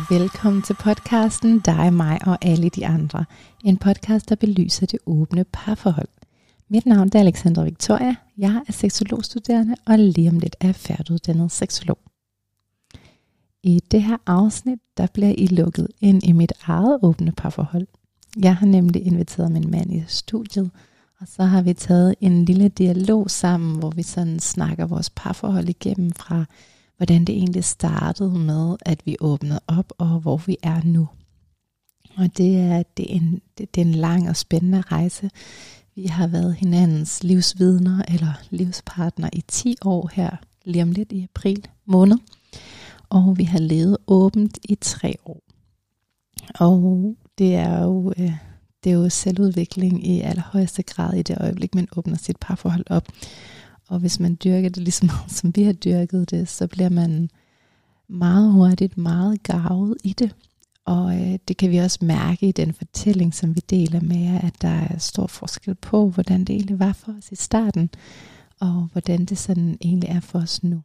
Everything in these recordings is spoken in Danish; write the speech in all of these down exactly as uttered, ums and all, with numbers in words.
velkommen til podcasten Dig, mig og alle de andre. En podcast, der belyser det åbne parforhold. Mit navn er Alexandra Victoria. Jeg er seksologstuderende og lige om lidt er færdiguddannet seksolog. I det her afsnit, der bliver I lukket ind i mit eget åbne parforhold. Jeg har nemlig inviteret min mand i studiet, og så har vi taget en lille dialog sammen, hvor vi sådan snakker vores parforhold igennem fra, hvordan det egentlig startede med, at vi åbnede op, og hvor vi er nu. Og det er, det er, en, det, det er en lang og spændende rejse. Vi har været hinandens livsvidner eller livspartner i ti år her, lige om lidt i april måned. Og vi har levet åbent i tre år. Og det er jo, øh, det er jo selvudvikling i allerhøjeste grad i det øjeblik, man åbner sit parforhold op. Og hvis man dyrker det lige så meget, som vi har dyrket det, så bliver man meget hurtigt meget garvet i det. Og øh, det kan vi også mærke i den fortælling, som vi deler med jer, at der er stor forskel på, hvordan det egentlig var for os i starten, og hvordan det sådan egentlig er for os nu.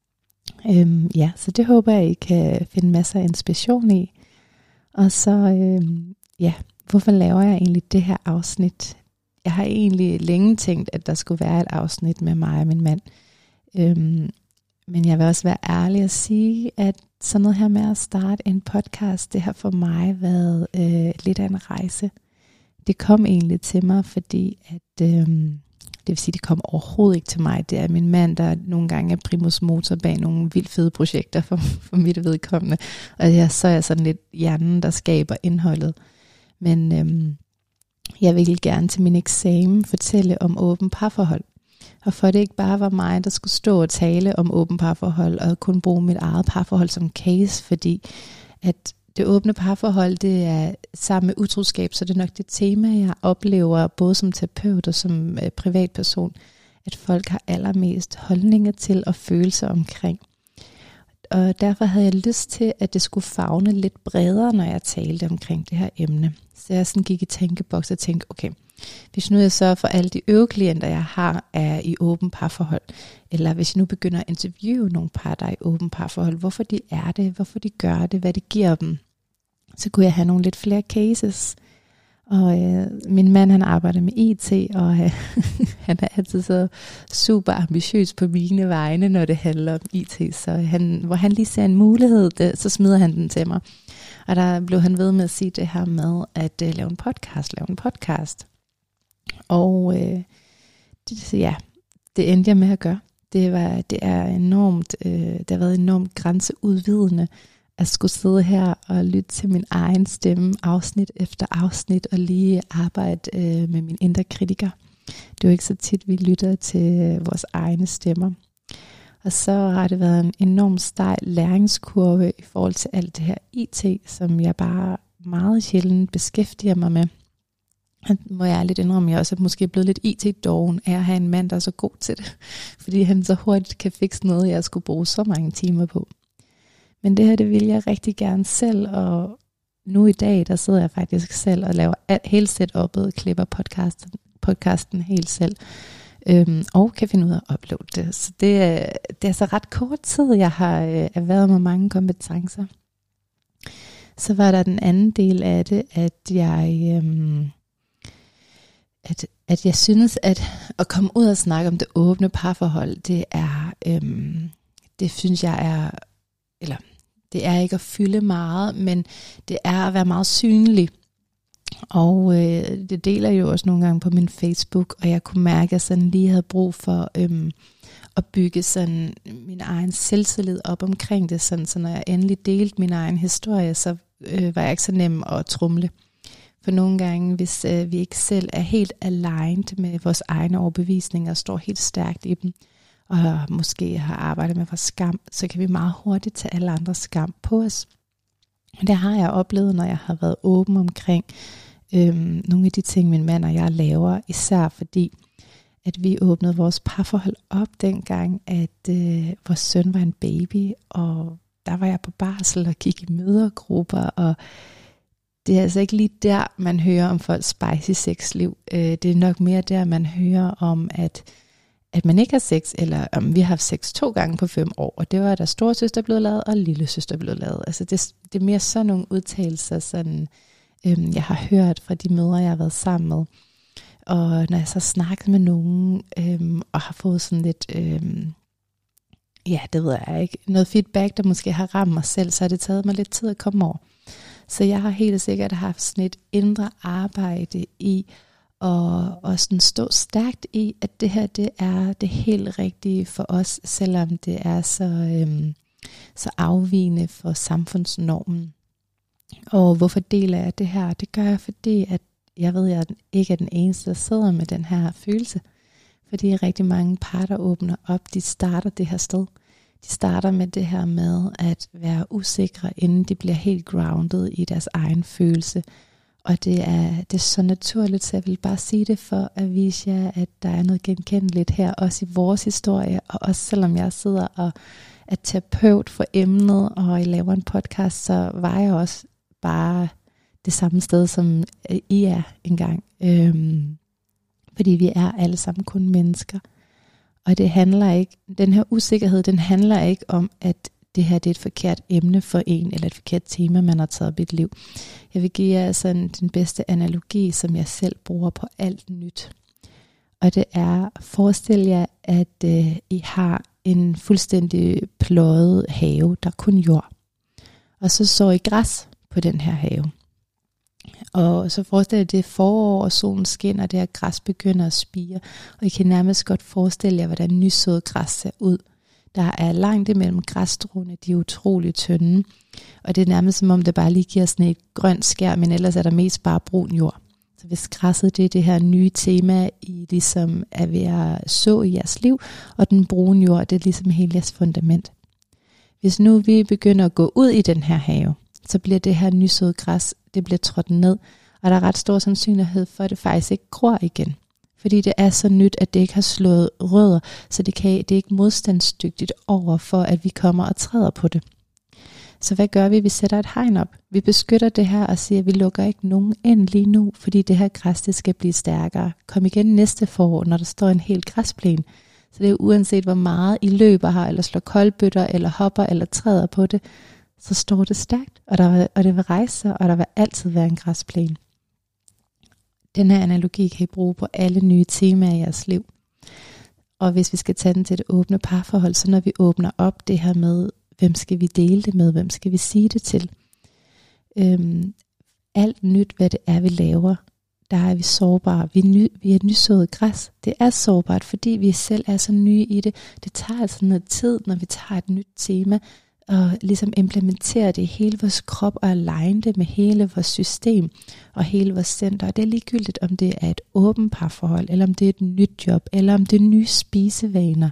Øhm, ja, så det håber jeg, I kan finde masser af inspiration i. Og så, øhm, ja, hvorfor laver jeg egentlig det her afsnit? Jeg har egentlig længe tænkt, at der skulle være et afsnit med mig og min mand. Øhm, men jeg vil også være ærlig og sige, at sådan noget her med at starte en podcast, det har for mig været øh, lidt af en rejse. Det kom egentlig til mig, fordi at, øh, det vil sige, det kom overhovedet ikke til mig. Det er min mand, der nogle gange er primus motor bag nogle vildt fede projekter for, for mit vedkommende. Og jeg, så er jeg sådan lidt hjernen, der skaber indholdet. Men øh, jeg ville gerne til min eksamen fortælle om åben parforhold. Og for det ikke bare var mig, der skulle stå og tale om åben parforhold, og kun bruge mit eget parforhold som case, fordi at det åbne parforhold, det er sammen med utroskab, så det er nok det tema, jeg oplever, både som terapeut og som øh, privatperson, at folk har allermest holdninger til og følelser omkring. Og derfor havde jeg lyst til, at det skulle favne lidt bredere, når jeg talte omkring det her emne. Så jeg sådan gik i tænkeboks og tænkte, okay, hvis nu jeg sørger for alle de øvrige klienter, jeg har, er i åben parforhold, eller hvis jeg nu begynder at interviewe nogle par, der er i åben parforhold, hvorfor de er det, hvorfor de gør det, hvad det giver dem, så kunne jeg have nogle lidt flere cases. Og øh, min mand, han arbejder med I T, og øh, han er altid så super ambitiøs på mine vegne, når det handler om I T. Så han, hvor han lige ser en mulighed, det, så smider han den til mig. Og der blev han ved med at sige det her med at øh, lave en podcast, lave en podcast. Og øh, det, ja, det endte jeg med at gøre. Det, var, det er enormt, øh, det har været enormt grænseudvidende at skulle sidde her og lytte til min egen stemme afsnit efter afsnit og lige arbejde øh, med min indre kritiker. Det er jo ikke så tit, vi lytter til vores egne stemmer. Og så har det været en enorm stejl læringskurve i forhold til alt det her I T, som jeg bare meget sjældent beskæftiger mig med. Og må jeg lidt indrømme, at jeg også er måske blevet lidt I T-doven af at have en mand, der er så god til det. Fordi han så hurtigt kan fikse noget, jeg skulle bruge så mange timer på. Men det her, det vil jeg rigtig gerne selv, og nu i dag, der sidder jeg faktisk selv og laver hele setup'et, klipper podcasten, podcasten helt selv, øhm, og kan finde ud af at uploade det. Så det er, det er så ret kort tid, jeg har øh, erhvervet mig mange kompetencer. Så var der den anden del af det, at jeg, øhm, at, at jeg synes, at at komme ud og snakke om det åbne parforhold, det er, øhm, det synes jeg er, eller det er ikke at fylde meget, men det er at være meget synlig. Og øh, det deler jeg jo også nogle gange på min Facebook, og jeg kunne mærke, at jeg sådan lige havde brug for øhm, at bygge sådan min egen selvtillid op omkring det, sådan, så når jeg endelig delte min egen historie, så øh, var jeg ikke så nem at trumle. For nogle gange, hvis øh, vi ikke selv er helt aligned med vores egne overbevisninger og står helt stærkt i dem, og måske har arbejdet med vores skam, så kan vi meget hurtigt tage alle andres skam på os. Og det har jeg oplevet, når jeg har været åben omkring øhm, nogle af de ting, min mand og jeg laver, især fordi, at vi åbnede vores parforhold op dengang, at øh, vores søn var en baby, og der var jeg på barsel og gik i mødergrupper, og det er altså ikke lige der, man hører om folks spicy sexliv. Øh, det er nok mere der, man hører om, at at man ikke har sex, eller om vi har haft sex to gange på fem år, og det var der storesøster blev lavet, og lille søster blev lavet. Altså det, det er mere sådan nogle udtalelser, sådan, øhm, jeg har hørt fra de mødre, jeg har været sammen med. Og når jeg så snakket med nogen, øhm, og har fået sådan lidt, øhm, ja, det ved jeg ikke, noget feedback, der måske har ramt mig selv, så har det taget mig lidt tid at komme over. Så jeg har helt sikkert haft sådan et indre arbejde i, og, og sådan stå stærkt i, at det her, det er det helt rigtige for os, selvom det er så, øhm, så afvigende for samfundsnormen. Og hvorfor deler jeg det her? Det gør jeg, fordi at jeg ved, at jeg ikke er den eneste, der sidder med den her følelse. Fordi rigtig mange par, der åbner op, de starter det her sted. De starter med det her med at være usikre, inden de bliver helt grounded i deres egen følelse. Og det er, det er så naturligt, så jeg vil bare sige det for at vise jer, at der er noget genkendeligt her, også i vores historie. Og også selvom jeg sidder og er terapeut for emnet, og jeg laver en podcast, så var jeg også bare det samme sted, som I er engang. Øhm, fordi vi er alle sammen kun mennesker. Og det handler ikke, den her usikkerhed, den handler ikke om, at det her det er et forkert emne for en, eller et forkert tema, man har taget op i et liv. Jeg vil give jer sådan den bedste analogi, som jeg selv bruger på alt nyt. Og det er, forestil jer, at øh, I har en fuldstændig pløjet have, der er kun jord. Og så så I græs på den her have. Og så forestil jer, det er forår, og solen skinner, og det her græs begynder at spire. Og I kan nærmest godt forestille jer, hvordan nysået græs ser ud. Der er langt imellem græsstråene, de er utrolig tynde. Og det er nærmest som om, det bare lige giver sådan et grønt skær, men ellers er der mest bare brun jord. Så hvis græsset det er det her nye tema, I ligesom er ved at så i jeres liv, og den brune jord, det er ligesom hele jeres fundament. Hvis nu vi begynder at gå ud i den her have, så bliver det her nysåede græs, det bliver trådt ned, og der er ret stor sandsynlighed for, at det faktisk ikke gror igen. Fordi det er så nyt, at det ikke har slået rødder, så det, kan, det er ikke modstandsdygtigt over for, at vi kommer og træder på det. Så hvad gør vi? Vi sætter et hegn op. Vi beskytter det her og siger, at vi lukker ikke nogen ind lige nu, fordi det her græs, det skal blive stærkere. Kom igen næste forår, når der står en hel græsplæne. Så det er uanset, hvor meget I løber her, eller slår koldbøtter, eller hopper, eller træder på det, så står det stærkt, og, der, og det vil rejse sig, og der vil altid være en græsplæne. Den her analogi kan I bruge på alle nye temaer i jeres liv. Og hvis vi skal tage den til det åbne parforhold, så når vi åbner op det her med, hvem skal vi dele det med, hvem skal vi sige det til. Øhm, alt nyt, hvad det er, vi laver, der er vi sårbare. Vi er, ny, vi er nysået græs. Det er sårbart, fordi vi selv er så nye i det. Det tager altså noget tid, når vi tager et nyt tema, og ligesom implementere det i hele vores krop, og align det med hele vores system, og hele vores center. Og det er ligegyldigt, om det er et åbent parforhold, eller om det er et nyt job, eller om det er nye spisevaner.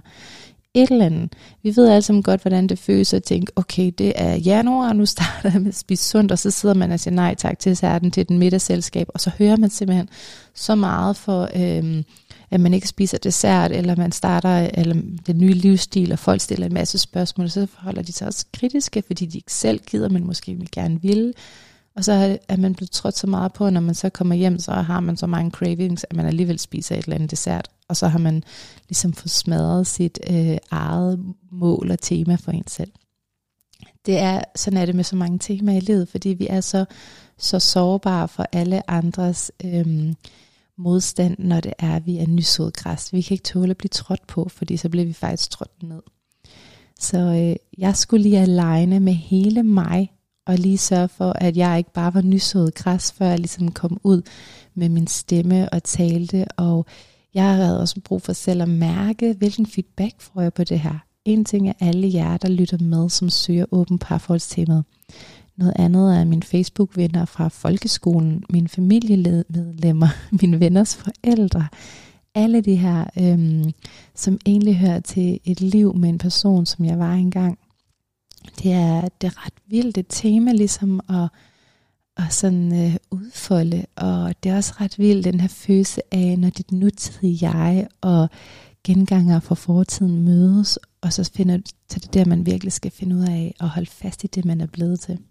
Et eller andet. Vi ved alle sammen godt, hvordan det føles at tænke, okay, det er januar, og nu starter jeg med at spise sundt, og så sidder man og siger nej tak til desserten til den middagsselskab, og så hører man simpelthen så meget for, øhm, at man ikke spiser dessert, eller man starter eller den nye livsstil, og folk stiller en masse spørgsmål, så forholder de sig også kritiske, fordi de ikke selv gider, men måske vil gerne ville. Og så er man blevet trådt så meget på, når man så kommer hjem, så har man så mange cravings, at man alligevel spiser et eller andet dessert. Og så har man ligesom fået smadret sit øh, eget mål og tema for en selv. Det er, sådan er det med så mange temaer i livet, fordi vi er så, så sårbare for alle andres øh, modstand, når det er, at vi er nysået græs. Vi kan ikke tåle at blive trådt på, fordi så bliver vi faktisk trådt ned. Så øh, jeg skulle lige aligne med hele mig, og lige sørge for, at jeg ikke bare var nysået græs, før jeg ligesom kom ud med min stemme og talte. Og jeg havde også brug for selv at mærke, hvilken feedback får jeg på det her. En ting er alle jer, der lytter med, som søger åben parforholdstemaet. Noget andet er mine Facebook-venner fra folkeskolen, mine familiemedlemmer, mine venners forældre. Alle de her, øhm, som egentlig hører til et liv med en person, som jeg var engang. Det er, det er ret vildt et tema ligesom at, at sådan, øh, udfolde, og det er også ret vildt den her følelse af, når dit nutidige jeg og genganger fra fortiden mødes, og så finder så det er der, man virkelig skal finde ud af at holde fast i det, man er blevet til.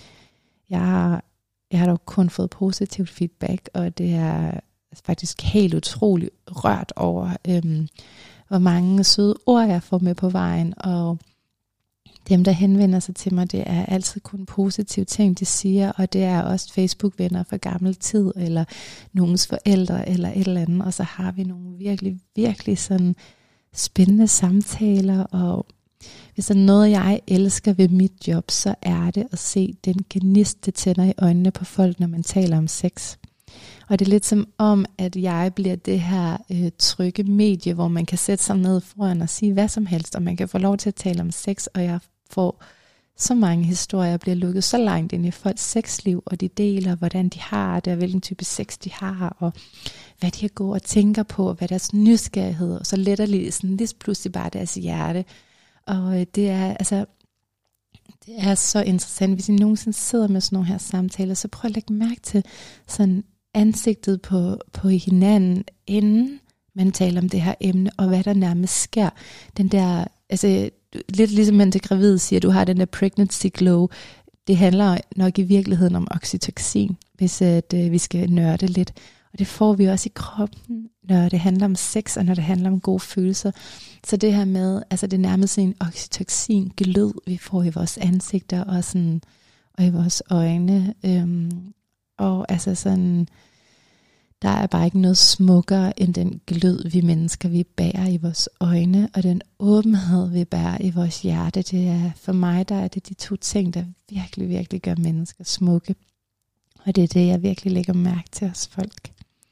Jeg har, jeg har dog kun fået positivt feedback, og det er faktisk helt utroligt rørt over, øhm, hvor mange søde ord jeg får med på vejen, og dem, der henvender sig til mig, det er altid kun positive ting, de siger, og det er også Facebook-venner fra gammel tid, eller nogens forældre, eller et eller andet, og så har vi nogle virkelig, virkelig sådan spændende samtaler, og hvis der er noget, jeg elsker ved mit job, så er det at se den gnist, det tænder i øjnene på folk, når man taler om sex. Og det er lidt som om, at jeg bliver det her øh, trygge medie, hvor man kan sætte sig ned foran og sige hvad som helst, og man kan få lov til at tale om sex, og jeg får så mange historier, bliver lukket så langt ind i folks sexliv, og de deler, hvordan de har det, og hvilken type sex de har, og hvad de går og tænker på, og hvad deres nysgerrighed, og så letter lige sådan lige pludselig bare deres hjerte. Og øh, det er altså det er så interessant, hvis I nogensinde sidder med sådan nogle her samtaler, så prøv at lægge mærke til sådan ansigtet på, på hinanden, inden man taler om det her emne, og hvad der nærmest sker. Den der, altså lidt ligesom man til gravid siger, du har den der pregnancy glow, det handler nok i virkeligheden om oxytocin, hvis at, øh, vi skal nørde lidt. Og det får vi også i kroppen, når det handler om sex, og når det handler om gode følelser. Så det her med, altså det er nærmest en oxytocin glød, vi får i vores ansigter, og, sådan, og i vores øjne. Øhm, og altså sådan, der er bare ikke noget smukkere end den glød, vi mennesker, vi bærer i vores øjne, og den åbenhed, vi bærer i vores hjerte. Det er, for mig, der er det de to ting, der virkelig, virkelig gør mennesker smukke. Og det er det, jeg virkelig lægger mærke til hos folk.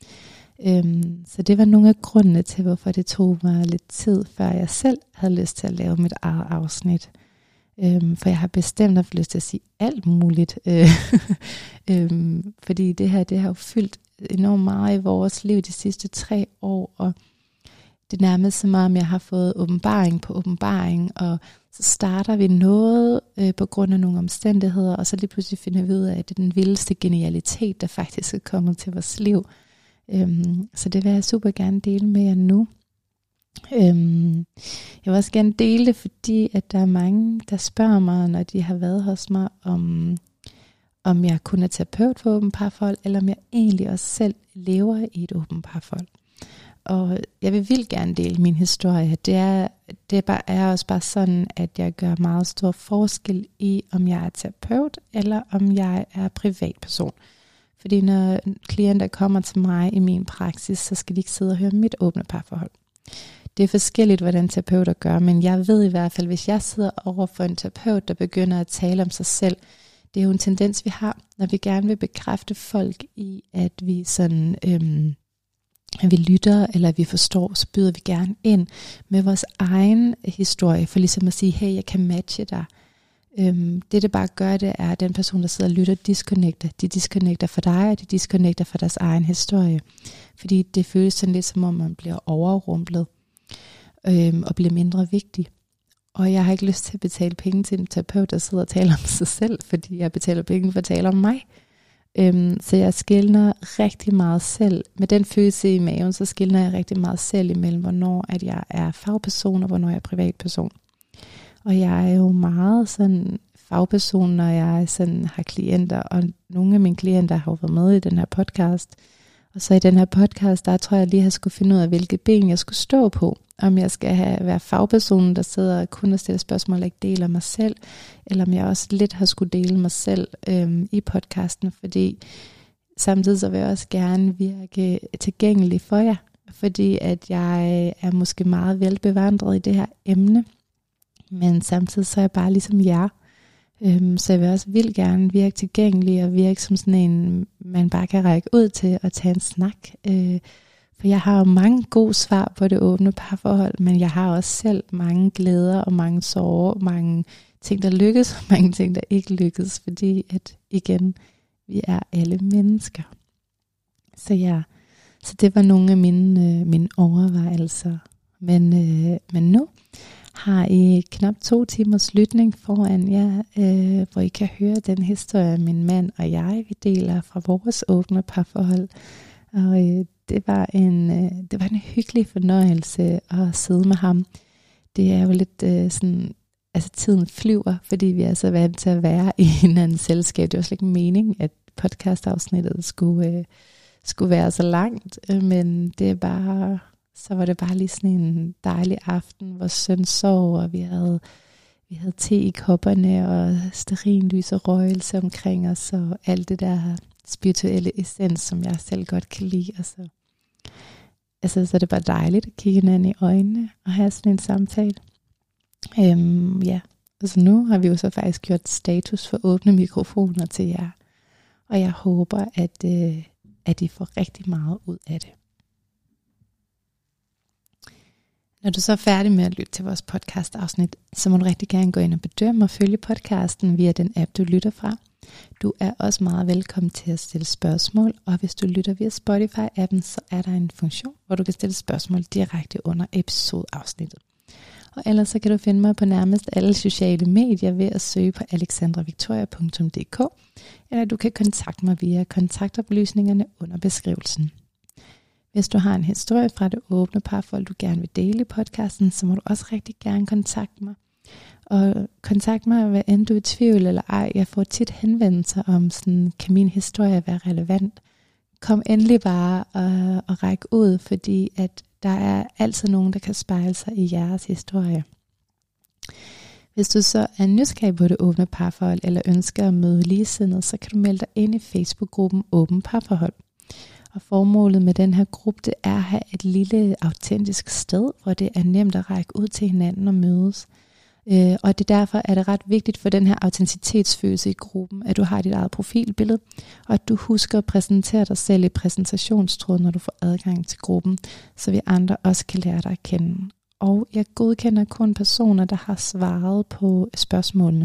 Øhm, så det var nogle af grundene til, hvorfor det tog mig lidt tid, før jeg selv havde lyst til at lave mit eget afsnit. Øhm, for jeg har bestemt haft lyst til at sige alt muligt. øhm, fordi det her, det har jo fyldt enormt meget i vores liv de sidste tre år, og det er nærmest så meget, om jeg har fået åbenbaring på åbenbaring, og så starter vi noget øh, på grund af nogle omstændigheder, og så lige pludselig finder vi ud af, at det er den vildeste genialitet, der faktisk er kommet til vores liv. Øhm, så det vil jeg super gerne dele med jer nu. Øhm, jeg vil også gerne dele det, fordi at der er mange, der spørger mig, når de har været hos mig, om, om jeg kun er terapeut for åbent parforhold, eller om jeg egentlig også selv lever i et åbent parforhold. Og jeg vil vildt gerne dele min historie. Det er, det er, bare, er også bare sådan, at jeg gør meget stor forskel i, om jeg er terapeut, eller om jeg er privatperson. Fordi når klienter kommer til mig i min praksis, så skal de ikke sidde og høre mit åbne parforhold. Det er forskelligt, hvordan terapeuter gør, men jeg ved i hvert fald, hvis jeg sidder over for en terapeut, der begynder at tale om sig selv, det er jo en tendens, vi har, når vi gerne vil bekræfte folk i, at vi sådan, øhm, at vi lytter, eller vi forstår, så byder vi gerne ind med vores egen historie, for ligesom at sige, hey, jeg kan matche dig. Øhm, det det bare gør, det er, at den person, der sidder og lytter, disconnecter. De disconnecter for dig, og de disconnecter for deres egen historie. Fordi det føles sådan lidt, som om man bliver overrumplet, øhm, og bliver mindre vigtig. Og jeg har ikke lyst til at betale penge til en terapeut, der sidder og taler om sig selv, fordi jeg betaler penge for at tale om mig. Øhm, så jeg skiller rigtig meget selv. Med den følelse i maven, så skiller jeg rigtig meget selv imellem, hvornår at jeg er fagperson, og hvornår jeg er privatperson. Og jeg er jo meget sådan fagperson, når jeg sådan har klienter, og nogle af mine klienter har jo været med i den her podcast. Og så i den her podcast, der tror jeg lige, at jeg skulle finde ud af, hvilke ben jeg skulle stå på. Om jeg skal have, være fagpersonen, der sidder og kun og stiller spørgsmål, og ikke deler mig selv, eller om jeg også lidt har skulle dele mig selv øhm, i podcasten, fordi samtidig så vil jeg også gerne virke tilgængelig for jer, fordi at jeg er måske meget velbevandret i det her emne, men samtidig så er jeg bare ligesom jer. Øhm, så jeg vil også vildt gerne virke tilgængelig og virke som sådan en, man bare kan række ud til og tage en snak. Øh, for jeg har jo mange gode svar på det åbne parforhold, men jeg har også selv mange glæder og mange sorger, mange ting, der lykkes, og mange ting, der ikke lykkes, fordi at igen, vi er alle mennesker. Så ja, så det var nogle af mine, øh, mine overvejelser. Men, øh, men nu har I knap to timers lytning foran jer, øh, hvor I kan høre den historie, min mand og jeg, vi deler fra vores åbne parforhold. Og øh, det, var en, øh, det var en hyggelig fornøjelse at sidde med ham. Det er jo lidt øh, sådan, altså tiden flyver, fordi vi er så vant til at være i hinandens selskab. Det var slet ikke meningen, at podcastafsnittet skulle, øh, skulle være så langt, øh, men det er bare så var det bare lige sådan en dejlig aften, hvor søn sov, og vi havde, vi havde te i kopperne, og stearinlys og røgelse omkring os, og alt det der spirituelle essens, som jeg selv godt kan lide. Og så, altså, så er det bare dejligt at kigge hinanden i øjnene, og have sådan en samtale. Øhm, ja, altså nu har vi jo så faktisk gjort status for åbne mikrofoner til jer, og jeg håber, at, øh, at I får rigtig meget ud af det. Når du så er færdig med at lytte til vores podcast-afsnit, så må du rigtig gerne gå ind og bedømme og følge podcasten via den app, du lytter fra. Du er også meget velkommen til at stille spørgsmål, og hvis du lytter via Spotify-appen, så er der en funktion, hvor du kan stille spørgsmål direkte under episodeafsnittet. Og ellers så kan du finde mig på nærmest alle sociale medier ved at søge på alexandra victoria punktum d k, eller du kan kontakte mig via kontaktoplysningerne under beskrivelsen. Hvis du har en historie fra det åbne parforhold, du gerne vil dele i podcasten, så må du også rigtig gerne kontakte mig. Og kontakt mig, hvad end du er i tvivl eller ej. Jeg får tit henvendelser om, sådan, kan min historie være relevant? Kom endelig bare og, og ræk ud, fordi at der er altid nogen, der kan spejle sig i jeres historie. Hvis du så er nysgerrig på det åbne parforhold, eller ønsker at møde ligesindede, så kan du melde dig ind i Facebook-gruppen Åben Parforhold. Og formålet med den her gruppe, det er at have et lille autentisk sted, hvor det er nemt at række ud til hinanden og mødes. Øh, og det derfor er det ret vigtigt for den her autenticitetsfølelse i gruppen, at du har dit eget profilbillede, og at du husker at præsentere dig selv i præsentationstråden, når du får adgang til gruppen, så vi andre også kan lære dig at kende. Og jeg godkender kun personer, der har svaret på spørgsmålene.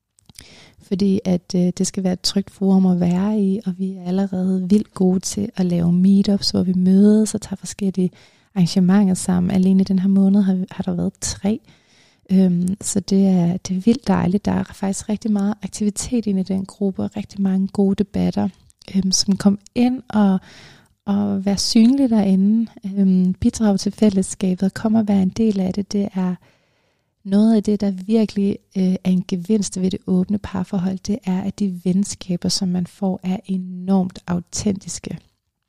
Fordi at øh, det skal være et trygt forum at være i, og vi er allerede vildt gode til at lave meetups, hvor vi mødes og tager forskellige arrangementer sammen. Alene den her måned har, har der været tre. Øhm, så det er, det er vildt dejligt. Der er faktisk rigtig meget aktivitet inde i den gruppe, og rigtig mange gode debatter, øhm, som kom ind og, og være synlige derinde. Øhm, bidrag til fællesskabet, kom og være en del af det. Det er noget af det, der virkelig øh, er en gevinst ved det åbne parforhold, det er, at de venskaber, som man får, er enormt autentiske.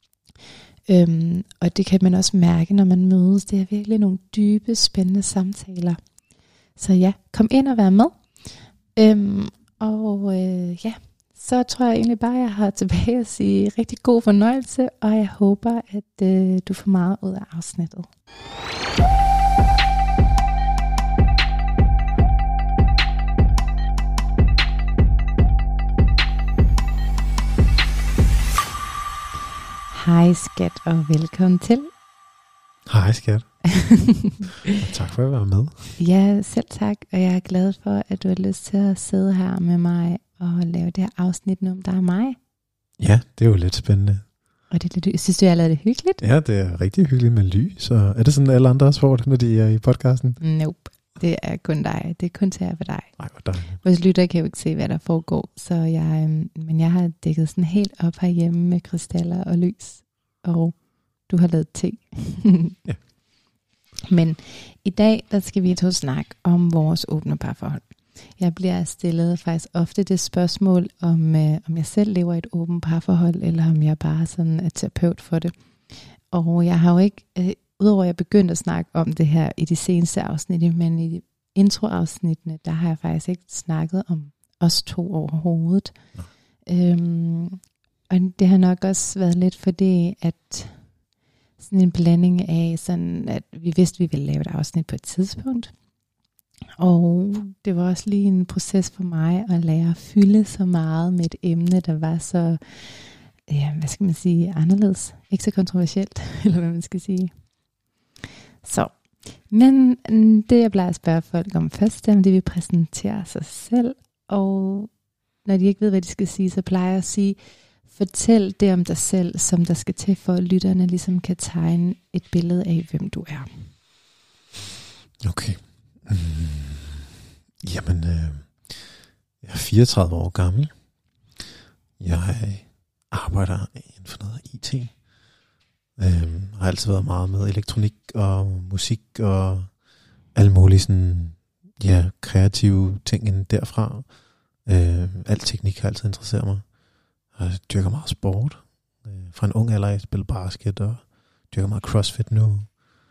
Øhm, og det kan man også mærke, når man mødes. Det er virkelig nogle dybe, spændende samtaler. Så ja, kom ind og vær med. Øhm, og øh, ja, så tror jeg egentlig bare, at jeg har tilbage at sige rigtig god fornøjelse, og jeg håber, at øh, du får meget ud af afsnittet. Hej skat, og velkommen til. Hej skat. Tak for at være med. Ja, selv tak, og jeg er glad for, at du har lyst til at sidde her med mig og lave det her afsnit nu om dig og mig. Ja, det er jo lidt spændende. Og det, det, synes du, jeg har lavet det hyggeligt? Ja, det er rigtig hyggeligt med lys. Så er det sådan, alle andre også får det, når de er i podcasten? Nope, det er kun dig. Det er kun til for dig. Nej, hvor dejligt. Vores lytter kan jo ikke se, hvad der foregår, så jeg, øhm, men jeg har dækket sådan helt op herhjemme med krystaller og lys, og du har lavet te. Ja. Men i dag, der skal vi to snakke om vores åbne parforhold. Jeg bliver stillet faktisk ofte det spørgsmål, om, øh, om jeg selv lever i et åbent parforhold, eller om jeg bare sådan er terapeut for det. Og jeg har jo ikke, øh, udover at jeg begyndte at snakke om det her i de seneste afsnit, men i de introafsnittene, der har jeg faktisk ikke snakket om os to overhovedet. Ja. Øhm, og det har nok også været lidt fordi, at sådan en blanding af, sådan at vi vidste, at vi ville lave et afsnit på et tidspunkt. Og det var også lige en proces for mig at lære at fylde så meget med et emne, der var så, ja, hvad skal man sige, anderledes. Ikke så kontroversielt, eller hvad man skal sige. Så, men det jeg plejer at spørge folk om først, det er, om de vil præsentere sig selv. Og når de ikke ved, hvad de skal sige, så plejer jeg at sige, fortæl det om dig selv, som der skal til, for at lytterne ligesom kan tegne et billede af, hvem du er. Okay. Mm. Jamen, øh, jeg er fireogtredive år gammel. Jeg arbejder inden for noget I T. Øh, har altid været meget med elektronik og musik og alle mulige sådan, ja, kreative ting inden derfra. Øh, al teknik har altid interesseret mig. Jeg dyrker meget sport. Øh, fra en ung alder, jeg spiller basket og dyrker meget crossfit nu.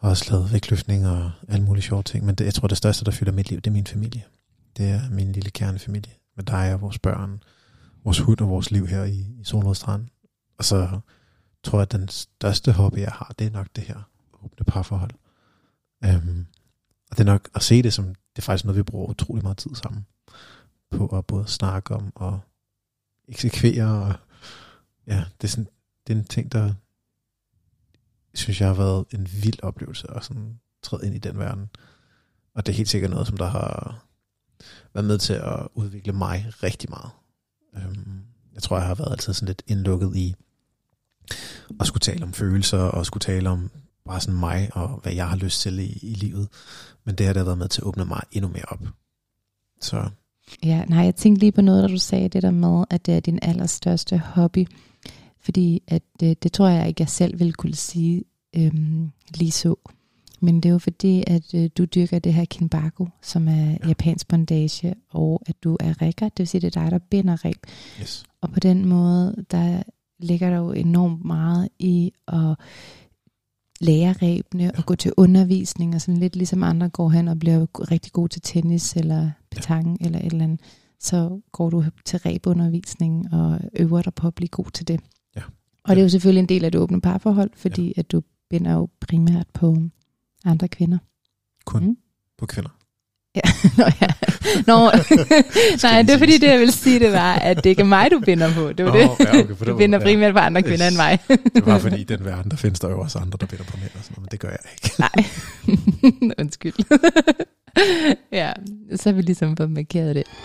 har også lavet vægtløftning og alle mulige sjove ting. Men det, jeg tror, det største, der fylder mit liv, det er min familie. Det er min lille kernefamilie. Med dig og vores børn, vores hund og vores liv her i, i Solrød Strand. Og så tror jeg, at den største hobby, jeg har, det er nok det her åbne parforhold. Um, og det er nok at se det som, det er faktisk noget, vi bruger utrolig meget tid sammen på at både snakke om og eksekvere. Og ja, det er, sådan, det er en ting, der synes jeg har været en vild oplevelse at sådan træde ind i den verden. Og det er helt sikkert noget, som der har været med til at udvikle mig rigtig meget. Um, jeg tror, jeg har været altid sådan lidt indlukket i at skulle tale om følelser og skulle tale om bare sådan mig og hvad jeg har lyst til i, i livet. Men det har der været med til at åbne mig endnu mere op. Så. Ja, nej, jeg tænkte lige på noget, da du sagde det der med, at det er din allerstørste hobby. Fordi at det, det tror jeg ikke, jeg selv ville kunne sige øhm, lige så. Men det er jo fordi, at øh, du dyrker det her kinbaku, som er ja. japansk bondage, og at du er rækker, det vil sige, det er dig, der binder reb. Yes. Og på den måde, der ligger der jo enormt meget i at lære rebene og gå til undervisning, og sådan lidt ligesom andre går hen og bliver rigtig god til tennis eller petanque ja. eller et eller andet, så går du til rebundervisning og øver dig på at blive god til det. Ja. Og det er jo selvfølgelig en del af det åbne parforhold, fordi ja. at du binder jo primært på andre kvinder. Kun mm. på kvinder? Ja, Nå, ja. Nå, nej, det er fordi det jeg vil sige, det var, at det ikke er mig, du binder på. Det var oh, det. Ja, okay, du binder primært på andre kvinder yes. end mig. Det var fordi i den verden, der findes der jo også andre, der binder på mænd og sådan noget, men det gør jeg ikke. Nej, undskyld. Ja, så har vi ligesom fået markeret det.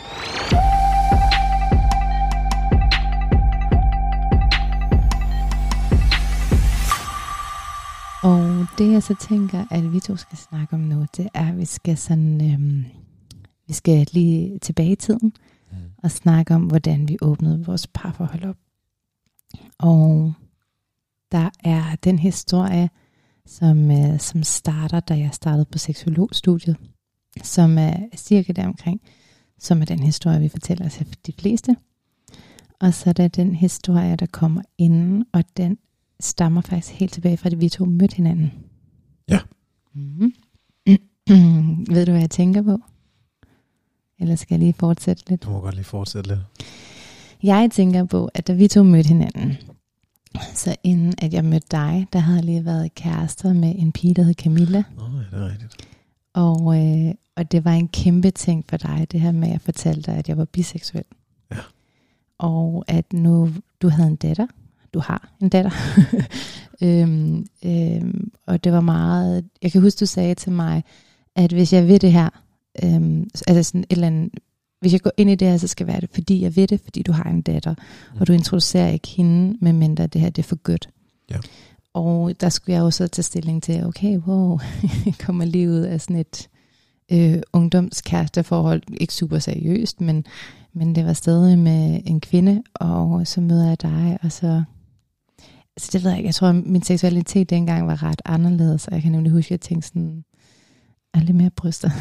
Og det jeg så tænker, at vi to skal snakke om nu, det er, at vi skal sådan, øhm, vi skal lige tilbage i tiden mm. og snakke om, hvordan vi åbnede vores parforhold op. Og der er den historie, som, øh, som starter, da jeg startede på seksologstudiet, som er cirka deromkring, som er den historie, vi fortæller til de fleste. Og så er der den historie, der kommer inden, og den stammer faktisk helt tilbage fra, at vi to mødte hinanden. Ja. Mm-hmm. Ved du, hvad jeg tænker på? Eller skal jeg lige fortsætte lidt? Du må godt lige fortsætte lidt. Jeg tænker på, at da vi to mødte hinanden, så inden at jeg mødte dig, der havde jeg lige været kærester med en pige, der hed Camilla. Åh, oh, ja, det er rigtigt. Og, øh, og det var en kæmpe ting for dig, det her med, at jeg fortalte dig, at jeg var biseksuel. Ja. Og at nu du havde en datter. Du har en datter. øhm, øhm, og det var meget, jeg kan huske, du sagde til mig, at hvis jeg ved det her, øhm, altså sådan et eller andet, hvis jeg går ind i det her, så skal det være det, fordi jeg ved det, fordi du har en datter, mm. og du introducerer ikke hende, medmindre det her, det er for godt. Ja. Og der skulle jeg også tage stilling til, okay, wow, jeg kommer lige ud af sådan et øh, ungdomskæresteforhold, ikke super seriøst, men, men det var stadig med en kvinde, og så møder jeg dig, og så, altså det ved jeg ikke, jeg tror, at min seksualitet dengang var ret anderledes, og jeg kan nemlig huske, at jeg tænkte sådan, er lidt mere bryster.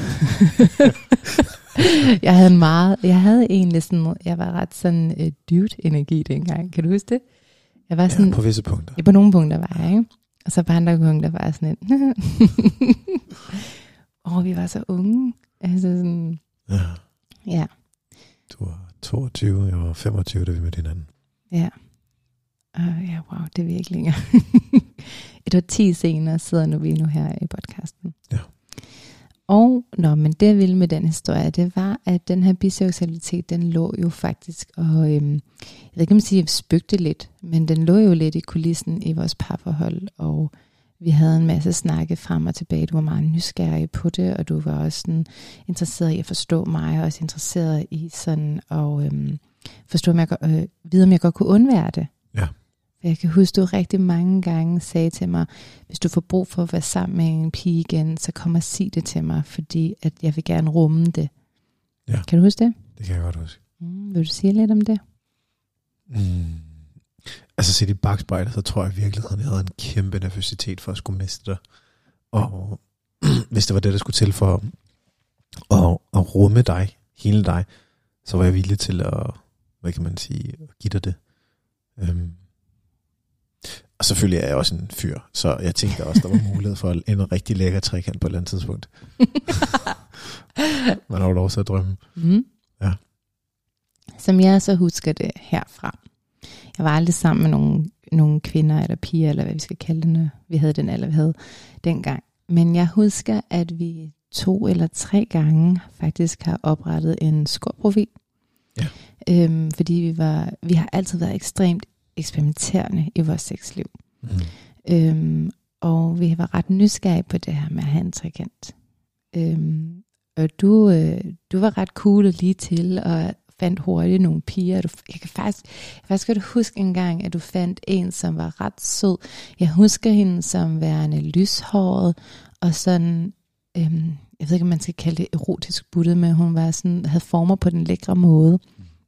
jeg havde en meget, jeg havde egentlig sådan, jeg var ret sådan uh, dude-energi dengang, kan du huske det? Jeg var sådan, ja, på visse punkter. Ja, på nogle punkter var jeg, ikke? Og så på andre punkter var jeg sådan en, åh, oh, vi var så unge. Altså sådan, ja. Ja. Du var toogtyve, jeg var femogtyve, da vi mødte hinanden. Ja. Uh, ja, wow, det er virkelig længere. Et år ti senere sidder nu vi nu her i podcasten. Ja. Og, nå, men det jeg ville med den historie, det var, at den her biseksualitet, den lå jo faktisk, og øhm, jeg ved ikke, om jeg siger, spøgte lidt, men den lå jo lidt i kulissen i vores parforhold, og vi havde en masse snakke frem og tilbage. Du var meget nysgerrig på det, og du var også sådan interesseret i at forstå mig, og også interesseret i sådan at øhm, forstå, om jeg, øh, vide, om jeg godt kunne undvære det. Ja. Jeg kan huske, du rigtig mange gange sagde til mig, hvis du får brug for at være sammen med en pige igen, så kom og sig det til mig, fordi at jeg vil gerne rumme det. Ja. Kan du huske det? Det kan jeg godt huske. Mm, vil du sige lidt om det? Mm. Altså set i bagspejlet, så tror jeg i virkeligheden, jeg havde en kæmpe nervøsitet for at skulle miste dig. Og hvis det var det, der skulle til for at, at rumme dig, hele dig, så var jeg villig til at, hvad kan man sige, at give dig det. Um, Og selvfølgelig er jeg også en fyr, så jeg tænkte også, der var mulighed for en rigtig lækker trekant på et eller andet tidspunkt. Man har jo lov til at drømme. Mm. Ja. Som jeg så husker det herfra. Jeg var aldrig sammen med nogle, nogle kvinder eller piger, eller hvad vi skal kalde det, når vi havde den alder, vi havde dengang. Men jeg husker, at vi to eller tre gange faktisk har oprettet en skorprofil. Ja. Øhm, fordi vi var, vi har altid været ekstremt eksperimenterende i vores sexliv. Mm. Øhm, og vi var ret nysgerrige på det her med at have en trekant. Øhm, og du, øh, du var ret cool og lige til, og fandt hurtigt nogle piger. Du, jeg kan faktisk, jeg kan faktisk godt huske en gang, at du fandt en, som var ret sød. Jeg husker hende som værende lyshåret, og sådan, øhm, jeg ved ikke, om man skal kalde det erotisk buttet, men hun var sådan, havde former på den lækre måde.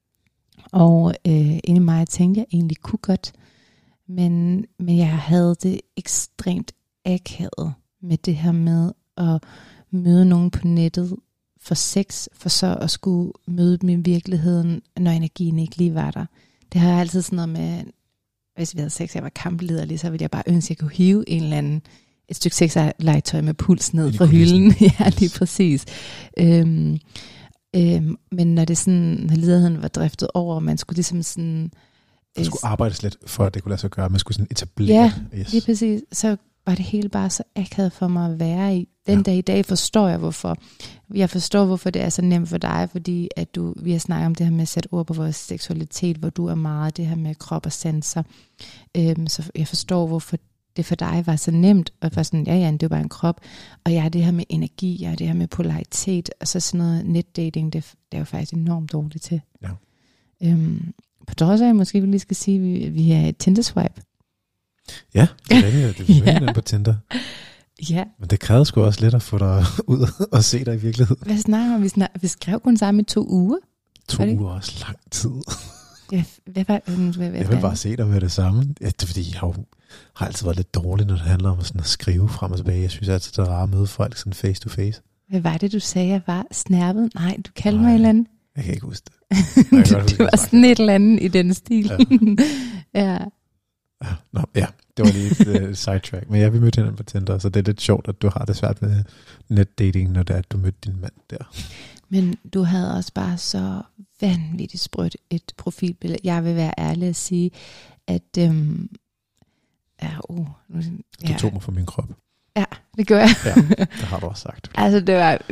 Og øh, inde i mig tænkte jeg egentlig kunne godt, men, men jeg havde det ekstremt akavet med det her med at møde nogen på nettet for sex, for så at skulle møde dem i virkeligheden, når energien ikke lige var der. Det har altid sådan noget med, hvis vi havde sex, jeg var kamplederlig, så ville jeg bare ønske, at jeg kunne hive en eller anden, et stykke sexlegetøj med puls ned fra hylden. Ja, lige præcis. Øhm, øhm, men når det sådan, når lederheden var driftet over, og man skulle ligesom sådan... Man skulle arbejdes lidt for, at det kunne lade sig gøre. Man skulle sådan etablere. Ja, yes. lige præcis. Så var det hele bare så akavet for mig at være i. Den ja. dag i dag forstår jeg, hvorfor. Jeg forstår, hvorfor det er så nemt for dig, fordi at du, vi har snakket om det her med at sætte ord på vores seksualitet, hvor du er meget det her med krop og sanser. Øhm, så jeg forstår, hvorfor det for dig var så nemt, og var sådan, ja, ja, det er bare en krop, og jeg er det her med energi, jeg er det her med polaritet, og så sådan noget netdating, det, det er jo faktisk enormt dårligt til. Ja. Øhm, på trods af, jeg måske lige skal sige, at vi, vi er et Tinder-swipe. Ja, det er rigtigt, det er ja. på Tinder. Ja. Men det krævede sgu også lidt at få dig ud og se dig i virkeligheden. Hvad snakker vi? Snak, vi skrev kun sammen i to uger. To uger er også lang tid. Ja, hvad var, hvad, hvad, jeg vil bare se dig med det samme. Ja, det er fordi, jeg har, jo, har altid været lidt dårlig, når det handler om sådan at skrive frem og tilbage. Jeg synes altid, det er rart at møde folk sådan face to face. Hvad var det, du sagde, jeg var snærpet? Nej, du kaldte Nej, mig et eller andet. Jeg kan ikke huske det. det, det var sådan et eller andet i den stil. Ja. ja. Ja, no, ja, det var lige et uh, sidetrack. Men jeg vil møde hinanden på Tinder, så det er lidt sjovt, at du har det svært med netdating, når det er, at du mødte din mand der. Men du havde også bare så vanvittigt sprødt et profilbillede. Jeg vil være ærlig at sige, at... Øhm, ja, uh, nu, ja. Du tog mig fra min krop. Ja, det gør jeg. Ja, det har du også sagt. Altså, det var...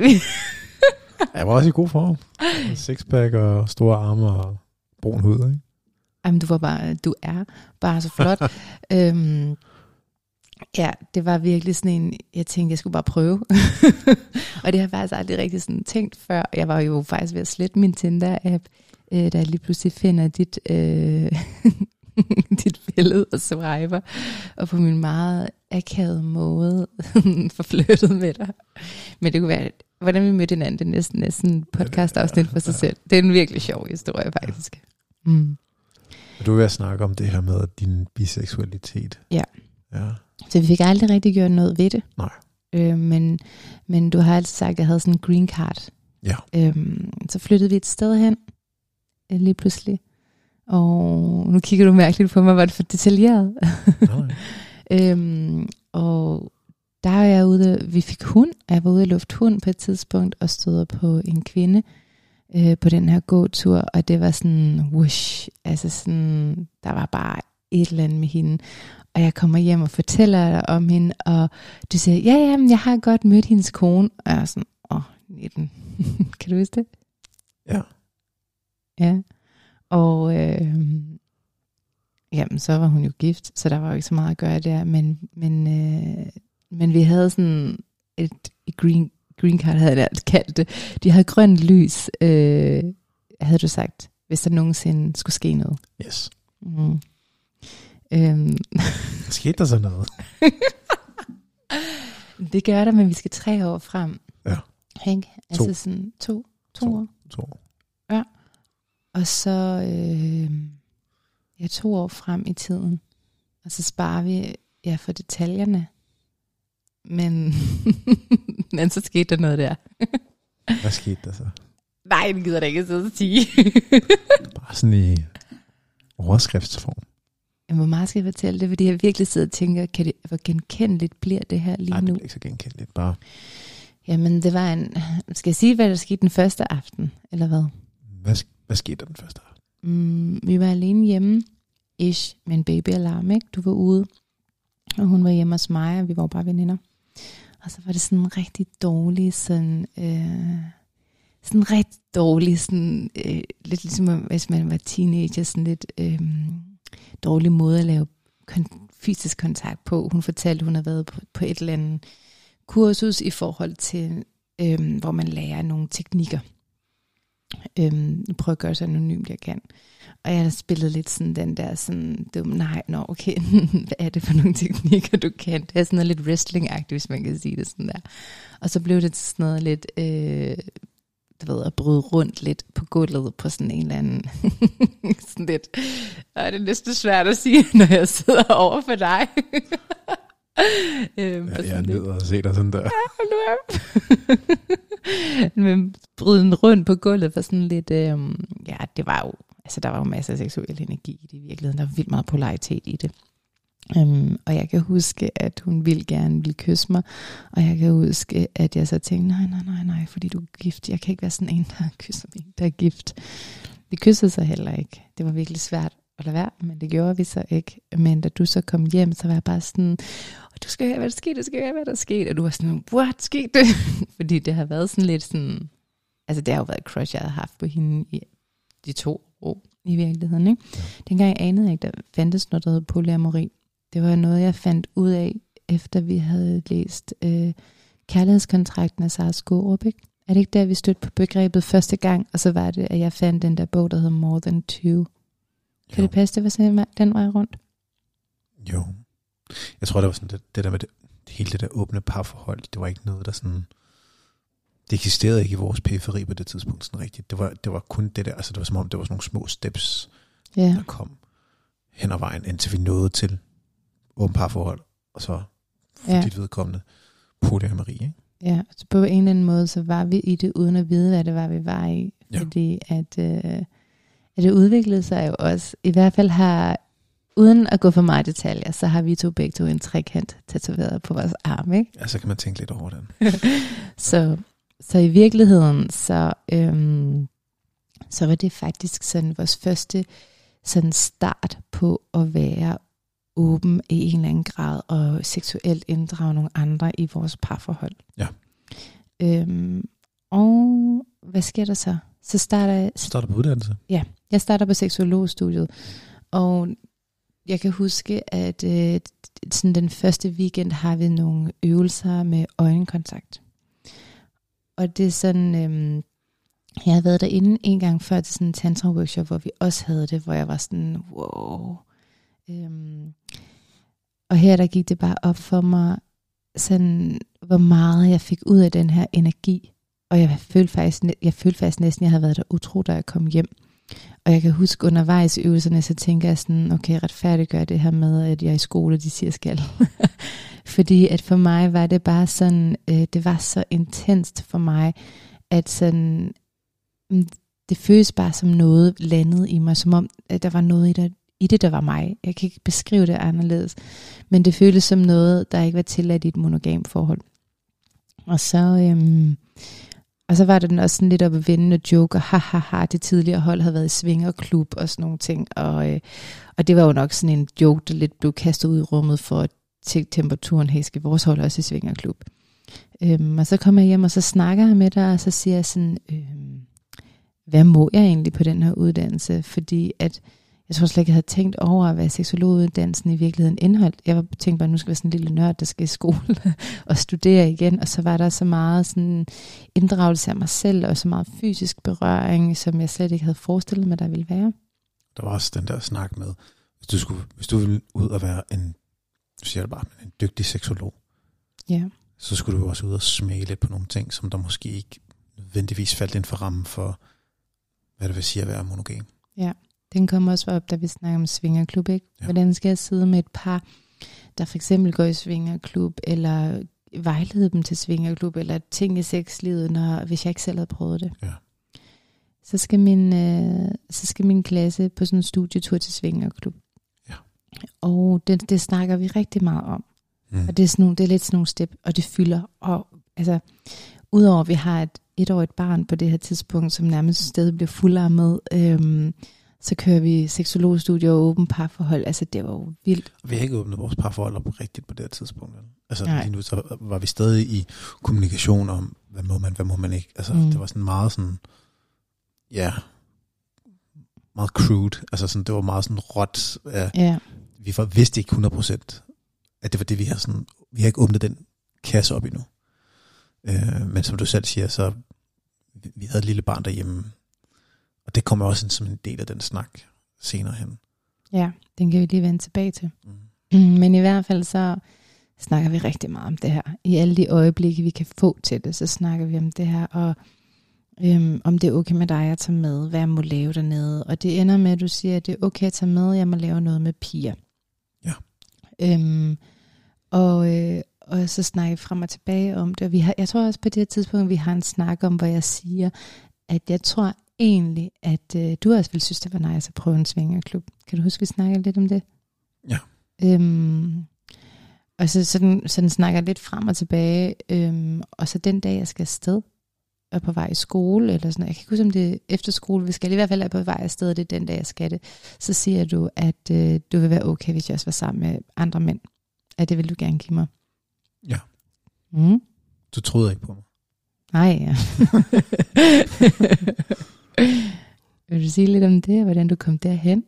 jeg var også i god form. Sixpack og store arme og brun hud, ikke? Jamen, du var bare, du er bare så flot. øhm, ja, det var virkelig sådan en, jeg tænkte, jeg skulle bare prøve. Og det har jeg faktisk aldrig rigtig sådan tænkt før. Jeg var jo faktisk ved at slette min Tinder-app, øh, da jeg lige pludselig finder dit, øh, dit billede og swiper, og på min meget akavede måde forflyttet med dig. Men det kunne være, hvordan vi mødte hinanden, det er næsten, næsten en podcast-afsnit for sig selv. Det er en virkelig sjov historie, faktisk. Mm. Du vil snakke om det her med din biseksualitet. Ja. ja. Så vi fik aldrig rigtig gjort noget ved det. Nej. Øh, men, men du har altid sagt, at jeg havde sådan en green card. Ja. Øhm, så flyttede vi et sted hen, lige pludselig. Og nu kigger du mærkeligt på mig, var det for detaljeret? Nej. øhm, og der er jeg ude, vi fik hund, og jeg var ude at lufte hund på et tidspunkt, og stod på en kvinde, Øh, på den her gåtur, og det var sådan whoosh, altså sådan, der var bare et eller andet med hende, og jeg kommer hjem og fortæller dig om hende, og du siger, ja, ja, men jeg har godt mødt hendes kone, og jeg er sådan, åh, oh, nitten. Kan du huske det? Ja. Ja, og øh, jamen, så var hun jo gift, så der var jo ikke så meget at gøre der, men, men, øh, men vi havde sådan et, et green Green card havde jeg kaldt det. De havde grønt lys, øh, havde du sagt, hvis der nogensinde skulle ske noget. Yes. Mm. Øhm. Skete der så noget? Det gør der, men vi skal tre år frem. Ja. Ikke? Altså to. sådan to, to, to år. To år. Ja. Og så øh, ja, to år frem i tiden. Og så sparer vi ja, for detaljerne. Men, men så skete der noget der. Hvad skete der så? Nej, det gider da ikke sidde og sige. Bare sådan i overskriftsform. Hvor meget skal jeg fortælle det? Fordi jeg virkelig sidder og tænker, kan det, hvor genkendeligt bliver det her lige Nej, nu? det bliver ikke så genkendeligt, bare. Jamen, det var en... Skal jeg sige, hvad der skete den første aften, eller hvad? Hvad, hvad skete der den første aften? Mm, vi var alene hjemme, ish, med en babyalarm, ikke? Du var ude, og hun var hjemme hos mig, og vi var bare veninder. Og så var det sådan en rigtig dårlig, sådan... Øh, sådan en rigtig dårlig, sådan... Øh, lidt ligesom, hvis man var teenager, sådan lidt... Øh, dårlig måde at lave kon- fysisk kontakt på. Hun fortalte, hun havde været på, på et eller andet kursus i forhold til, øhm, hvor man lærer nogle teknikker. Øhm, jeg prøver at gøre så anonymt, jeg kan. Og jeg har spillet lidt sådan den der sådan, dum, nej, nå, okay, hvad er det for nogle teknikker, du kan? Det er sådan noget lidt wrestling-agtigt, hvis man kan sige det sådan der. Og så blev det sådan noget lidt... Øh, du ved, at bryde rundt lidt på gulvet på sådan en eller anden sådan lidt. Og det er næsten svært at sige, når jeg sidder over for dig. øhm, ja, jeg er nede og se dig sådan der. Ja, men bryde den rundt på gulvet for sådan lidt, øhm, ja, det var jo, altså der var jo masser af seksuel energi i det i virkeligheden. Der var vildt meget polaritet i det. Um, og jeg kan huske, at hun ville gerne ville kysse mig, og jeg kan huske, at jeg så tænkte, nej, nej, nej, nej, fordi du er gift. Jeg kan ikke være sådan en, der kysser mig, der er gift. Vi kyssede så heller ikke. Det var virkelig svært at lade være, men det gjorde vi så ikke. Men da du så kom hjem, så var jeg bare sådan, du skal høre, hvad der skete, du skal høre, hvad der skete. Og du var sådan, what, skete det? Fordi det har været sådan lidt sådan, altså det har jo været et crush, jeg havde haft på hende i de to år i virkeligheden, ikke? Ja. Dengang jeg anede ikke, der fandtes noget, der hed polyamori. Det var noget, jeg fandt ud af, efter vi havde læst øh, Kærlighedskontrakten af Sara Skaarup, ikke? Er det ikke der, vi stødte på begrebet første gang, og så var det, at jeg fandt den der bog, der hed More Than Two. Kan jo. Det passe, det var sådan den vej rundt? Jo. Jeg tror, det var sådan, det, det der med det, hele det der åbne parforhold, det var ikke noget, der sådan... Det eksisterede ikke i vores periferi på det tidspunkt sådan rigtigt. Det var, det var kun det der, altså det var som om, det var sådan nogle små steps, ja. Der kom hen ad vejen, indtil vi nåede til åbent parforhold, og så for ja. Dit vedkommende polyamori, ikke? Ja, så på en eller anden måde, så var vi i det, uden at vide, hvad det var, vi var i. Ja. Fordi at, øh, at det udviklede sig jo også, i hvert fald har, uden at gå for meget detaljer, så har vi to begge to en trekant tatoveret på vores arm, ikke? Ja, så kan man tænke lidt over den. så, så i virkeligheden, så, øhm, så var det faktisk sådan vores første sådan start på at være åben i en eller anden grad, og seksuelt inddrage nogle andre i vores parforhold. Ja. Øhm, og hvad sker der så? Så starter jeg... Starter på uddannelse? Ja, jeg starter på seksologstudiet, og jeg kan huske, at øh, sådan den første weekend har vi nogle øvelser med øjenkontakt. Og det er sådan... Øh, jeg havde været derinde en gang før til sådan en tantra-workshop, hvor vi også havde det, hvor jeg var sådan, wow... Øhm, og her der gik det bare op for mig, sådan, hvor meget jeg fik ud af den her energi. Og jeg følte faktisk, jeg følte faktisk næsten, at jeg havde været der utro, da jeg kom hjem. Og jeg kan huske undervejs i øvelserne, så tænker jeg sådan, okay, retfærdiggør det her med, at jeg er i skole, de siger skal. Fordi at for mig var det bare sådan, øh, det var så intenst for mig, at sådan, det føles bare som noget landet i mig, som om, at der var noget i det, i det, der var mig. Jeg kan ikke beskrive det anderledes. Men det føltes som noget, der ikke var tilladt i et monogamt forhold. Og så, øhm, og så var det den også sådan lidt op at vende og joke, og ha, ha, ha, det tidligere hold havde været i svingerklub og sådan nogle ting. Og, øh, og det var jo nok sådan en joke, der lidt blev kastet ud i rummet for at tjekke temperaturen. Hey, skal vores hold også i svingerklub? Øhm, og så kommer jeg hjem, og så snakker jeg med dig, og så siger jeg sådan, øhm, hvad må jeg egentlig på den her uddannelse? Fordi at jeg tror slet ikke, jeg havde tænkt over, hvad seksologuddannelsen i virkeligheden indholdt. Jeg tænkte bare, at nu skal jeg være sådan en lille nørd, der skal i skole og studere igen. Og så var der så meget sådan inddragelse af mig selv, og så meget fysisk berøring, som jeg slet ikke havde forestillet mig, der ville være. Der var også den der snak med, hvis du, skulle, hvis du ville ud og være en, siger det bare, en dygtig seksolog, ja. Så skulle du også ud og smage lidt på nogle ting, som der måske ikke nødvendigvis faldt inden for rammen for, hvad det vil sige at være monogam. Ja. Den kom også op, da vi snakker om svingerklub, ikke? Ja. Hvordan skal jeg sidde med et par, der for eksempel går i svingerklub, eller vejlede dem til svingerklub, eller ting i sexlivet, når, hvis jeg ikke selv havde prøvet det. Ja. Så skal min, øh, så skal min klasse på sådan en studietur til svingerklub. Ja. Og det, det snakker vi rigtig meget om. Mm. Og det er, sådan nogle, det er lidt sådan nogle step, og det fylder. Og altså, udover at vi har et etårigt barn på det her tidspunkt, som nærmest stadig bliver fuldarmet, øhm, så kører vi seksologstudier og åben parforhold. Altså, det var jo vildt. Vi har ikke åbnet vores parforhold op rigtigt på det her tidspunkt. Altså, Nej. lige nu så var vi stadig i kommunikation om, hvad må man, hvad må man ikke. Altså, mm. det var sådan meget sådan, ja, meget crude. Altså, sådan, det var meget sådan råt. Ja. Ja. Vi var, vidste ikke hundrede procent, at det var det, vi har sådan, vi har ikke åbnet den kasse op endnu. Øh, men som du selv siger, så vi, vi havde et lille barn derhjemme, og det kommer også som en del af den snak senere hen. Ja, den kan vi lige vende tilbage til. Mm. Men i hvert fald så snakker vi rigtig meget om det her. I alle de øjeblikke, vi kan få til det, så snakker vi om det her, og øhm, om det er okay med dig at tage med, hvad jeg må lave dernede. Og det ender med, at du siger, at det er okay at tage med, jeg må lave noget med piger. Ja. Øhm, og, øh, og så snakker vi frem og tilbage om det. Og vi har, jeg tror også på det her tidspunkt, vi har en snak om, hvor jeg siger, at jeg tror egentlig, at øh, du også ville synes, det var nice at prøve en svingerklub. Kan du huske, vi snakkede lidt om det? Ja. Øhm, og så, så, den, så den snakker lidt frem og tilbage. Øhm, og så den dag, jeg skal afsted, er på vej i skole, eller sådan, jeg kan ikke huske, om det er efter skole, vi skal i hvert fald er på vej afsted, det er den dag, jeg skal det, så siger du, at øh, du vil være okay, hvis jeg også var sammen med andre mænd. At det vil du gerne give mig. Ja. Mm. Du troede ikke på mig. Nej, ja. Vil du sige lidt om det, hvordan du kom derhen?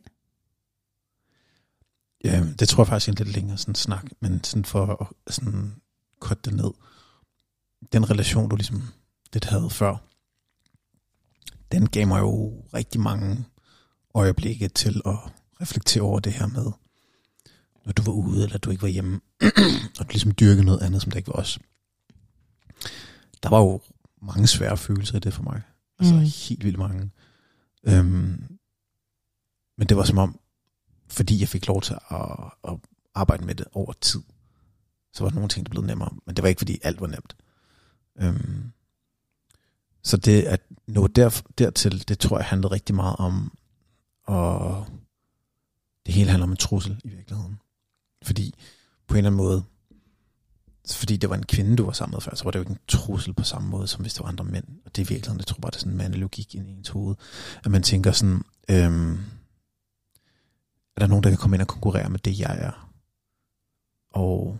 Ja, det tror jeg faktisk er en lidt længere sådan snak, men sådan for at sådan korte det ned. Den relation, du ligesom lidt havde før, den gav mig jo rigtig mange øjeblikke til at reflektere over det her med, når du var ude, eller du ikke var hjemme, og du ligesom dyrkede noget andet, som det ikke var os. Der var jo mange svære følelser i det for mig. Altså mm. helt vildt mange. Øhm, men det var som om, fordi jeg fik lov til at, at arbejde med det over tid, så var der nogle ting, der blev nemmere. Men det var ikke, fordi alt var nemt. Øhm, så det at nå der, dertil, det tror jeg handlede rigtig meget om, og det hele handler om en trussel i virkeligheden. Fordi på en eller anden måde, fordi det var en kvinde, du var sammen med før, så var det jo ikke en trussel på samme måde, som hvis det var andre mænd. Og det er virkelig, jeg tror bare, det er sådan en mandelogik ind i ens hoved. At man tænker sådan, øhm, er der nogen, der kan komme ind og konkurrere med det, jeg er? Og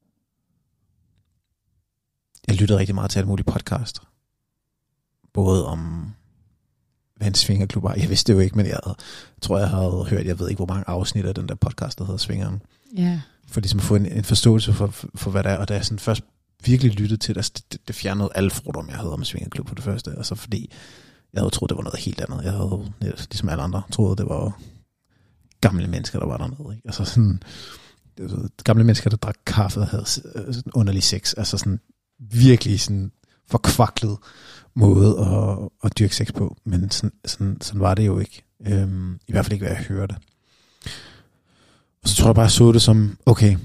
jeg lyttede rigtig meget til alle mulige podcast. Både om, hvad en svingerklub var. Jeg vidste det jo ikke, men jeg, havde, jeg tror, jeg havde hørt, jeg ved ikke, hvor mange afsnit af den der podcast, der hedder Svingeren. Ja. Yeah. For ligesom at få en, en forståelse for, for, for, hvad det er. Og da jeg sådan først virkelig lyttede til det, det, det fjernede alle fordomme, jeg havde om svingerklub på det første. Altså fordi, jeg havde troet, det var noget helt andet. Jeg havde, ligesom alle andre, troet, det var gamle mennesker, der var dernede. Ikke? Altså sådan, det var gamle mennesker, der drak kaffe og havde sådan underlig sex. Altså sådan virkelig sådan forkvaklet måde at, at dyrke sex på. Men sådan, sådan, sådan var det jo ikke. Øhm, I hvert fald ikke, hvad jeg hørte. Og så tror jeg bare, jeg så det som, okay,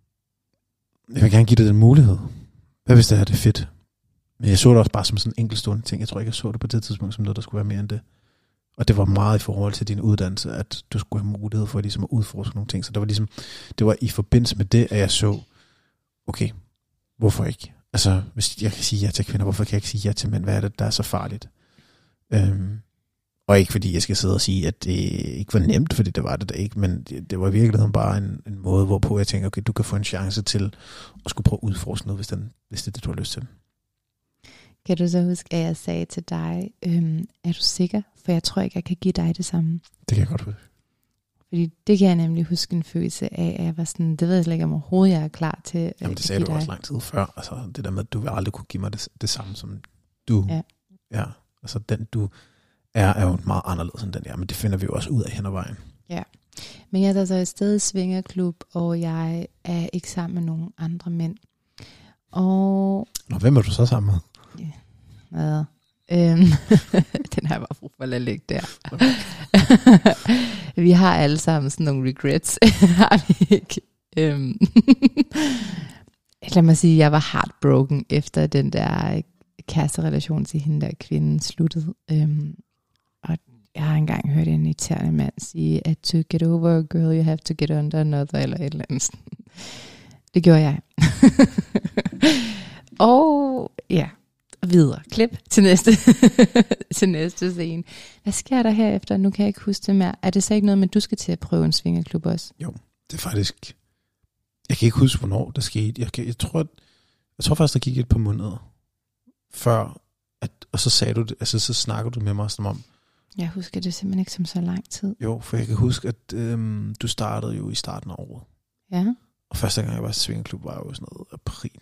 jeg vil gerne give dig den mulighed. Hvad hvis det er det fedt? Men jeg så det også bare som sådan en enkeltstående ting. Jeg tror ikke, jeg så det på det tidspunkt som noget, der skulle være mere end det. Og det var meget i forhold til din uddannelse, at du skulle have mulighed for ligesom at udforske nogle ting. Så det var ligesom, det var i forbindelse med det, at jeg så, okay, hvorfor ikke? Altså, hvis jeg kan sige ja til kvinder, hvorfor kan jeg ikke sige ja til mænd? Hvad er det, der er så farligt? Øhm, og ikke fordi jeg skal sidde og sige, at det ikke var nemt, fordi det var det da ikke, men det, det var i virkeligheden bare en, en måde, hvorpå jeg tænker, okay, du kan få en chance til at skulle prøve at udforske noget, hvis, den, hvis det er det, du har lyst til. Kan du så huske, at jeg sagde til dig, øhm, er du sikker? For jeg tror ikke, jeg kan give dig det samme. Det kan jeg godt huske. Fordi det kan jeg nemlig huske en følelse af, at jeg var sådan, det ved jeg slet ikke om overhovedet, jeg er klar til at Jamen det sagde du dig. Også lang tid før. Altså det der med, at du vil aldrig kunne give mig det, det samme som du. Ja. Ja. Altså den du er, er jo meget anderledes end den jeg er, men det finder vi jo også ud af hen ad vejen. Ja. Men jeg er så i stedet svingerklub, og jeg er ikke sammen med nogen andre mænd. Og... Nå, hvem er du så sammen med? Ja. Hvad? Øhm, den har jeg bare brug for at lade ligge der. Okay. Vi har alle sammen sådan nogle regrets. Har vi ikke? Øhm. Lad mig sige, jeg var heartbroken efter den der kæresterelation til hende der kvinden sluttede. Øhm, og jeg har engang hørt en irriterende mand sige, at to get over a girl, you have to get under another, eller et eller andet. Det gjorde jeg. Og ja, videre. Klip til næste, til næste scene. Hvad sker der herefter? Nu kan jeg ikke huske det mere. Er det så ikke noget med, at du skal til at prøve en svingerklub også? Jo, det er faktisk... Jeg kan ikke huske, hvornår det skete. Jeg, kan, jeg, tror, jeg tror faktisk, der gik et par måneder før, at, og så sagde du det, altså så snakker du med mig som om... Jeg husker det simpelthen ikke som så lang tid. Jo, for jeg kan huske, at øhm, du startede jo i starten af året. Ja. Og første gang, jeg var i svingerklub, var jo sådan noget april.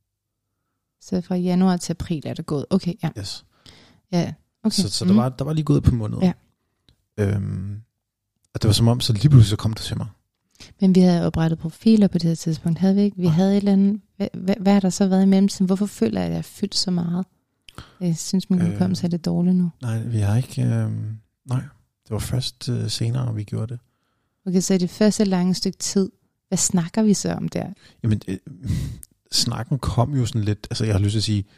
Så fra januar til april er det gået. Okay, ja. Yes. Ja, okay. Så, så der, var, der var lige gået på måneder. Ja. Øhm, og det var som om, så lige pludselig så kom det til mig. Men vi havde oprettet profiler på det her tidspunkt, havde vi ikke? Vi ja. havde et eller andet... Hvad, hvad, hvad har der så været i mellemtiden? Hvorfor føler jeg, at jeg har fyldt så meget? Jeg synes, min hukommelse øh, er lidt dårlig nu. Nej, vi har ikke... Øh, nej, det var først øh, senere, vi gjorde det. Okay, så i det første lange stykke tid, hvad snakker vi så om der? Jamen, øh, snakken kom jo sådan lidt... Altså, jeg har lyst til at sige...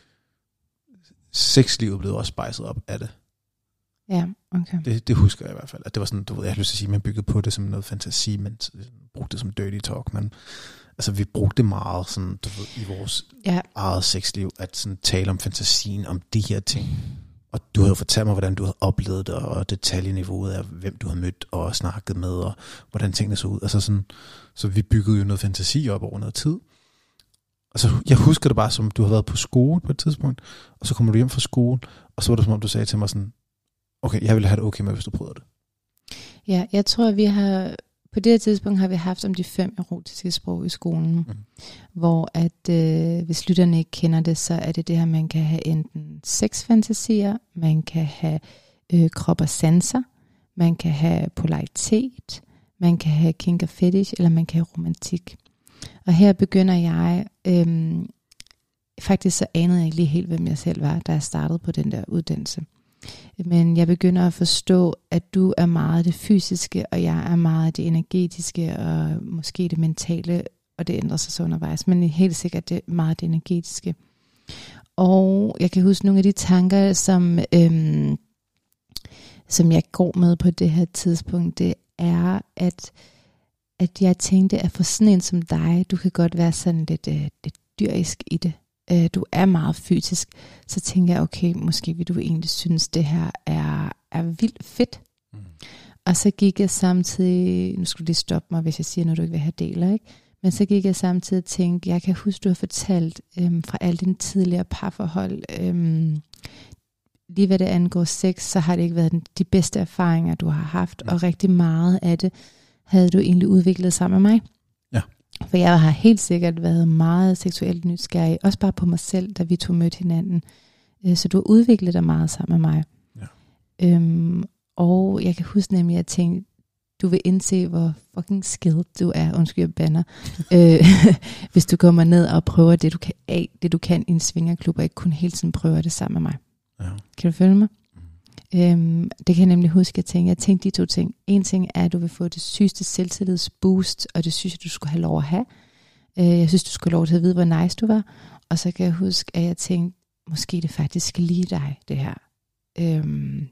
Sexlivet blev også spejset op af det. Ja, okay. Det, det husker jeg i hvert fald. At det var sådan, du ved, jeg har lyst til at sige, man byggede på det som noget fantasi, men brugte det som dirty talk. Men altså, vi brugte det meget sådan, du ved, i vores ja. eget sexliv, at sådan tale om fantasien, om de her ting. Og du havde jo fortalt mig, hvordan du havde oplevet det, og detaljeniveauet af, hvem du havde mødt og snakket med, og hvordan tingene så ud. Altså sådan, så vi byggede jo noget fantasi op over noget tid. Og så, jeg husker det bare som, du havde været på skole på et tidspunkt, og så kommer du hjem fra skole, og så var det som om, du sagde til mig sådan, okay, jeg ville have det okay med, hvis du prøvede det. Ja, jeg tror, at vi har, på det her tidspunkt har vi haft om de fem erotiske sprog i skolen, mm. hvor at, øh, hvis lytterne ikke kender det, så er det det her, man kan have enten sexfantasier, man kan have øh, krop og sanser, man kan have polaritet, man kan have kink og fetish, eller man kan have romantik. Og her begynder jeg, øhm, faktisk så anede jeg ikke lige helt, hvem jeg selv var, da jeg startede på den der uddannelse. Men jeg begynder at forstå, at du er meget det fysiske, og jeg er meget det energetiske, og måske det mentale, og det ændrer sig så undervejs. Men helt sikkert det er meget det energetiske. Og jeg kan huske nogle af de tanker, som, øhm, som jeg går med på det her tidspunkt, det er, at at jeg tænkte, at for sådan en som dig, du kan godt være sådan lidt, øh, lidt dyrisk i det. Øh, du er meget fysisk. Så tænkte jeg, okay, måske vil du egentlig synes, det her er, er vildt fedt. Mm. Og så gik jeg samtidig, nu skal du lige stoppe mig, hvis jeg siger noget, du ikke vil have deler, ikke? Men så gik jeg samtidig og tænkte, jeg kan huske, du har fortalt øhm, fra alle dine tidligere parforhold, øhm, lige hvad det angår sex, så har det ikke været den, de bedste erfaringer, du har haft, mm. og rigtig meget af det havde du egentlig udviklet sammen med mig. Ja. For jeg har helt sikkert været meget seksuelt nysgerrig, også bare på mig selv, da vi to mødte hinanden. Så du har udviklet dig meget sammen med mig. Ja. Øhm, og jeg kan huske nemlig, at jeg tænkte, du vil indse, hvor fucking skilled du er, undskyld jeg banner, øh, hvis du kommer ned og prøver det, du kan af, det du kan i en svingerklub, og ikke kun hele tiden prøver det sammen med mig. Ja. Kan du følge mig? Øhm, det kan jeg nemlig huske, at tænke. Jeg tænkte de to ting. En ting er, at du vil få det sygeste selvtillidsboost, og det synes jeg, du skulle have lov at have. Øh, jeg synes, du skulle have lov til at vide, hvor nice du var. Og så kan jeg huske, at jeg tænkte, måske det faktisk skal lide dig, det her. Øhm,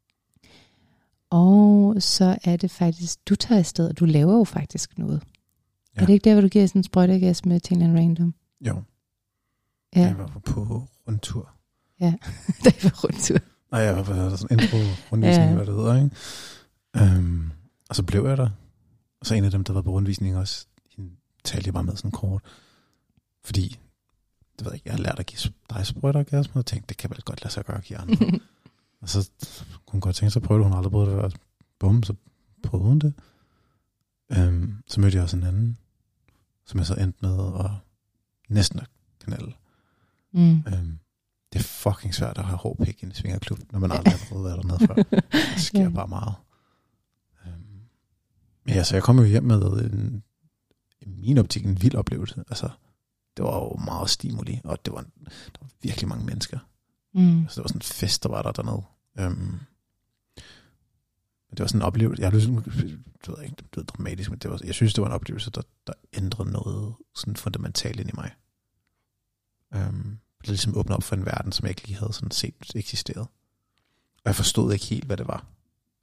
og så er det faktisk, du tager afsted, og du laver jo faktisk noget. Ja. Er det ikke der, hvor du giver sådan en sprøjtegas med til en random? Jo. Ja. Jeg var på rundtur. Ja, der var rundtur. Nej, jeg var på sådan en intro-rundvisning, ja. Hvad det hedder, ikke? Um, og så blev jeg der. Og så en af dem, der var på rundvisning også, hende talte jeg bare med sådan kort. Fordi, det ved jeg ikke, jeg har lært at give dig sprøjtegasme, og tænkte, det kan vel godt lade sig gøre at give andre. Og så kunne hun godt tænke, så prøvede hun aldrig prøvet det, og bum, så prøvede hun det. Um, så mødte jeg også en anden, som jeg så endte med at næsten at knalde. Mm. Um, det er fucking svært at have hård pik i en svingerklub, når man aldrig har prøvet at være dernede før. Det sker ja. bare meget. Um, ja, så jeg kom jo hjem med en, i min optik en vild oplevelse. Altså, det var jo meget stimuli, og det var, der var virkelig mange mennesker. Mm. Altså, det var sådan en fest, der var der dernede. Um, det var sådan en oplevelse, jeg har lyst til, det ved ikke, det blev dramatisk, men det var, jeg synes, det var en oplevelse, der, der ændrede noget sådan fundamentalt ind i mig. Um, det ligesom åbnet op for en verden, som jeg ikke lige havde sådan set eksisteret. Og jeg forstod ikke helt, hvad det var.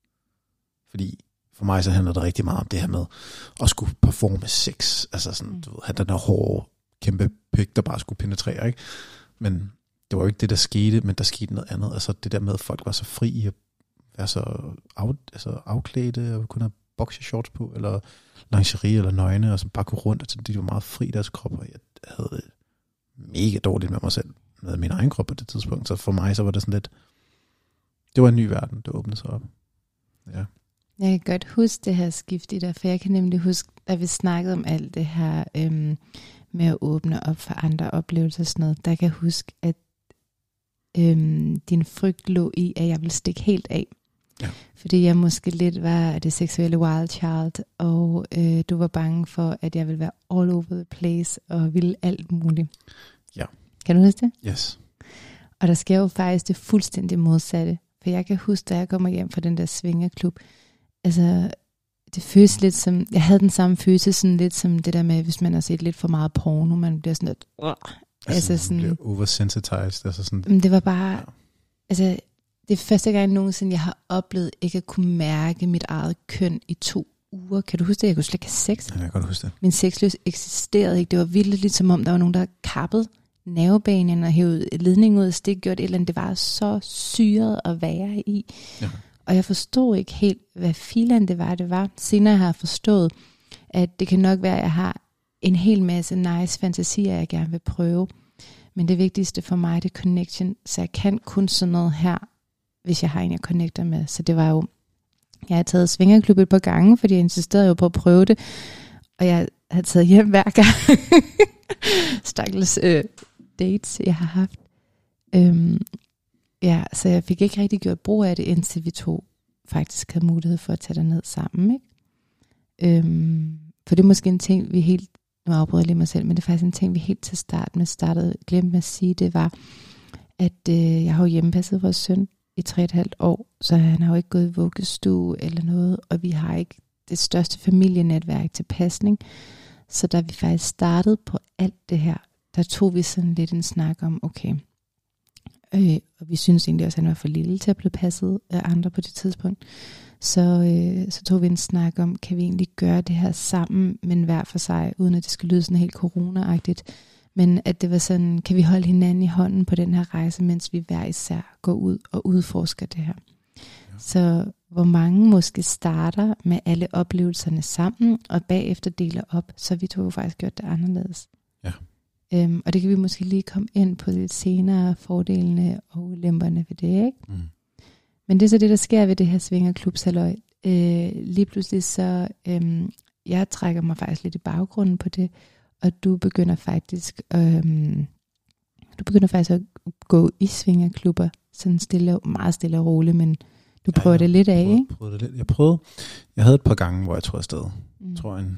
Fordi for mig så handler det rigtig meget om det her med at skulle performe sex. Altså sådan, mm. du ved, have den der hårde, kæmpe pik, der bare skulle penetrere, ikke? Men det var jo ikke det, der skete, men der skete noget andet. Altså det der med, at folk var så fri i at være så af, altså afklædte, og kunne have boxershorts på, eller lingerie, eller nøgne, og så bare gå rundt, og de var meget fri i deres krop, og jeg havde det mega dårligt med mig selv, med min egen krop på det tidspunkt. Så for mig, så var det sådan lidt, det var en ny verden, der åbnede sig op. Ja. Jeg kan godt huske det her skift i dig, for jeg kan nemlig huske, at vi snakkede om alt det her øhm, med at åbne op for andre oplevelser og sådan noget. Der kan jeg huske, at øhm, din frygt lå i, at jeg ville stikke helt af. Ja. Fordi jeg måske lidt var det seksuelle wild child, og øh, du var bange for, at jeg ville være all over the place, og ville alt muligt. Ja. Kan du huske det? Yes. Og der sker jo faktisk det fuldstændig modsatte. For jeg kan huske, da jeg kommer hjem fra den der svingerklub, altså det føles lidt som, jeg havde den samme følelse, sådan lidt som det der med, hvis man har set lidt for meget porno, man bliver sådan lidt, uh, altså, altså sådan, bliver oversensitized, altså sådan. Det var bare, ja. altså det er første gang nogensinde, jeg har oplevet ikke at kunne mærke mit eget køn i to uger. Kan du huske det? Jeg kunne slet ikke have sex. Ja, jeg kan godt huske det. Min sexløs eksisterede ikke. Det var vildt lidt som om, der var nogen, der kappede nervebanen og hævede ledningen ud og stik, gjort et eller andet. Det var så syret at være i. Ja. Og jeg forstod ikke helt, hvad filen det var, det var. Senere har jeg forstået, at det kan nok være, at jeg har en hel masse nice fantasier, jeg gerne vil prøve. Men det vigtigste for mig, det er connection. Så jeg kan kun sådan noget her, hvis jeg har en, jeg connecter med. Så det var jo, jeg har taget svingerklub et par gange, fordi jeg insisterede jo på at prøve det. Og jeg har taget hjem hver gang. Stakkels øh, dates, jeg har haft. Øhm, ja, så jeg fik ikke rigtig gjort brug af det, indtil vi to faktisk havde mulighed for at tage det ned sammen. Ikke? Øhm, for det er måske en ting, vi helt, nu afbryder jeg lige mig selv, men det er faktisk en ting, vi helt til start med startede, glemte med at sige, det var, at øh, jeg har jo hjemmepasset vores søn i tre og et halvt år, så han har jo ikke gået i vuggestue eller noget, og vi har ikke det største familienetværk til pasning. Så da vi faktisk startede på alt det her, der tog vi sådan lidt en snak om, okay, øh, og vi synes egentlig også, at han var for lille til at blive passet af andre på det tidspunkt. Så, øh, så tog vi en snak om, kan vi egentlig gøre det her sammen, men hver for sig, uden at det skal lyde sådan helt corona-agtigt. Men at det var sådan, kan vi holde hinanden i hånden på den her rejse, mens vi hver især går ud og udforsker det her. Ja. Så hvor mange måske starter med alle oplevelserne sammen, og bagefter deler op, så vi to har faktisk gjort det anderledes. Ja. Øhm, og det kan vi måske lige komme ind på lidt senere, fordelene og ulemperne ved det, ikke? Mm. Men det er så det, der sker ved det her svingerklubshalløj. Øh, lige pludselig så, øh, jeg trækker mig faktisk lidt i baggrunden på det, og du begynder faktisk, øh, du begynder faktisk at gå i svingerklubber, sådan stille, meget stille og roligt, men du prøver ja, det lidt af, prøvede, ikke? Prøvede det lidt. Jeg prøvede, jeg havde et par gange, hvor jeg tror afsted. Mm. Jeg tror en,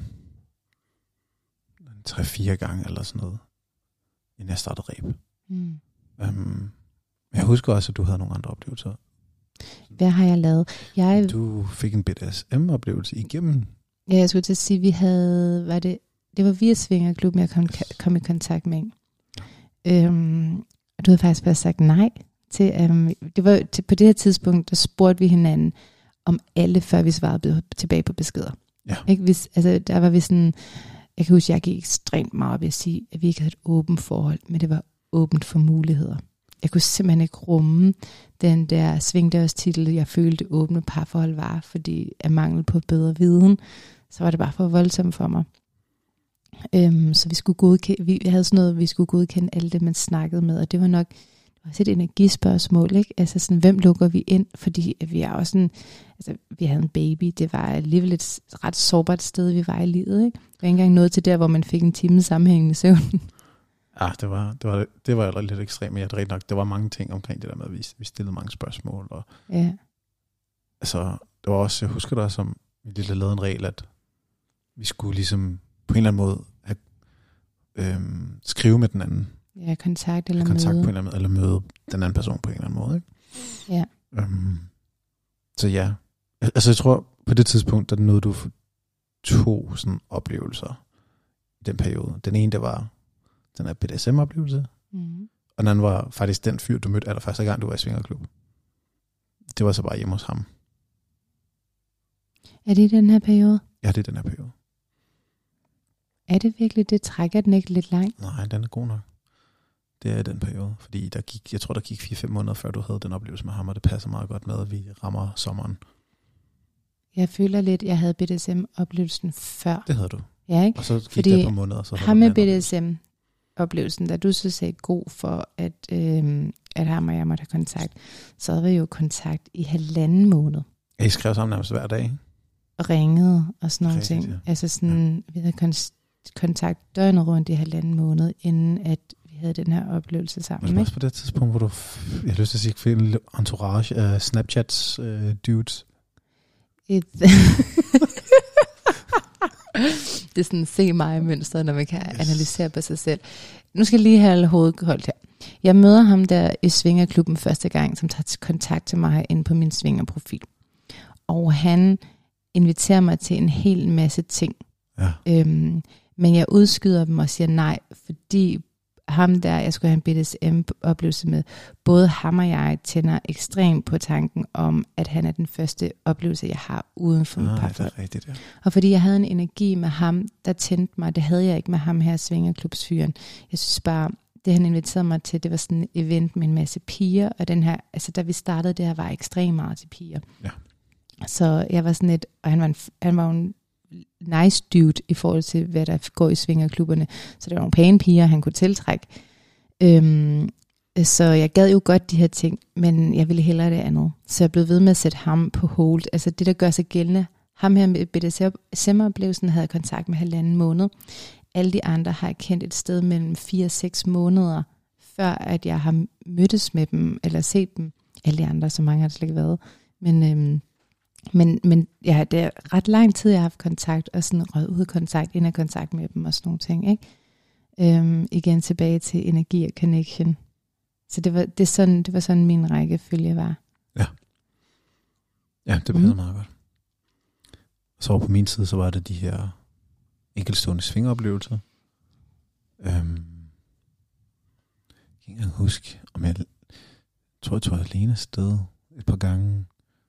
en tre-fire gange eller sådan noget, inden jeg startede ræb. Mm. Um, jeg husker også, at du havde nogle andre oplevelser. Hvad har jeg lavet? Jeg, du fik en B D S M-oplevelse igennem. Ja, jeg skulle til at sige, vi havde, var det, det var via svingerklubben, jeg kom, kom i kontakt med en. Ja. Øhm, og du havde faktisk bare sagt nej til, um, det var til, på det her tidspunkt, der spurgte vi hinanden om alle, før vi svarede tilbage på beskeder. Ja. Ikke? Hvis, altså, der var vi sådan, jeg kan huske, jeg gik ekstremt meget ved at sige, at vi ikke havde et åbent forhold, men det var åbent for muligheder. Jeg kunne simpelthen ikke rumme den der svingdørstitel, jeg følte åbne parforhold var, fordi af mangel på bedre viden, så var det bare for voldsomt for mig. Øhm, så vi skulle godkende, vi havde sådan noget, vi skulle godkende alle det, man snakkede med, og det var nok det var også et energispørgsmål, ikke? Altså sådan, hvem lukker vi ind? Fordi vi er også sådan, altså vi havde en baby, det var alligevel et ret sårbart sted, vi var i livet, ikke? Det var ikke engang noget til der, hvor man fik en time sammenhængende søvn. Ja, det var, det var, det var lidt ekstremt, men jeg rigtig nok, der var mange ting omkring det der med, at vi, vi stillede mange spørgsmål. Og, ja. Altså, det var også, jeg husker det også, som vi lige lavede en regel, at vi skulle ligesom på en eller anden måde have, øhm, skrive med den anden. Ja, kontakt eller kontakt møde. På en eller, anden, eller møde den anden person på en eller anden måde, ikke? Ja. Øhm, så ja, altså jeg tror, på det tidspunkt, der nåede du to sådan oplevelser i den periode. Den ene, der var den her B D S M-oplevelse, mm. og den anden var faktisk den fyr, du mødte allerførste gang, du var i svingerklub. Det var så bare hjemme hos ham. Er det i den her periode? Ja, det er den her periode. Er det virkelig det? Trækker den ikke lidt langt? Nej, den er god nok. Det er den periode, fordi der gik, jeg tror, der gik fire fem måneder, før du havde den oplevelse med ham, og det passer meget godt med, at vi rammer sommeren. Jeg føler lidt, jeg havde B D S M-oplevelsen før. Det havde du. Ja, ikke? Og så gik fordi der et par måneder, så ham med B D S M-oplevelsen, da du så sagde god for, at, øh, at ham og jeg måtte have kontakt, så havde vi jo kontakt i halvanden måned. Ja, I skrev sammen nærmest hver dag, ikke? Og ringede og sådan nogle Rigtigt, ting. ja. Altså sådan, ja. Vi havde kon- kontakt døgnet rundt i halvanden måned, inden at vi havde den her oplevelse sammen. Men det var også på det tidspunkt, hvor du, f- jeg har lyst til at sige, fik en lille entourage af Snapchats uh, dudes. Et det er sådan se mig mønster, når man kan yes. analysere på sig selv. Nu skal jeg lige have hovedet holdt her. Jeg møder ham der i Svingerklubben første gang, som tager kontakt til mig inde på min Svingerprofil. Og han inviterer mig til en hel masse ting. Ja. Øhm, men jeg udskyder dem og siger nej, fordi ham der, jeg skulle have en B D S M-oplevelse med, både ham og jeg tænder ekstremt på tanken om, at han er den første oplevelse, jeg har uden for mit parforhold. Det er rigtigt, ja. Og fordi jeg havde en energi med ham, der tændte mig, det havde jeg ikke med ham her, Svingerklubsfyren. Jeg synes bare, det han inviterede mig til, det var sådan et event med en masse piger, og den her, altså da vi startede, det her var ekstremt meget til piger. Ja. Så jeg var sådan et, og han var en, han var en nice dude i forhold til, hvad der går i svingerklubberne. Så det var nogle pæne piger, han kunne tiltrække. Øhm, så jeg gad jo godt de her ting, men jeg ville hellere det andet. Så jeg blev ved med at sætte ham på hold. Altså det, der gør sig gældende. Ham her med B D S M-oplevelsen havde jeg kontakt med halvanden måned. Alle de andre har jeg kendt et sted mellem fire og seks måneder, før at jeg har mødtes med dem, eller set dem. Alle de andre, så mange har det slet ikke været. Men... Øhm, Men, men ja, det er ret lang tid, jeg har haft kontakt, og sådan røget ud af kontakt, ind af kontakt med dem og sådan nogle ting, ikke? Øhm, igen tilbage til energi og connection. Så det var, det, sådan, det var sådan min rækkefølge var. Ja. Ja, det passede mm. meget godt. Så over på min side, så var det de her enkeltstående svingeroplevelser. Øhm, jeg kan ikke engang huske, om jeg tror, jeg tog alene afsted et par gange.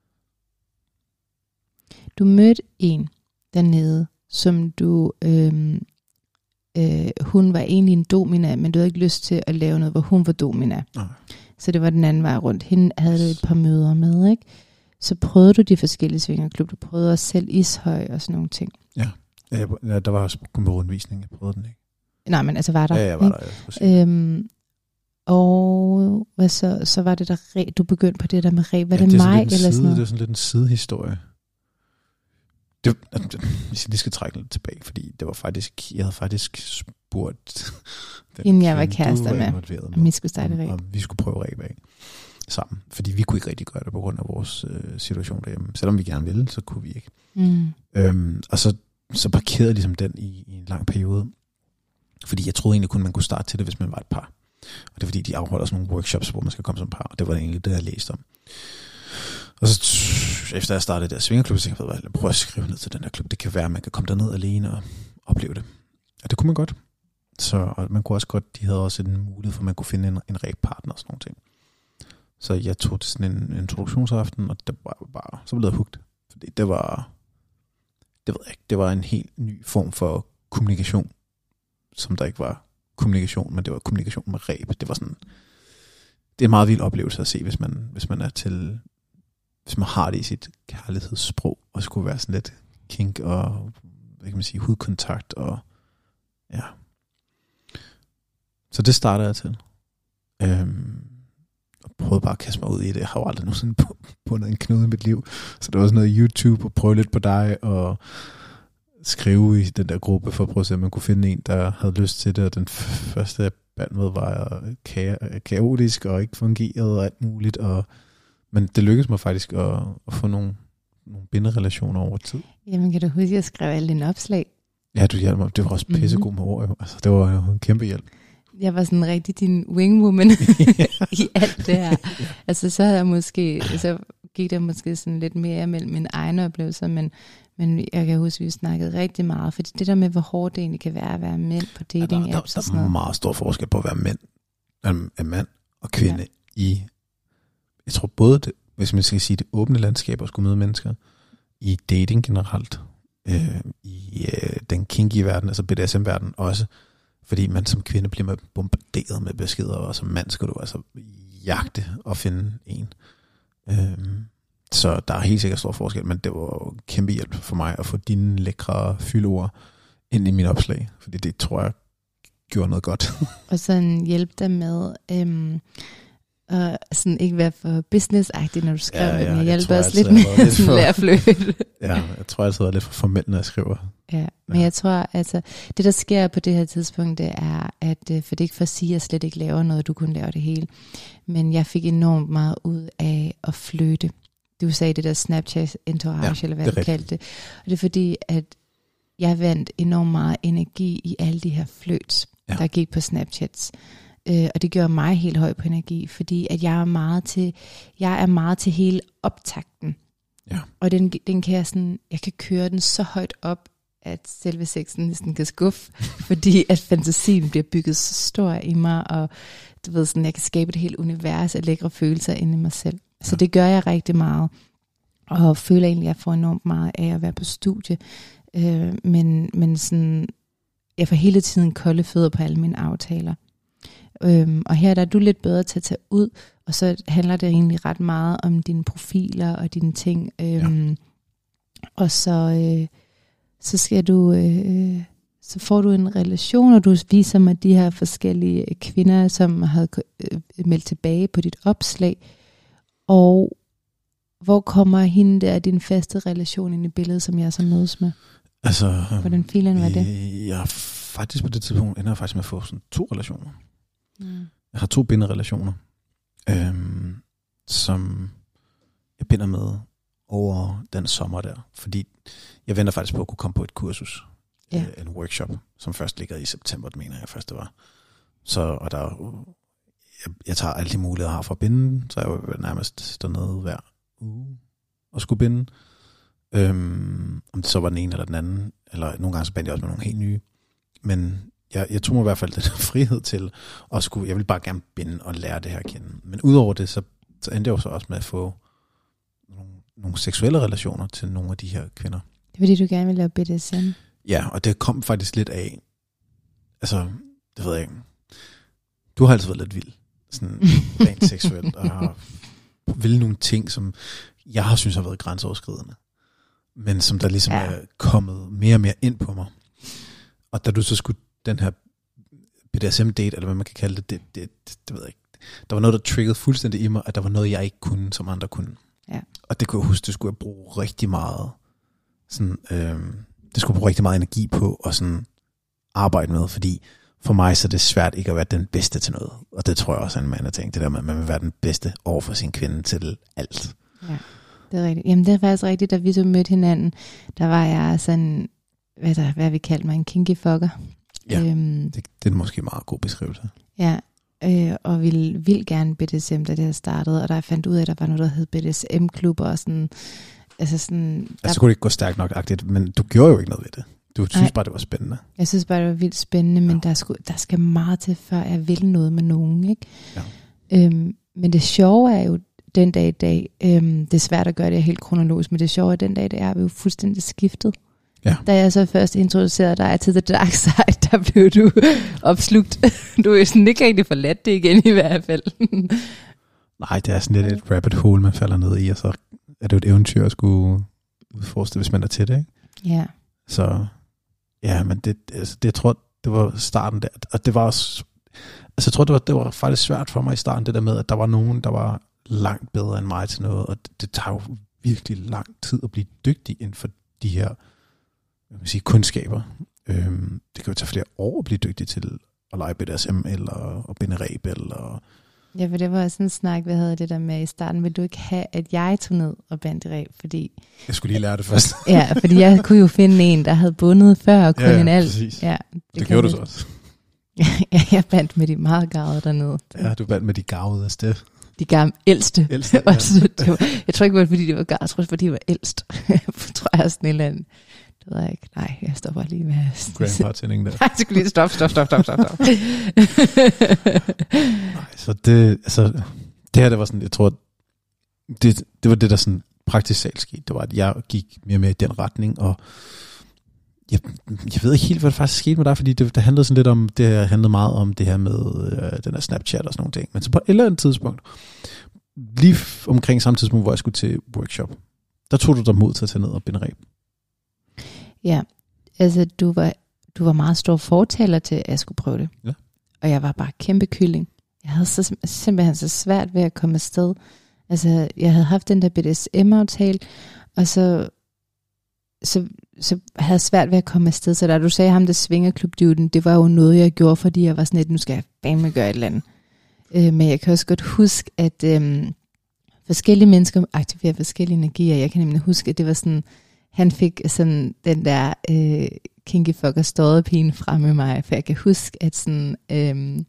Du mødte en dernede, som du, øhm, øh, hun var egentlig en domina, men du havde ikke lyst til at lave noget, hvor hun var domina. Nej. Så det var den anden vej rundt. Hende havde du et par møder med, ikke? Så prøvede du de forskellige svingerklub. Du prøvede også selv Ishøj og sådan nogle ting. Ja, ja, ja der var også kun på rundvisning. Jeg prøvede den ikke. Nej, men altså var der. Ja, jeg var ikke? Der. Øhm, og hvad så, så var det der, du begyndte på det der med ræb. Var ja, det, det mig eller side, sådan noget? Det er sådan lidt en sidehistorie. Det, hvis jeg lige skal trække lidt tilbage, fordi det var faktisk, jeg havde faktisk spurgt den inden jeg var kærester med, med, om vi skulle starte ræb. Og vi skulle prøve ræb af sammen, fordi vi kunne ikke rigtig gøre det på grund af vores øh, situation derhjemme. Selvom vi gerne ville, så kunne vi ikke. Mm. Øhm, og så, så parkerede jeg ligesom den i, i en lang periode, fordi jeg troede egentlig kun, man kunne starte til det, hvis man var et par. Og det er fordi, de afholder sådan nogle workshops, hvor man skal komme som par, og det var egentlig det, jeg læste om. Og så efter jeg startede der svingerklub, så tænkte jeg, prøv at skrive ned til den der klub. Det kan være, at man kan komme derned alene og opleve det. Og det kunne man godt. Så og man kunne også godt, de havde også en mulighed for, at man kunne finde en, en ræbpartner og sådan nogle ting. Så jeg tog til sådan en, en introduktionsaften, og det var bare, så blev jeg hugt. Fordi det var, det ved jeg ikke, det var en helt ny form for kommunikation, som der ikke var kommunikation, men det var kommunikation med ræb. Det var sådan, det er en meget vild oplevelse at se, hvis man, hvis man er til, hvis man har det i sit kærlighedssprog, og skulle være sådan lidt kink og, hvad kan man sige, hudkontakt og, ja. Så det startede jeg til. Øhm, og prøvede bare at kaste mig ud i det. Jeg har jo aldrig nogensinde bundet en knude i mit liv. Så det var sådan noget YouTube og prøve lidt på dig og skrive i den der gruppe for at prøve at se, om man kunne finde en, der havde lyst til det. Og den f- første jeg bandt med var ka- kaotisk og ikke fungerede og alt muligt. Og, men det lykkedes mig faktisk at, at få nogle, nogle binderelationer over tid. Jamen kan du huske, at jeg skrev alle dine opslag? Ja, du hjalp mig. Det var også pissegod med ord. Jo. Altså, det var jo en kæmpe hjælp. Jeg var sådan rigtig din wingwoman i alt det her. Ja. Altså så havde jeg måske, så gik der måske sådan lidt mere mellem mine egne oplevelser, men, men jeg kan huske, at vi snakkede rigtig meget, fordi det der med, hvor hårdt det egentlig kan være at være mænd på dating apps. Ja, der, der, der, der er meget stor forskel på at være mænd, en mand og kvinde ja. i, jeg tror både det, hvis man skal sige det åbne landskab og skulle møde mennesker, i dating generelt, øh, i øh, den kinky verden, altså B D S M-verden også, fordi man som kvinde bliver bombarderet med beskeder, og som mand skal du altså jagte og finde en. Øh, så der er helt sikkert stor forskel, men det var kæmpe hjælp for mig at få dine lækre fyldord ind i min opslag, fordi det tror jeg gjorde noget godt. Og sådan hjælpe dig med øhm, at sådan ikke være for business-agtig, når du skriver, ja, ja, men hjælpe også lidt med at sådan lære fløjte. Ja, jeg tror altid, jeg er lidt for formelt, når jeg skriver. Ja, men ja. Jeg tror, altså, det der sker på det her tidspunkt, det er, at, for det er ikke for at sige, at jeg slet ikke laver noget, du kunne lave det hele, men jeg fik enormt meget ud af at fløjte. Du sagde det der Snapchat entourage, ja, eller hvad du kaldte det. Og det er fordi, at jeg vandt enormt meget energi i alle de her fløjts, ja. Der gik på Snapchats. Øh, og det gjorde mig helt høj på energi, fordi at jeg er meget til, jeg er meget til hele optakten. Ja. Og den, den kan jeg sådan, jeg kan køre den så højt op, at selve sexen næsten kan skuffe, fordi at fantasien bliver bygget så stor i mig, og du ved sådan, jeg kan skabe et helt univers af lækre følelser inde i mig selv. Så ja. Det gør jeg rigtig meget, og føler egentlig, at jeg får enormt meget af at være på studie. Øh, men, men sådan, jeg får hele tiden kolde fødder på alle mine aftaler. Øhm, og her der er du lidt bedre til at tage ud, og så handler det egentlig ret meget om dine profiler og dine ting. Øhm, ja. Og så, øh, så skal du, øh, så får du en relation, og du viser mig de her forskellige kvinder, som havde øh, meldt tilbage på dit opslag. Og hvor kommer hende der, din faste relation ind i billedet, som jeg så mødes med? Altså, hvordan filen var det? Jeg faktisk på det tidspunkt ender jeg faktisk med at få sådan to relationer. Mm. Jeg har to binderelationer, øhm, som jeg binder med over den sommer der. Fordi jeg venter faktisk på at kunne komme på et kursus, ja. øh, en workshop, som først ligger i september, det mener jeg først det var. Så, og der, jeg, jeg tager alle de muligheder, jeg har for at binde, så jeg var nærmest dernede hver uge og skulle binde. Øhm, om det så var den ene eller den anden, eller nogle gange så bandte jeg også med nogle helt nye. Men jeg, jeg tog mig i hvert fald den frihed til at skulle, jeg vil bare gerne binde og lære det her at kende. Men udover det, så, så endte jeg jo så også med at få nogle, nogle seksuelle relationer til nogle af de her kvinder. Det er fordi, du gerne vil lave B D S M? Ja, og det kom faktisk lidt af, altså, det ved jeg ikke, du har altid været lidt vild, sådan rent seksuelt, og har ville nogle ting, som jeg har synes har været grænseoverskridende, men som der ligesom ja. er kommet mere og mere ind på mig. Og da du så skulle den her B D S M-date, eller hvad man kan kalde det, det, det, det, det ved jeg ikke. Der var noget, der triggede fuldstændig i mig, at der var noget, jeg ikke kunne, som andre kunne. Ja. Og det kunne jeg huske, det skulle jeg bruge rigtig meget, sådan, øh, det skulle jeg bruge rigtig meget energi på, og sådan arbejde med, fordi for mig så er det svært ikke at være den bedste til noget. Og det tror jeg også er en mand, der tænker, det der med, at man vil være den bedste over for sin kvinde til alt. Ja, det er rigtigt. Jamen det er faktisk rigtigt, da vi så mødte hinanden, der var jeg sådan, hvad, der, hvad vi kaldte mig, en kinky fucker. Ja, øhm, det, det er måske en meget god beskrivelse. Ja, øh, og ville, ville gerne B D S M, da det her startede, og der fandt ud af, at der var noget, der hed B D S M-klubber, og sådan, altså sådan... Der... Altså, så kunne det ikke gå stærkt nok-agtigt, men du gjorde jo ikke noget ved det. Du synes Nej. bare, det var spændende. Jeg synes bare, det var vildt spændende, men ja. der, skulle, der skal meget til, før jeg vil noget med nogen, ikke? Ja. Øhm, men det sjove er jo, den dag i dag, øhm, det er svært at gøre det helt kronologisk, men det sjove er, den dag i dag er vi jo fuldstændig skiftet. Ja. Da jeg så først introducerede dig til The Dark Side, der blev du opslugt. Du er jo sådan ikke rigtig forladt det igen i hvert fald. Nej, det er sådan lidt et rabbit hole, man falder ned i, og så er det jo et eventyr at skulle udforske, hvis man er til det, ikke? Ja. Så, ja, men det, altså, det jeg tror, det var starten der, og det var også, altså jeg tror, det var, det var faktisk svært for mig i starten, det der med, at der var nogen, der var langt bedre end mig til noget, og det, det tager jo virkelig lang tid at blive dygtig inden for de her, jeg vil sige, kundskaber. Øhm, det kan jo tage flere år at blive dygtig til at lege B D S M, eller at binde reb, eller... Ja, for det var sådan en snak, vi havde det der med i starten. Vil du ikke have, at jeg tog ned og bandt reb, fordi... Jeg skulle lige lære det først. Ja, fordi jeg kunne jo finde en, der havde bundet før og kunne ja, ja, en alt. Præcis. Ja, det det gjorde du så også. Ja, jeg bandt med de meget garvede dernede. Ja, du bandt med de garvede af sted. De gamle ældste. ældste ja. Også, det var, jeg tror ikke, det var, fordi de var garvede, jeg tror, fordi de var ældst. Jeg tror, jeg er sådan en eller anden... Det ved jeg ikke. Nej, jeg stopper lige med... Grandpa-tænding der. Nej, jeg skulle lige stoppe, stop, stop, stop, stop, stop. Nej, så det... Altså, det her, det var sådan... Jeg tror, det, det var det, der sådan praktisk talt skete, det var, at jeg gik mere med i den retning, og jeg, jeg ved ikke helt, hvad der faktisk skete med dig, fordi det, det handlede sådan lidt om, det handlede meget om det her med øh, den her Snapchat og sådan nogle ting. Men så på et eller andet tidspunkt, lige omkring samme tidspunkt, hvor jeg skulle til workshop, der tog du dig mod til at tage ned og binde reb. Ja, altså du var, du var meget stor fortaler til, at jeg skulle prøve det. Ja. Og jeg var bare kæmpe kylling. Jeg havde så, simpelthen så svært ved at komme afsted. Altså, jeg havde haft den der B D S M-aftale, og så, så, så havde jeg svært ved at komme afsted. Så da du sagde ham, det svingerklubdyvden, det var jo noget, jeg gjorde, fordi jeg var sådan lidt, nu skal jeg fandme gøre et eller andet. Øh, men jeg kan også godt huske, at øh, forskellige mennesker aktiverer forskellige energier. Jeg kan nemlig huske, at det var sådan, han fik sådan den der øh, kinky fucker stådepine frem med mig, for jeg kan huske, at sådan... Øh,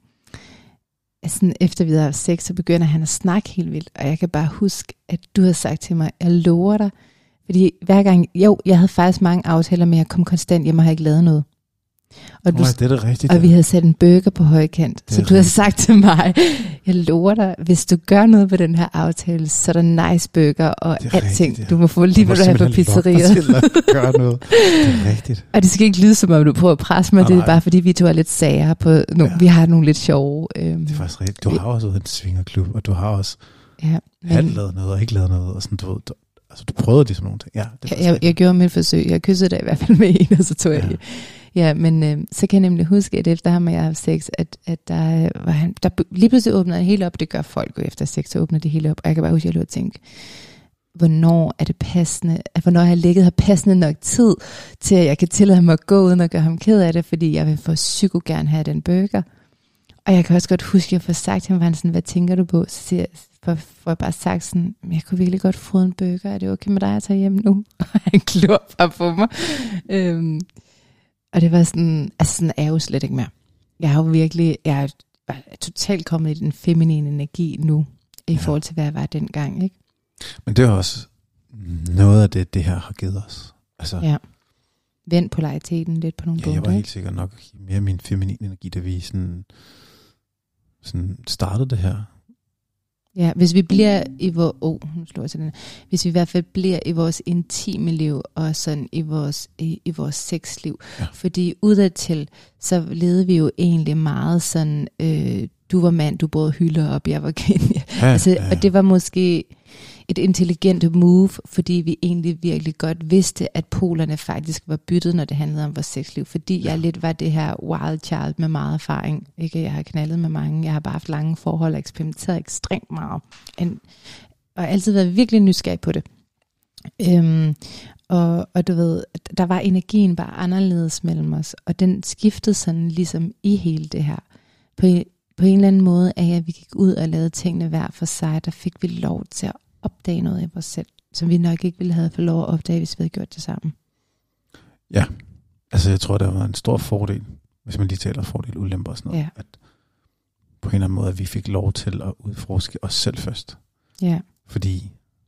sådan efter vi havde sex, så begynder han at snakke helt vildt, og jeg kan bare huske, at du havde sagt til mig, jeg lover dig, fordi hver gang, jo, jeg havde faktisk mange aftaler, men jeg kom konstant hjem og havde ikke lavet noget. Og, du, Nå, det er det rigtigt, og ja. vi havde sat en burger på højkant, så du havde sagt til mig, jeg lover dig, hvis du gør noget på den her aftale, så er der nice burger og alting. Rigtigt, ja. Du må få lige, hvad du har på pizzeriet. Du må gøre noget. Det er rigtigt. Og det skal ikke lyde, som om du prøver at presse mig, nej, det er nej. Bare fordi, vi to er lidt sager på, no, ja. Vi har nogle lidt sjove. Øhm, det er faktisk rigtigt. Du har også en svingerklub, og du har også ja, men, lavet noget og ikke lavet noget, og sådan, du ved, du, altså du prøvede de sådan nogle ting. Ja, det jeg, jeg, jeg gjorde mit forsøg, jeg kyssede dig i hvert fald med en, og så tog ja. jeg det. Ja, men øh, så kan jeg nemlig huske, at efter ham og jeg havde sex, at, at der var han, der lige pludselig åbnede det hele op. Det gør folk jo efter sex, så åbner det hele op. Og jeg kan bare huske, at jeg lå og tænke, hvornår er det passende, at hvornår har jeg ligget her passende nok tid, til at jeg kan tillade mig at gå, uden at gøre ham ked af det, fordi jeg vil for psyko gerne have den burger. Og jeg kan også godt huske, at jeg får sagt til ham, sådan, hvad tænker du på? Så siger jeg, for, for jeg bare sagt sådan, jeg kunne virkelig godt få en burger, er det okay med dig at tage hjem nu? Og han klor bare på mig. Øhm, Og det var sådan, altså sådan er jeg jo slet ikke mere. Jeg har jo virkelig, jeg er totalt kommet i den feminine energi nu, i ja. forhold til, hvad jeg var dengang, ikke? Men det er også noget af det, det her har givet os. Altså, ja. Vend polariteten lidt på nogle ja, punkter. Jeg var helt sikkert nok mere min feminine energi, da vi sådan, sådan startede det her. Ja, hvis vi bliver i vores, oh, nu slår jeg til den. Hvis vi i hvert fald bliver i vores intime liv og sådan i vores i, i vores sexliv, ja. Fordi udadtil så levede vi jo egentlig meget sådan, øh, du var mand, du både hylder op, jeg var kvinde. Ja, altså, ja. Og det var måske et intelligent move, fordi vi egentlig virkelig godt vidste, at polerne faktisk var byttet, når det handlede om vores sexliv. Fordi ja. jeg lidt var det her wild child med meget erfaring. Ikke? Jeg har knaldet med mange. Jeg har bare haft lange forhold og eksperimenteret ekstremt meget. En, og altid været virkelig nysgerrig på det. Øhm, og, og du ved, der var energien bare anderledes mellem os. Og den skiftede sådan ligesom i hele det her. På, på en eller anden måde, at vi gik ud og lavede tingene hver for sig, der fik vi lov til at opdage noget i os selv, som vi nok ikke ville have fået lov at opdage, hvis vi havde gjort det sammen. Ja, altså jeg tror, der var en stor fordel, hvis man lige taler fordel, ulemper og sådan noget, ja. at på en eller anden måde, at vi fik lov til at udforske os selv først. Ja. Fordi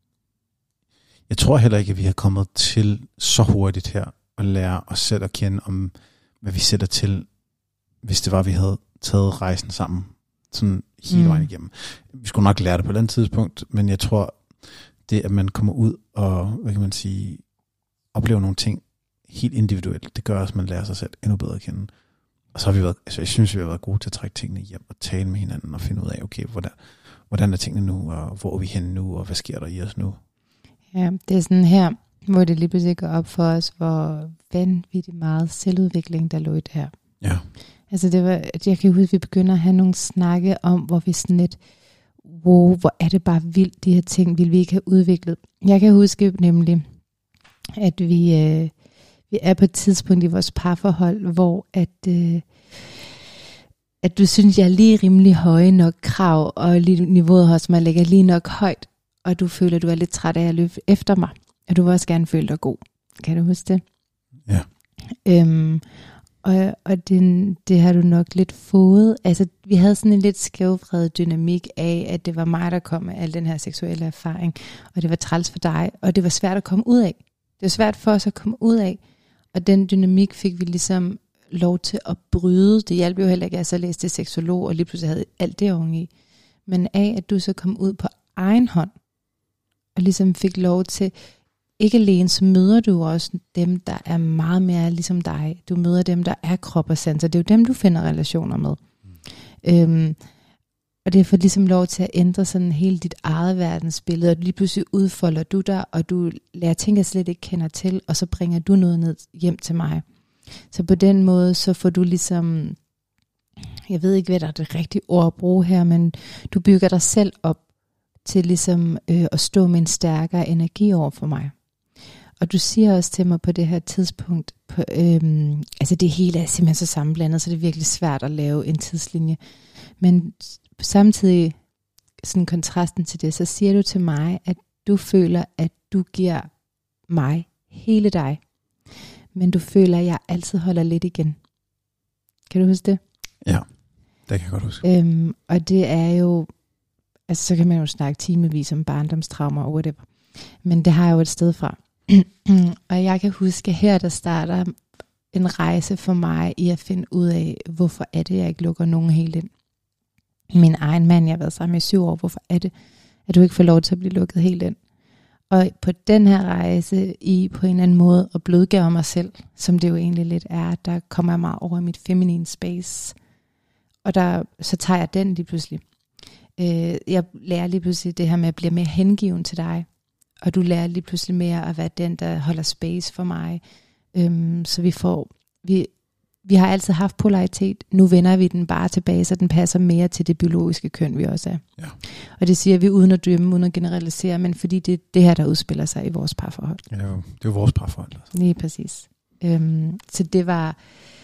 jeg tror heller ikke, at vi har kommet til så hurtigt her at lære os selv at kende om, hvad vi sætter til, hvis det var, at vi havde taget rejsen sammen, sådan hele mm. vejen igennem. Vi skulle nok lære det på et eller andet tidspunkt, men jeg tror, det at man kommer ud og, hvad kan man sige, oplever nogle ting helt individuelt, det gør også, at man lærer sig selv endnu bedre at kende. Og så har vi været, altså jeg synes, vi har været gode til at trække tingene hjem og tale med hinanden og finde ud af, okay, hvordan, hvordan er tingene nu, og hvor er vi henne nu, og hvad sker der i os nu? Ja, det er sådan her, hvor det lige pludselig går op for os, hvor vanvittigt meget selvudvikling, der lå i det her. Ja. Altså det var, jeg kan huske, at vi begynder at have nogle snakke om, hvor vi sådan lidt, wow, hvor er det bare vildt, de her ting, vil vi ikke have udviklet. Jeg kan huske nemlig, at vi, øh, vi er på et tidspunkt i vores parforhold, hvor at, øh, at du synes, jeg er lige rimelig høje nok krav, og lige niveauet hos mig ligger lige nok højt, og du føler, at du er lidt træt af at løbe efter mig, og du vil også gerne føle dig god. Kan du huske det? Ja. Øhm, Og, og det, det har du nok lidt fået. Altså, vi havde sådan en lidt skævvredet dynamik af, at det var mig, der kom med al den her seksuelle erfaring, og det var træls for dig, og det var svært at komme ud af. Det var svært for os at komme ud af, og den dynamik fik vi ligesom lov til at bryde. Det hjalp jo heller ikke, at jeg så læste seksolog, og lige pludselig havde alt det unge i. Men af, at du så kom ud på egen hånd, og ligesom fik lov til, ikke alene, så møder du også dem, der er meget mere ligesom dig. Du møder dem, der er krop og sanser. Det er jo dem, du finder relationer med. Mm. Øhm, og det er for ligesom lov til at ændre sådan hele dit eget verdensbillede, og lige pludselig udfolder du dig, og du lærer ting, jeg slet ikke kender til, og så bringer du noget ned hjem til mig. Så på den måde, så får du ligesom, jeg ved ikke, hvad der er det rigtige ord at bruge her, men du bygger dig selv op til ligesom øh, at stå med en stærkere energi over for mig. Og du siger også til mig på det her tidspunkt, på, øhm, altså det hele er simpelthen så sammenblandet, så det er virkelig svært at lave en tidslinje. Men samtidig, sådan kontrasten til det, så siger du til mig, at du føler, at du giver mig hele dig, men du føler, at jeg altid holder lidt igen. Kan du huske det? Ja, det kan jeg godt huske. Øhm, og det er jo, altså så kan man jo snakke timevis om barndomstraumer og whatever, men det har jeg jo et sted fra. Og jeg kan huske, at her der starter en rejse for mig i at finde ud af, hvorfor er det, jeg ikke lukker nogen helt ind. Min egen mand, jeg har været sammen med i syv år, hvorfor er det, at du ikke får lov til at blive lukket helt ind. Og på den her rejse, i på en eller anden måde at blødgøre mig selv, som det jo egentlig lidt er, der kommer jeg meget over i mit feminine space. Og der, så tager jeg den lige pludselig. Øh, jeg lærer lige pludselig det her med at blive mere hengiven til dig. Og du lærer lige pludselig mere at være den, der holder space for mig. Øhm, så vi får, vi, vi har altid haft polaritet. Nu vender vi den bare tilbage, så den passer mere til det biologiske køn, vi også er. Ja. Og det siger vi uden at dømme, uden at generalisere, men fordi det er det her, der udspiller sig i vores parforhold. Ja, det er jo, det er jo vores parforhold. Altså. Lige præcis. Øhm, så det var,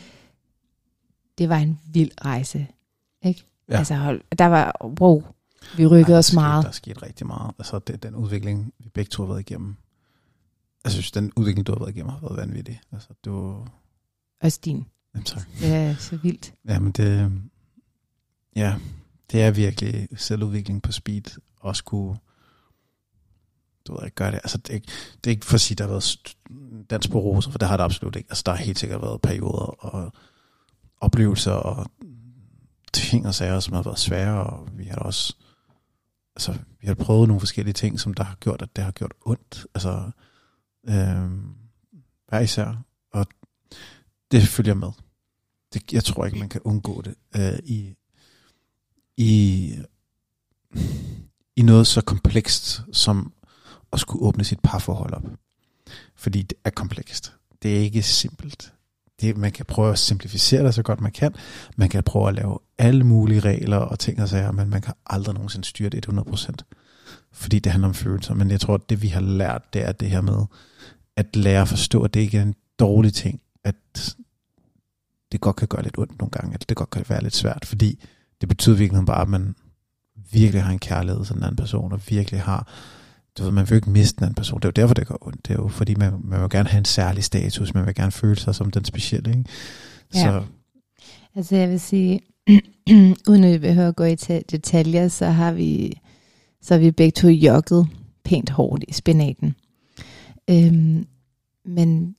det var en vild rejse. Ikke? Ja. Altså, der var, wow, vi rykkede Ej, os meget. Der er sket rigtig meget. Altså det, den udvikling, vi begge to har været igennem. Jeg synes, den udvikling, du har været igennem, har været vanvittig. Altså, du... Også din. Jamen, tak. Det er så vildt. Ja, men det, ja, det er virkelig selvudvikling på speed. Og skulle, du ved ikke, gøre det. Altså, det er ikke, det er ikke for at sige, der har været dans på roser, for det har der absolut ikke. Altså, der har helt sikkert været perioder og oplevelser og ting og sager, som har været svære, og vi har også, altså, vi har prøvet nogle forskellige ting, som der har gjort, at det har gjort ondt. Altså, øh, hver især. Og det følger med. Det, jeg tror ikke, man kan undgå det øh, i, i, i noget så komplekst, som at skulle åbne sit parforhold op. Fordi det er komplekst. Det er ikke simpelt. Det, man kan prøve at simplificere det så godt man kan. Man kan prøve at lave alle mulige regler og ting og sager, men man kan aldrig nogensinde styre det hundrede procent. Fordi det handler om følelser. Men jeg tror, at det vi har lært, det er det her med at lære at forstå, at det ikke er en dårlig ting. At det godt kan gøre lidt ondt nogle gange. At det godt kan være lidt svært. Fordi det betyder virkelig bare, at man virkelig har en kærlighed til den anden person. Og virkelig har... Du ved, man vil jo ikke miste den anden person. Det er jo derfor, det gør ondt. Det er jo fordi, man, man vil gerne have en særlig status. Man vil gerne føle sig som den specielle. Ikke? Ja. Så. Altså jeg vil sige, uden at vi behøver at gå i detaljer, så har vi, så har vi begge to jogget pænt hårdt i spinaten. Øhm, men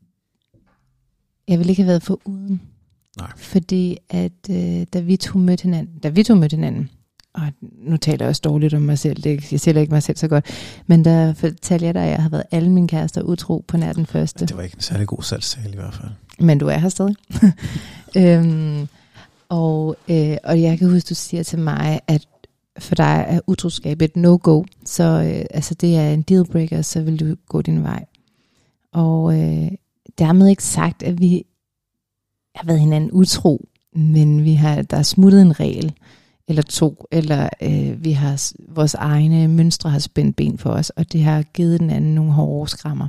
jeg vil ikke have været for uden. Nej. Fordi at øh, da vi to mødte hinanden, da vi to mødte hinanden, og nu taler jeg også dårligt om mig selv, det, jeg sælger ikke mig selv så godt, men der fortalte jeg dig, at jeg har været alle mine kærester utro på nær den første. Det var ikke en særlig god salgstale i hvert fald. Men du er her stadig. øhm, og, øh, og jeg kan huske, du siger til mig, at for dig er utroskab et no-go, så øh, altså det er en dealbreaker, så vil du gå din vej. Og øh, dermed ikke sagt, at vi har været hinanden utro, men vi har, der er smuttet en regel, eller to, eller øh, vi har vores egne mønstre har spændt ben for os, og det har givet den anden nogle hårde skrammer.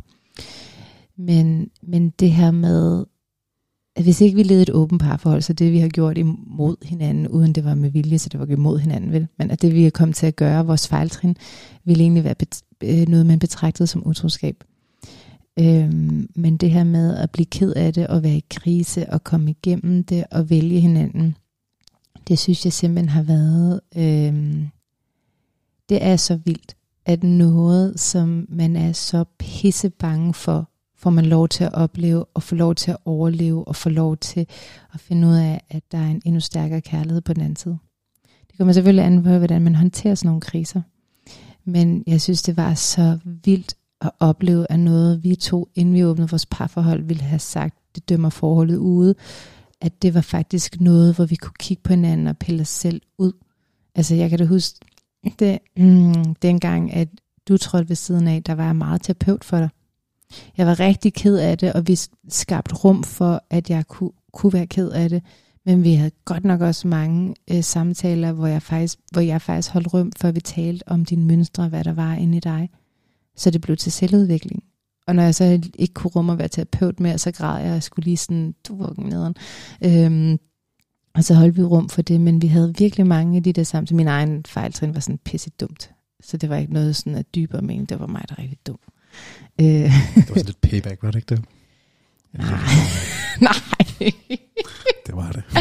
Men, men det her med, at hvis ikke vi levede et åbent parforhold, så det vi har gjort imod hinanden, uden det var med vilje, så det var imod hinanden, vel? Men at det vi er kommet til at gøre, vores fejltrin, ville egentlig være bet- noget, man betragtede som utroskab. Øhm, men det her med at blive ked af det, og være i krise, og komme igennem det, og vælge hinanden, det synes jeg simpelthen har været, øhm, det er så vildt, at noget, som man er så pisse bange for, får man lov til at opleve, og få lov til at overleve, og få lov til at finde ud af, at der er en endnu stærkere kærlighed på den anden side. Det kommer selvfølgelig an på, hvordan man håndterer sådan nogle kriser. Men jeg synes, det var så vildt at opleve, at noget vi to, inden vi åbnede vores parforhold, ville have sagt, det dømmer forholdet ude. At det var faktisk noget, hvor vi kunne kigge på hinanden og pille os selv ud. Altså jeg kan da huske, det, mm, dengang, at du trådte ved siden af, der var jeg meget terapeut for dig. Jeg var rigtig ked af det, og vi skabte rum for, at jeg kunne, kunne være ked af det. Men vi havde godt nok også mange øh, samtaler, hvor jeg, faktisk, hvor jeg faktisk holdt rum, før vi talte om dine mønstre, hvad der var inde i dig. Så det blev til selvudvikling. Og når jeg så ikke kunne rumme at være terapeut mere, så græd jeg, og skulle lige sådan, du var nederen. Øhm, og så holdt vi rum for det, men vi havde virkelig mange af de der samtaler. Min egen fejltrin var sådan pisse dumt. Så det var ikke noget sådan at dybere mening, det var mig, der var rigtig dum. Øh. Det var sådan lidt payback, var det ikke det? Nej. Nej. Det var det.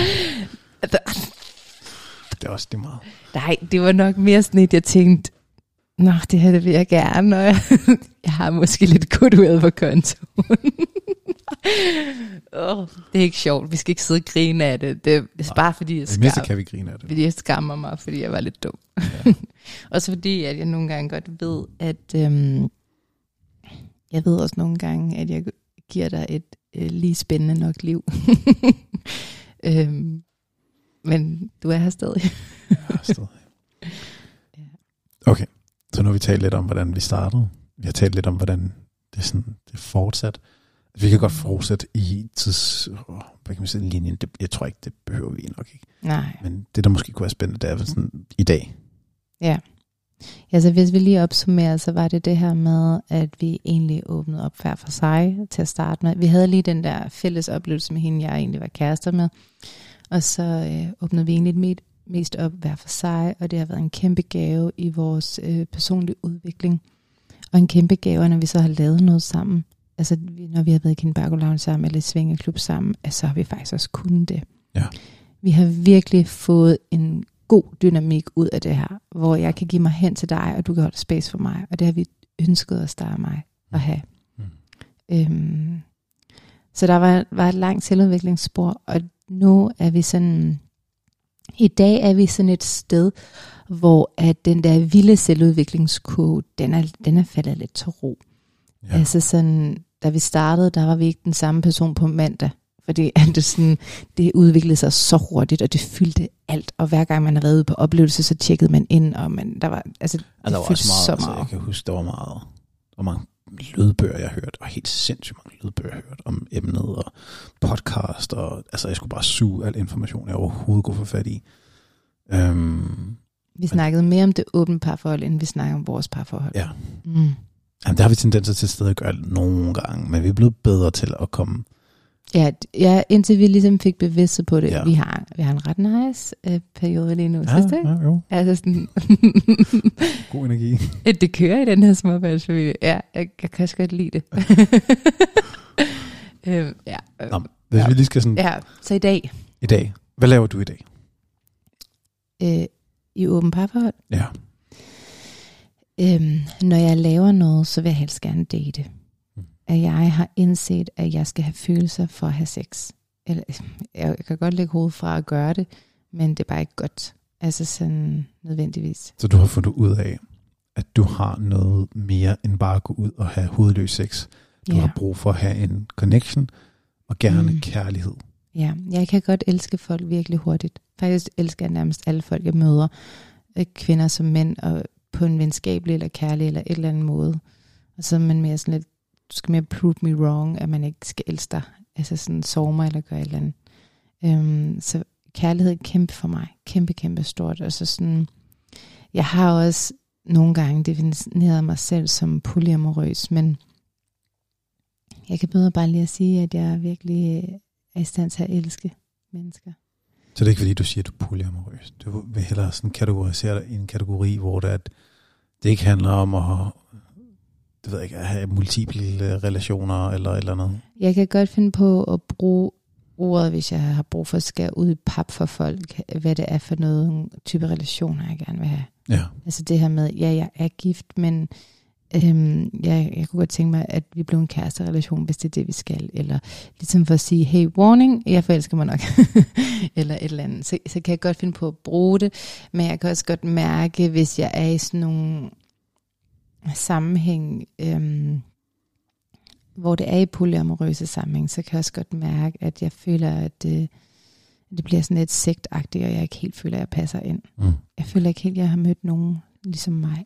Det er også det meget. Nej, det var nok mere sådan et, jeg tænkte, nå, det her det vil jeg gerne, og jeg, jeg har måske lidt goodwill på kontoen. oh, det er ikke sjovt, vi skal ikke sidde og grine af det. Det er bare fordi, jeg skammer, kan vi grine af det. Fordi jeg skammer mig, fordi jeg var lidt dum. Ja. Også fordi, at jeg nogle gange godt ved, at øhm, jeg ved også nogle gange, at jeg giver dig et øh, lige spændende nok liv. øhm, men du er her stadig. Jeg er her stadig. Okay, så nu har vi talt lidt om, hvordan vi startede. Vi har talt lidt om, hvordan det, sådan, det er fortsat. Vi kan godt fortsætte i tids... Hvad kan man sige, linjen. Det, jeg tror ikke, det behøver vi nok ikke. Nej. Men det, der måske kunne være spændende, det er sådan i dag. Ja. Ja, så hvis vi lige opsummerer, så var det det her med, at vi egentlig åbnede op hver for sig til at starte med. Vi havde lige den der fælles oplevelse med hende, jeg egentlig var kærester med. Og så øh, åbnede vi egentlig med mest op hver for sig, og det har været en kæmpe gave i vores øh, personlige udvikling. Og en kæmpe gave, når vi så har lavet noget sammen. Altså, når vi har været i Kinbargo Lounge sammen, eller i Svingeklub sammen, altså, så har vi faktisk også kunnet det. Ja. Vi har virkelig fået en god dynamik ud af det her, hvor jeg kan give mig hen til dig, og du kan holde space for mig. Og det har vi ønsket os, der og mig, at have. Mm. Øhm, så der var, var et langt selvudviklingsspor, og nu er vi sådan... I dag er vi sådan et sted, hvor at den der vilde selvudviklingskurve, den er, den er faldet lidt til ro. Ja. Altså sådan, da vi startede, der var vi ikke den samme person på mandag. Fordi det, sådan, det udviklede sig så hurtigt, og det fyldte alt. Og hver gang man har været ude på oplevelse, så tjekkede man ind, og man, der var, altså, det altså, der var også meget, så meget. Altså, jeg kan huske, der var meget, der var mange lydbøger, jeg hørte, og helt sindssygt mange lydbøger, jeg hørte om emnet, og podcast, og altså, jeg skulle bare suge al information, jeg overhovedet kunne få fat i. Um, vi snakkede mere om det åbne parforhold, end vi snakkede om vores parforhold. Ja. Mm. Jamen, der har vi tendenser til stadig at gøre nogle gange, men vi er blevet bedre til at komme... Ja, ja, indtil vi ligesom fik bevidsthed på det. Ja. Vi har vi har en ret nice øh, periode lige nu, ja, synes du ikke? Ja, jo. Altså sådan... God energi. Det kører i den her småbørnsfamilie. Ja, jeg, jeg kan også godt lide det. øhm, ja. Nå, hvis ja. vi lige skal sådan... Ja, så i dag... I dag. Hvad laver du i dag? Øh, I åben parforhold? Ja. Øhm, når jeg laver noget, så vil jeg helst gerne date. Mm. At jeg har indset, at jeg skal have følelser for at have sex. Eller, jeg, jeg kan godt lægge hovedet fra at gøre det, men det er bare ikke godt. Altså sådan nødvendigvis. Så du har fundet ud af, at du har noget mere end bare at gå ud og have hovedløs sex. Du ja. har brug for at have en connection, og gerne mm. kærlighed. Ja, jeg kan godt elske folk virkelig hurtigt. Faktisk elsker jeg nærmest alle folk, jeg møder. Kvinder som mænd, og på en venskabelig eller kærlig eller et eller andet måde. Og så er man mere sådan lidt, du skal mere prove me wrong, at man ikke skal elske dig. Altså sådan sove mig eller gøre et eller andet. Øhm, så kærlighed er kæmpe for mig. Kæmpe, kæmpe stort. Og så sådan, jeg har også nogle gange defineret mig selv som polyamorøs, men jeg kan bedre bare lige at sige, at jeg virkelig er i stand til at elske mennesker. Så det er ikke fordi, du siger, at du er polyamorøs. Du vil hellere sådan kategorisere dig i en kategori, hvor det, at det ikke handler om at, det ved jeg ikke, at have multiple relationer eller eller noget. Jeg kan godt finde på at bruge ordet, hvis jeg har brug for at skære ud i pap for folk, hvad det er for noget type relationer, jeg gerne vil have. Ja. Altså det her med, ja, jeg er gift, men øhm, jeg, jeg kunne godt tænke mig, at vi blev en kæresterelation, hvis det er det, vi skal. Eller ligesom for at sige, hey, warning, jeg forelsker mig nok. eller et eller andet. Så, så kan jeg godt finde på at bruge det, men jeg kan også godt mærke, hvis jeg er i sådan nogle sammenhæng, øhm, hvor det er i polyamorøse sammenhæng, så kan jeg også godt mærke, at jeg føler, at det, det bliver sådan lidt sektagtigt, og jeg ikke helt føler, at jeg passer ind. Mm. Jeg føler ikke helt, at jeg har mødt nogen ligesom mig.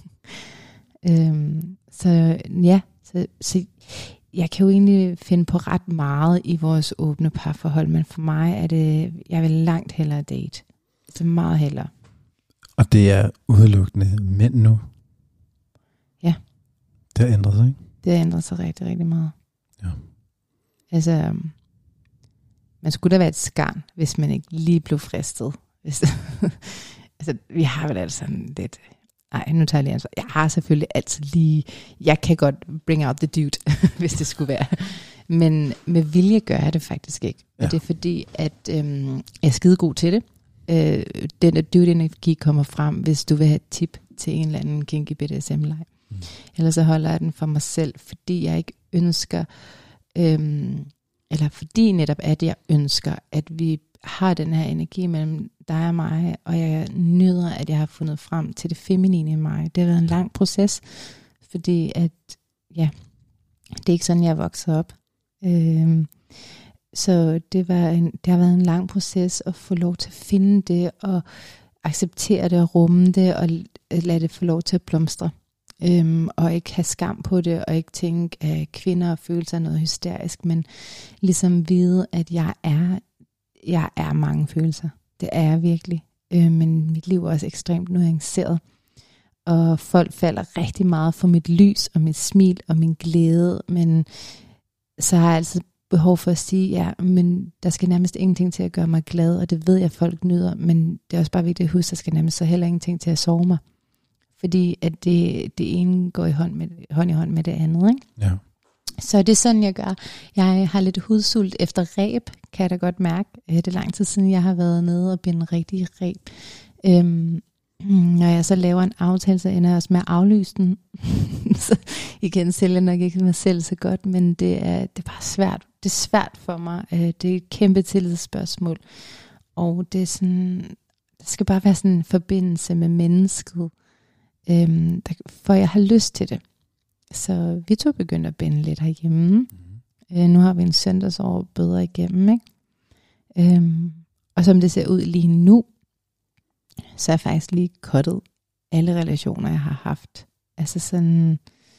øhm, så ja, så, så jeg kan jo egentlig finde på ret meget i vores åbne parforhold, men for mig er det, jeg vil langt hellere date. Så meget hellere. Og det er udelukkende mænd nu? Ja. Det har ændret sig, ikke? Det har ændret sig rigtig, rigtig meget. Ja. Altså, man skulle da være et skarn, hvis man ikke lige blev fristet. Hvis, altså, vi har vel altså sådan lidt... Nej, nu tager jeg lige ansvar. Jeg har selvfølgelig altid lige... Jeg kan godt bring out the dude, hvis det skulle være. Men med vilje gør jeg det faktisk ikke. Ja. Og det er fordi, at øhm, jeg er skide god til det. Øh, den der dude-energi kommer frem, hvis du vil have et tip til en eller anden kinky B D S M-leg. Mm. Ellers så holder jeg den for mig selv, fordi jeg ikke ønsker... Øhm, eller fordi netop, at jeg ønsker, at vi har den her energi mellem dig og mig, og jeg nyder, at jeg har fundet frem til det feminine i mig. Det har været en lang proces, fordi at, ja, det er ikke sådan, jeg voksede op. Øhm, så det, var en, det har været en lang proces at få lov til at finde det, og acceptere det, og rumme det, og lade det få lov til at blomstre. Øhm, og ikke have skam på det, og ikke tænke, at kvinder og følelser er noget hysterisk, men ligesom vide, at jeg er, jeg er mange følelser. Det er jeg virkelig. Øh, men mit liv er også ekstremt nuanceret. Og folk falder rigtig meget for mit lys, og mit smil, og min glæde, men så har jeg altid behov for at sige, ja, men der skal nærmest ingenting til at gøre mig glad, og det ved jeg, at folk nyder, men det er også bare vigtigt at huske, der skal nærmest så heller ingenting til at sove mig. Fordi at det, det ene går i hånd, med, hånd i hånd med det andet, ikke? Ja. Så det er sådan, jeg gør. Jeg har lidt hudsult efter ræb, kan jeg da godt mærke. Det er lang tid siden, jeg har været nede og binde rigtig ræb. Øhm, når jeg så laver en aftale, så ender jeg også med at aflyse den. Så igen sælger jeg nok ikke mig selv så godt, men det er, det er bare svært. Det er svært for mig. Det er et kæmpe tillidsspørgsmål. Og det er sådan, der skal bare være sådan en forbindelse med mennesket, øhm, der, for jeg har lyst til det. Så vi to begyndte at binde lidt herhjemme. Mm. Øh, nu har vi en søndagsår bedre igennem, ikke? Øhm, og som det ser ud lige nu, så er jeg faktisk lige cuttet alle relationer, jeg har haft. Altså sådan,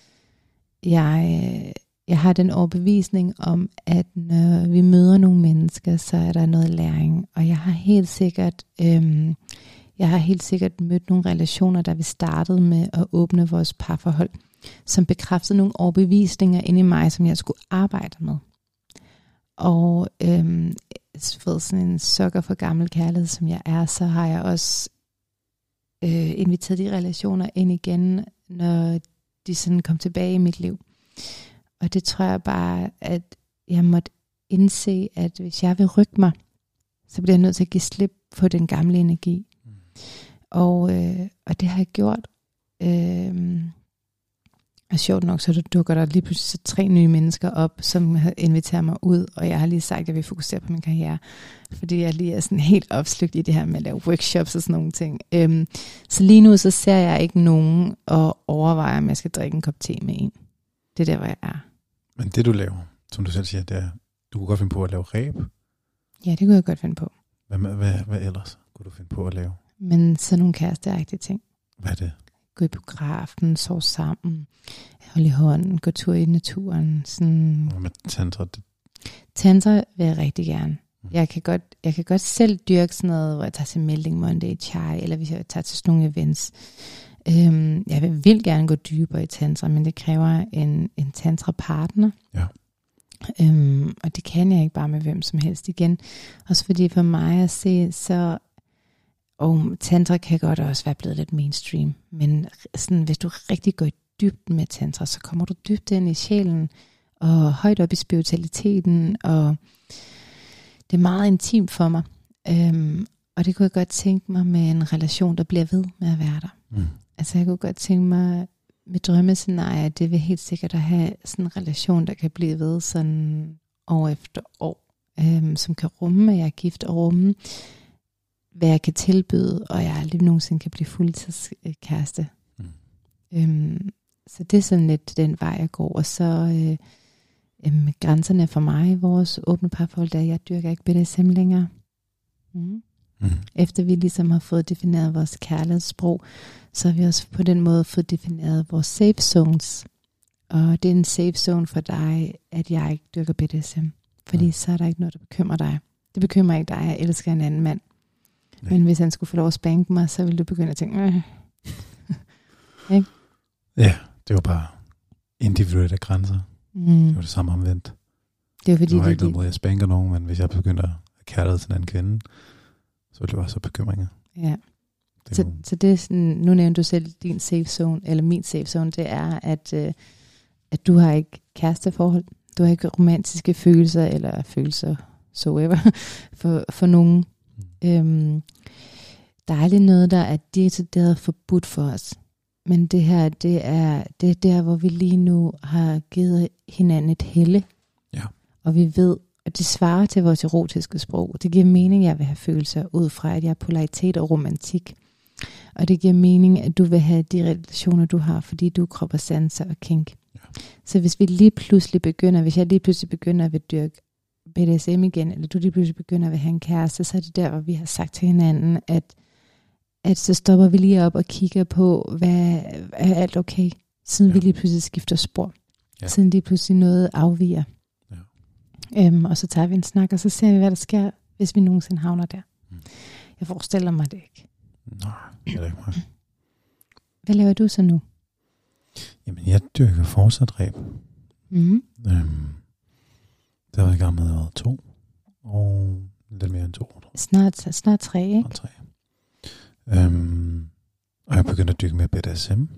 jeg, jeg har den overbevisning om, at når vi møder nogle mennesker, så er der noget læring. Og jeg har helt sikkert, øhm, jeg har helt sikkert mødt nogle relationer, der vi startede med at åbne vores parforhold, som bekræftede nogle overbevisninger inde i mig, som jeg skulle arbejde med. Og øhm, for sådan en sukker for gammel kærlighed, som jeg er, så har jeg også øh, inviteret de relationer ind igen, når de sådan kom tilbage i mit liv. Og det tror jeg bare, at jeg måtte indse, at hvis jeg vil rykke mig, så bliver jeg nødt til at give slip på den gamle energi. Mm. Og, øh, og det har jeg gjort. Øh, Og sjovt nok, så dukker der lige pludselig så tre nye mennesker op, som inviterer mig ud, og jeg har lige sagt, at jeg vil fokusere på min karriere, fordi jeg lige er sådan helt opslugt i det her med at lave workshops og sådan nogle ting. Øhm, så lige nu, så ser jeg ikke nogen og overvejer, om jeg skal drikke en kop te med en. Det er der, hvor jeg er. Men det du laver, som du selv siger, det er, du kunne godt finde på at lave ræb? Ja, det kunne jeg godt finde på. Hvad, hvad, hvad ellers kunne du finde på at lave? Men sådan nogle kæresteagtige ting. Hvad er det? Gå i biografen, sove sammen, holde i hånden, gå tur i naturen. Sådan. Og med tantra? Det... Tantra vil jeg rigtig gerne. Mm. Jeg, kan godt, jeg kan godt selv dyrke sådan noget, hvor jeg tager til Melding Monday Chai, eller hvis jeg tager til sådan nogle events. Øhm, jeg vil vildt gerne gå dybere i tantra, men det kræver en, en tantra-partner. Ja. Øhm, og det kan jeg ikke bare med hvem som helst igen. Også fordi for mig at se, så... Og tantra kan godt også være blevet lidt mainstream, men sådan, hvis du rigtig går i dybden med tantra, så kommer du dybt ind i sjælen, og højt op i spiritualiteten, og det er meget intimt for mig. Øhm, og det kunne jeg godt tænke mig med en relation, der bliver ved med at være der. Mm. Altså jeg kunne godt tænke mig, med drømmescenarier, det vil helt sikkert at have sådan en relation, der kan blive ved sådan år efter år, øhm, som kan rumme, at jeg er gift, og rumme, hvad jeg kan tilbyde, og jeg aldrig nogensinde kan blive fuldtidskæreste. Mm. Øhm, så det er sådan lidt den vej, jeg går. Og så øh, øh, grænserne for mig i vores åbne parforhold, der jeg dyrker ikke B D S M længere. Mm. Mm. Efter vi ligesom har fået defineret vores kærlighedssprog, så har vi også på den måde fået defineret vores safe zones. Og det er en safe zone for dig, at jeg ikke dyrker B D S M. Fordi mm. så er der ikke noget, der bekymrer dig. Det bekymrer ikke dig, jeg elsker en anden mand. Nej. Men hvis han skulle få lov at spanke mig, så ville du begynde at tænke, øh. ikke? Ja, det var bare individuelle grænser. Mm. Det var det samme omvendt. Det var fordi, det var det, ikke noget måde, jeg spanker nogen, men hvis jeg begyndte at kærlighed til en anden kvinde, så ville det være så bekymringer. Ja. Det så, så det er sådan, nu nævnte du selv din safe zone, eller min safe zone, det er, at, øh, at du har ikke kæresteforhold, du har ikke romantiske følelser, eller følelser, so ever, for, for nogen. Mm. Øhm, der er aldrig noget, der er decideret forbudt for os. Men det her, det er, det er der, hvor vi lige nu har givet hinanden et helle. Ja. Og vi ved, at det svarer til vores erotiske sprog. Det giver mening, at jeg vil have følelser ud fra, at jeg er polaritet og romantik. Og det giver mening, at du vil have de relationer, du har, fordi du er krop og sanser og kink. Ja. Så hvis vi lige pludselig begynder, hvis jeg lige pludselig begynder at vil dyrke B D S M igen, eller du lige pludselig begynder at vil have en kæreste, så er det der, hvor vi har sagt til hinanden, at at så stopper vi lige op og kigger på, hvad er alt okay, siden ja. vi lige pludselig skifter spor. Ja. Siden lige pludselig noget afviger. Ja. Øhm, og så tager vi en snak, og så ser vi, hvad der sker, hvis vi nogensinde havner der. Mm. Jeg forestiller mig det ikke. Nej, det er ikke mig. Hvad laver du så nu? Jamen, jeg dyrker fortsat ræb. Mm. Øhm, det var i gang med at være to, og lidt mere end to år. Snart, snart tre, ikke? Snart tre. Um, og jeg begyndte at dykke med B D S M.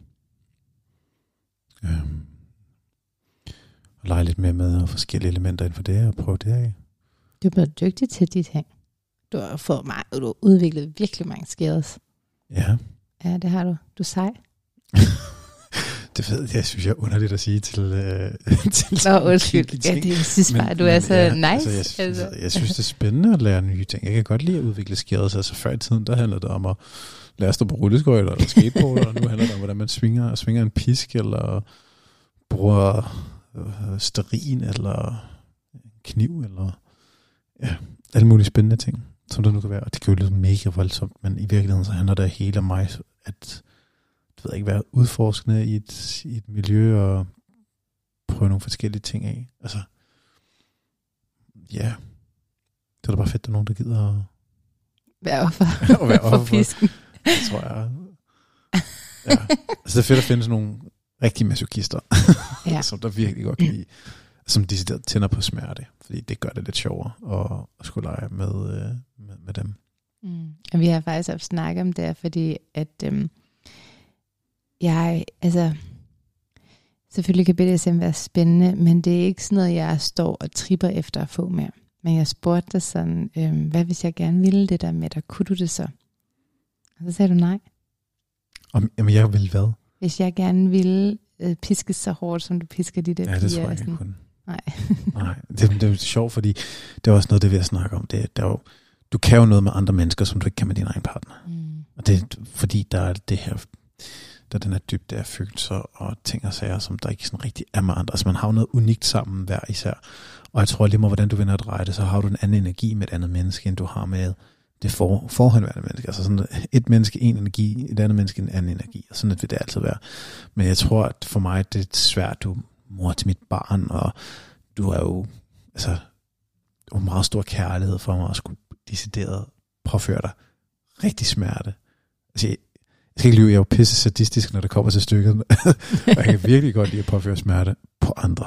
Um, og lege lidt mere med forskellige elementer inden for det, og prøve det af. Du er blevet dygtig til de ting. Du har fået meget, du har udviklet virkelig mange skills. Ja. Ja, det har du. Du er sej. Det ved jeg, jeg synes jeg er underligt at sige til... Uh, til Nå, undskyld. Ja, det synes bare, du er så ja, nice. Altså, jeg, altså. jeg synes, det er spændende at lære nye ting. Jeg kan godt lide at udvikle skills. Altså før i tiden, der handlede det om at lære at stå på rulleskøjter eller skateboard, og nu handler det om, hvordan man svinger, svinger en pisk, eller bruger øh, stearin, eller kniv, eller ja, alle mulige spændende ting, som det nu kan være. Og det kan jo lyde mega voldsomt, men i virkeligheden så handler det hele om mig, at jeg ved ikke, være udforskende i et, i et miljø og prøve nogle forskellige ting af. Altså, ja. Det er da bare fedt, at der er nogen, der gider at være offer og være offer for fisken. Det tror jeg. Ja. Altså, det er fedt at finde sådan nogle rigtige masochister, ja. som der virkelig godt kan lide, som decideret tænder på smerte, fordi det gør det lidt sjovere at, at skulle lege med, med, med dem. Mm. Og vi har faktisk haft snakket om det, fordi at øhm, jeg, altså, selvfølgelig kan B D S M være spændende, men det er ikke sådan noget, jeg står og tripper efter at få mere. Men jeg spurgte dig sådan, øhm, hvad hvis jeg gerne ville det der med dig, kunne du det så? Og så sagde du nej. Om, jamen jeg ville hvad? Hvis jeg gerne ville øh, piskes så hårdt, som du pisker de der piger. Ja, det tror jeg ikke, jeg kunne. Nej. Nej, det, det er sjovt, fordi det er også noget, det vi har snakket om. Det, det er jo, du kan jo noget med andre mennesker, som du ikke kan med din egen partner. Mm. Og det er fordi, der er det her... der den er dybde af følelser og ting og sager, som der ikke sådan rigtig er med andre. Altså man har jo noget unikt sammen hver især. Og jeg tror lige meget, hvordan du vender at dreje det, så har du en anden energi med et andet menneske, end du har med det for, forhåndværende menneske. Altså sådan et menneske, en energi, et andet menneske, en anden energi. Og sådan vil det altid være. Men jeg tror, at for mig, det er svært, du er mor til mit barn, og du er jo, altså, du har meget stor kærlighed for mig, at skulle decideret påføre dig rigtig smerte. Altså, jeg skal ikke lyve, jeg er jo pisse sadistisk, når det kommer til stykket. Og jeg kan virkelig godt lide at påføre smerte på andre.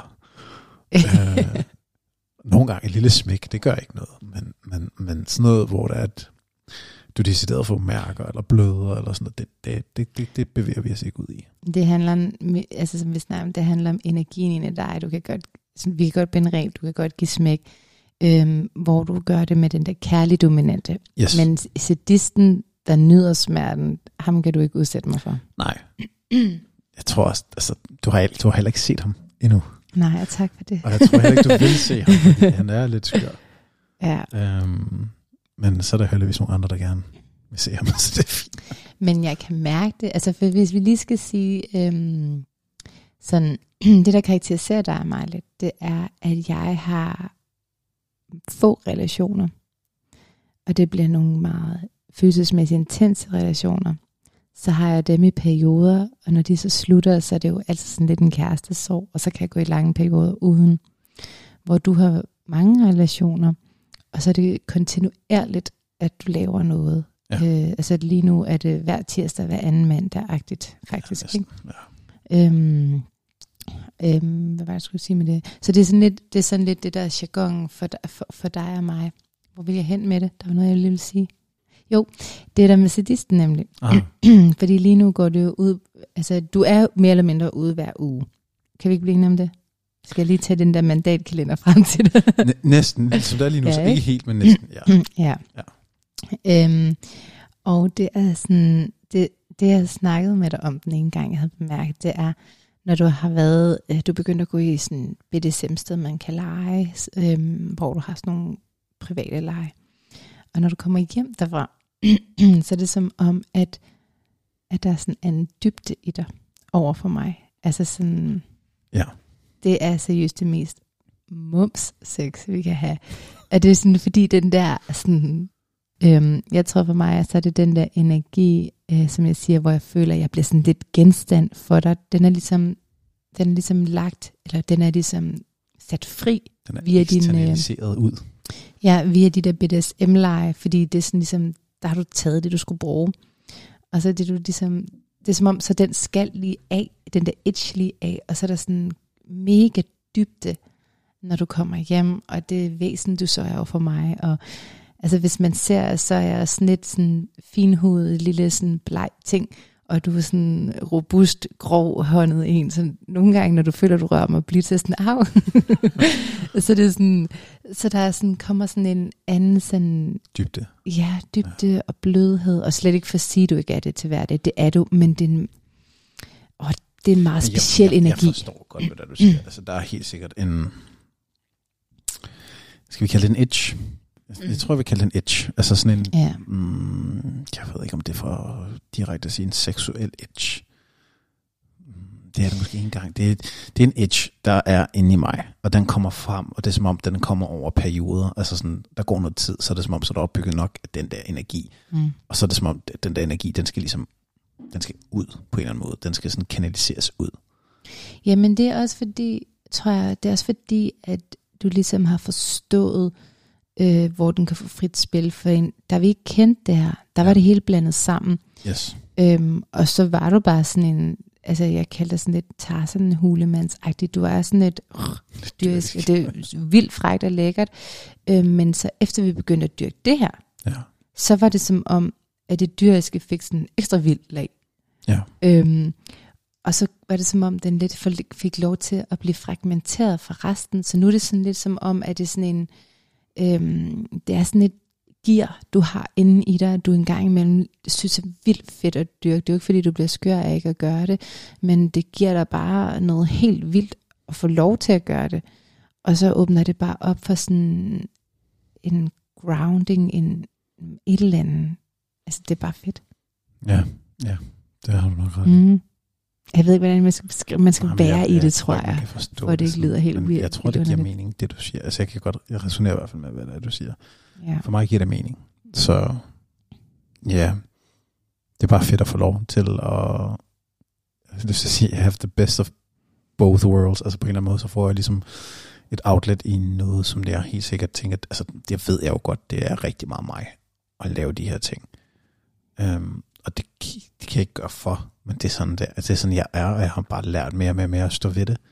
øh, nogle gange et lille smæk, det gør ikke noget. Men, men, men sådan noget, hvor det er, at du decideret får mærker, eller bløder, eller sådan noget, det, det, det, det, det bevæger vi os ikke ud i. Det handler om, altså som vi snakker om, det handler om energien inde i dig. Du kan godt, vi kan godt binde reb, du kan godt give smæk, øhm, hvor du gør det med den der kærlige dominante. Yes. Men sadisten, der nyder smerten, ham kan du ikke udsætte mig for. Nej. Jeg tror også, altså, du har, du har heller ikke set ham endnu. Nej, tak for det. Og jeg tror heller ikke, du vil se ham, fordi han er lidt skør. Ja. Øhm, men så er der heldigvis nogle andre, der gerne vil se ham, så det er fint. Men jeg kan mærke det, altså for hvis vi lige skal sige, øhm, sådan, det der karakteriserer dig mig lidt, det er, at jeg har få relationer. Og det bliver nogle meget følelsesmæssigt intense relationer. Så har jeg dem i perioder, og når de så slutter, så er det jo altid sådan lidt en kærestesorg, og så kan jeg gå i lange perioder uden. Hvor du har mange relationer, og så er det kontinuerligt, at du laver noget. Ja. Øh, altså lige nu er det hver tirsdag, hver anden mandag-agtigt, faktisk. Ja, ikke? Ja. Øhm, øhm, hvad var det, jeg skulle sige med det? Så det er sådan lidt det, er sådan lidt det der jargon for, for, for dig og mig. Hvor vil jeg hen med det? Der var noget, jeg lige ville sige. Jo, det er der med sadisten nemlig. Fordi lige nu går det jo ud, altså du er mere eller mindre ude hver uge. Kan vi ikke blive enige om det? Skal jeg lige tage den der mandatkalender frem til det? Næ- næsten, som der er lige nu, ja, så ikke helt, men næsten, ja. ja. ja. Øhm, og det er sådan, det, det jeg har snakket med dig om den ene gang, jeg havde bemærket, det er, når du har været, du begynder at gå i sådan B D S M-sted, man kan lege, øhm, hvor du har sådan nogle private lege. Og når du kommer hjem derfra, så er det som om, at, at der er sådan en dybde i dig over for mig. Altså sådan, ja. Det er seriøst det mest mums sex, vi kan have. Og det er sådan, fordi den der, sådan, øhm, jeg tror for mig, så er det den der energi, øh, som jeg siger, hvor jeg føler, at jeg bliver sådan lidt genstand for dig. Den er ligesom, den er ligesom lagt, eller den er ligesom sat fri. Den er via eksternaliseret din, øh, ud. Ja, via de der B D S M-leje, fordi det er sådan ligesom, der har du taget det, du skulle bruge. Og så er det, du ligesom, det er som om, så den skal lige af, den der itch lige af, og så er der sådan mega dybde, når du kommer hjem, og det er væsen, du så er jo for mig. Og altså hvis man ser, så er jeg sådan lidt sådan finhudet, lille sådan bleg ting, og du er sådan robust, grov håndet en, så nogle gange, når du føler, du rører mig, bliver det sådan, au. så det er sådan, så der er sådan, kommer sådan en anden sådan... Dybde. Ja, dybde ja. Og blødhed, og slet ikke for at sige, at du ikke er det til hverdag. Det er du, men det er en, åh, det er en meget speciel jeg, jeg, energi. Jeg forstår godt, hvad du siger. Altså, der er helt sikkert en... Skal vi kalde det en itch? Jeg tror, jeg vil kalde det en itch. Altså sådan en... Ja. Mm, jeg ved ikke, om det er for direkte at sige en seksuel itch. Det er det måske ikke engang. Det er, det er en itch, der er inde i mig, og den kommer frem, og det er som om, den kommer over perioder. Altså sådan, der går noget tid, så er det som om, så er der opbygget nok af den der energi. Mm. Og så er det som om, den der energi, den skal ligesom, den skal ud på en eller anden måde. Den skal sådan kanaliseres ud. Jamen det er også fordi, tror jeg, det er også fordi, at du ligesom har forstået, øh, hvor den kan få frit spil. For en, da vi ikke kendte det her, der var ja. Det hele blandet sammen. Yes. Øhm, og så var du bare sådan en, altså jeg kaldte det sådan lidt Tarzan hulemandsagtigt. Du er sådan et øh, dyrisk, det er vildt frækt og lækkert. Øh, men så efter vi begyndte at dyrke det her, ja. Så var det som om, at det dyriske fik sådan en ekstra vild lag. Ja. Øhm, og så var det som om, den lidt fik lov til at blive fragmenteret fra resten. Så nu er det sådan lidt som om, at det er sådan en, øhm, det er sådan et gear, du har inde i dig, du engang imellem synes er vildt fedt at dyrke. Det er jo ikke fordi, du bliver skør af ikke at gøre det, men det giver dig bare noget helt vildt at få lov til at gøre det. Og så åbner det bare op for sådan en grounding, en et eller andet. Altså det er bare fedt. Ja, ja, det har du nok ret. Mm. Jeg ved ikke, hvordan man skal beskrive, man skal Jamen, være jeg, i det, jeg tror jeg. jeg for det, det ikke lyder helt weird. Jeg tror, det giver mening, det du siger. Altså jeg kan godt, jeg resonerer i hvert fald med, hvad det er, du siger. Ja. For mig giver det mening. Så ja, det er bare fedt at få lov til at, jeg vil sige, have the best of both worlds. Altså på en eller anden måde, så får jeg ligesom et outlet i noget, som det er helt sikkert tænker, altså det ved jeg jo godt, det er rigtig meget mig at lave de her ting. Um, og det, det kan jeg ikke gøre for, men det er sådan, det, altså det er sådan jeg er, og jeg har bare lært mere og mere, mere at stå ved det.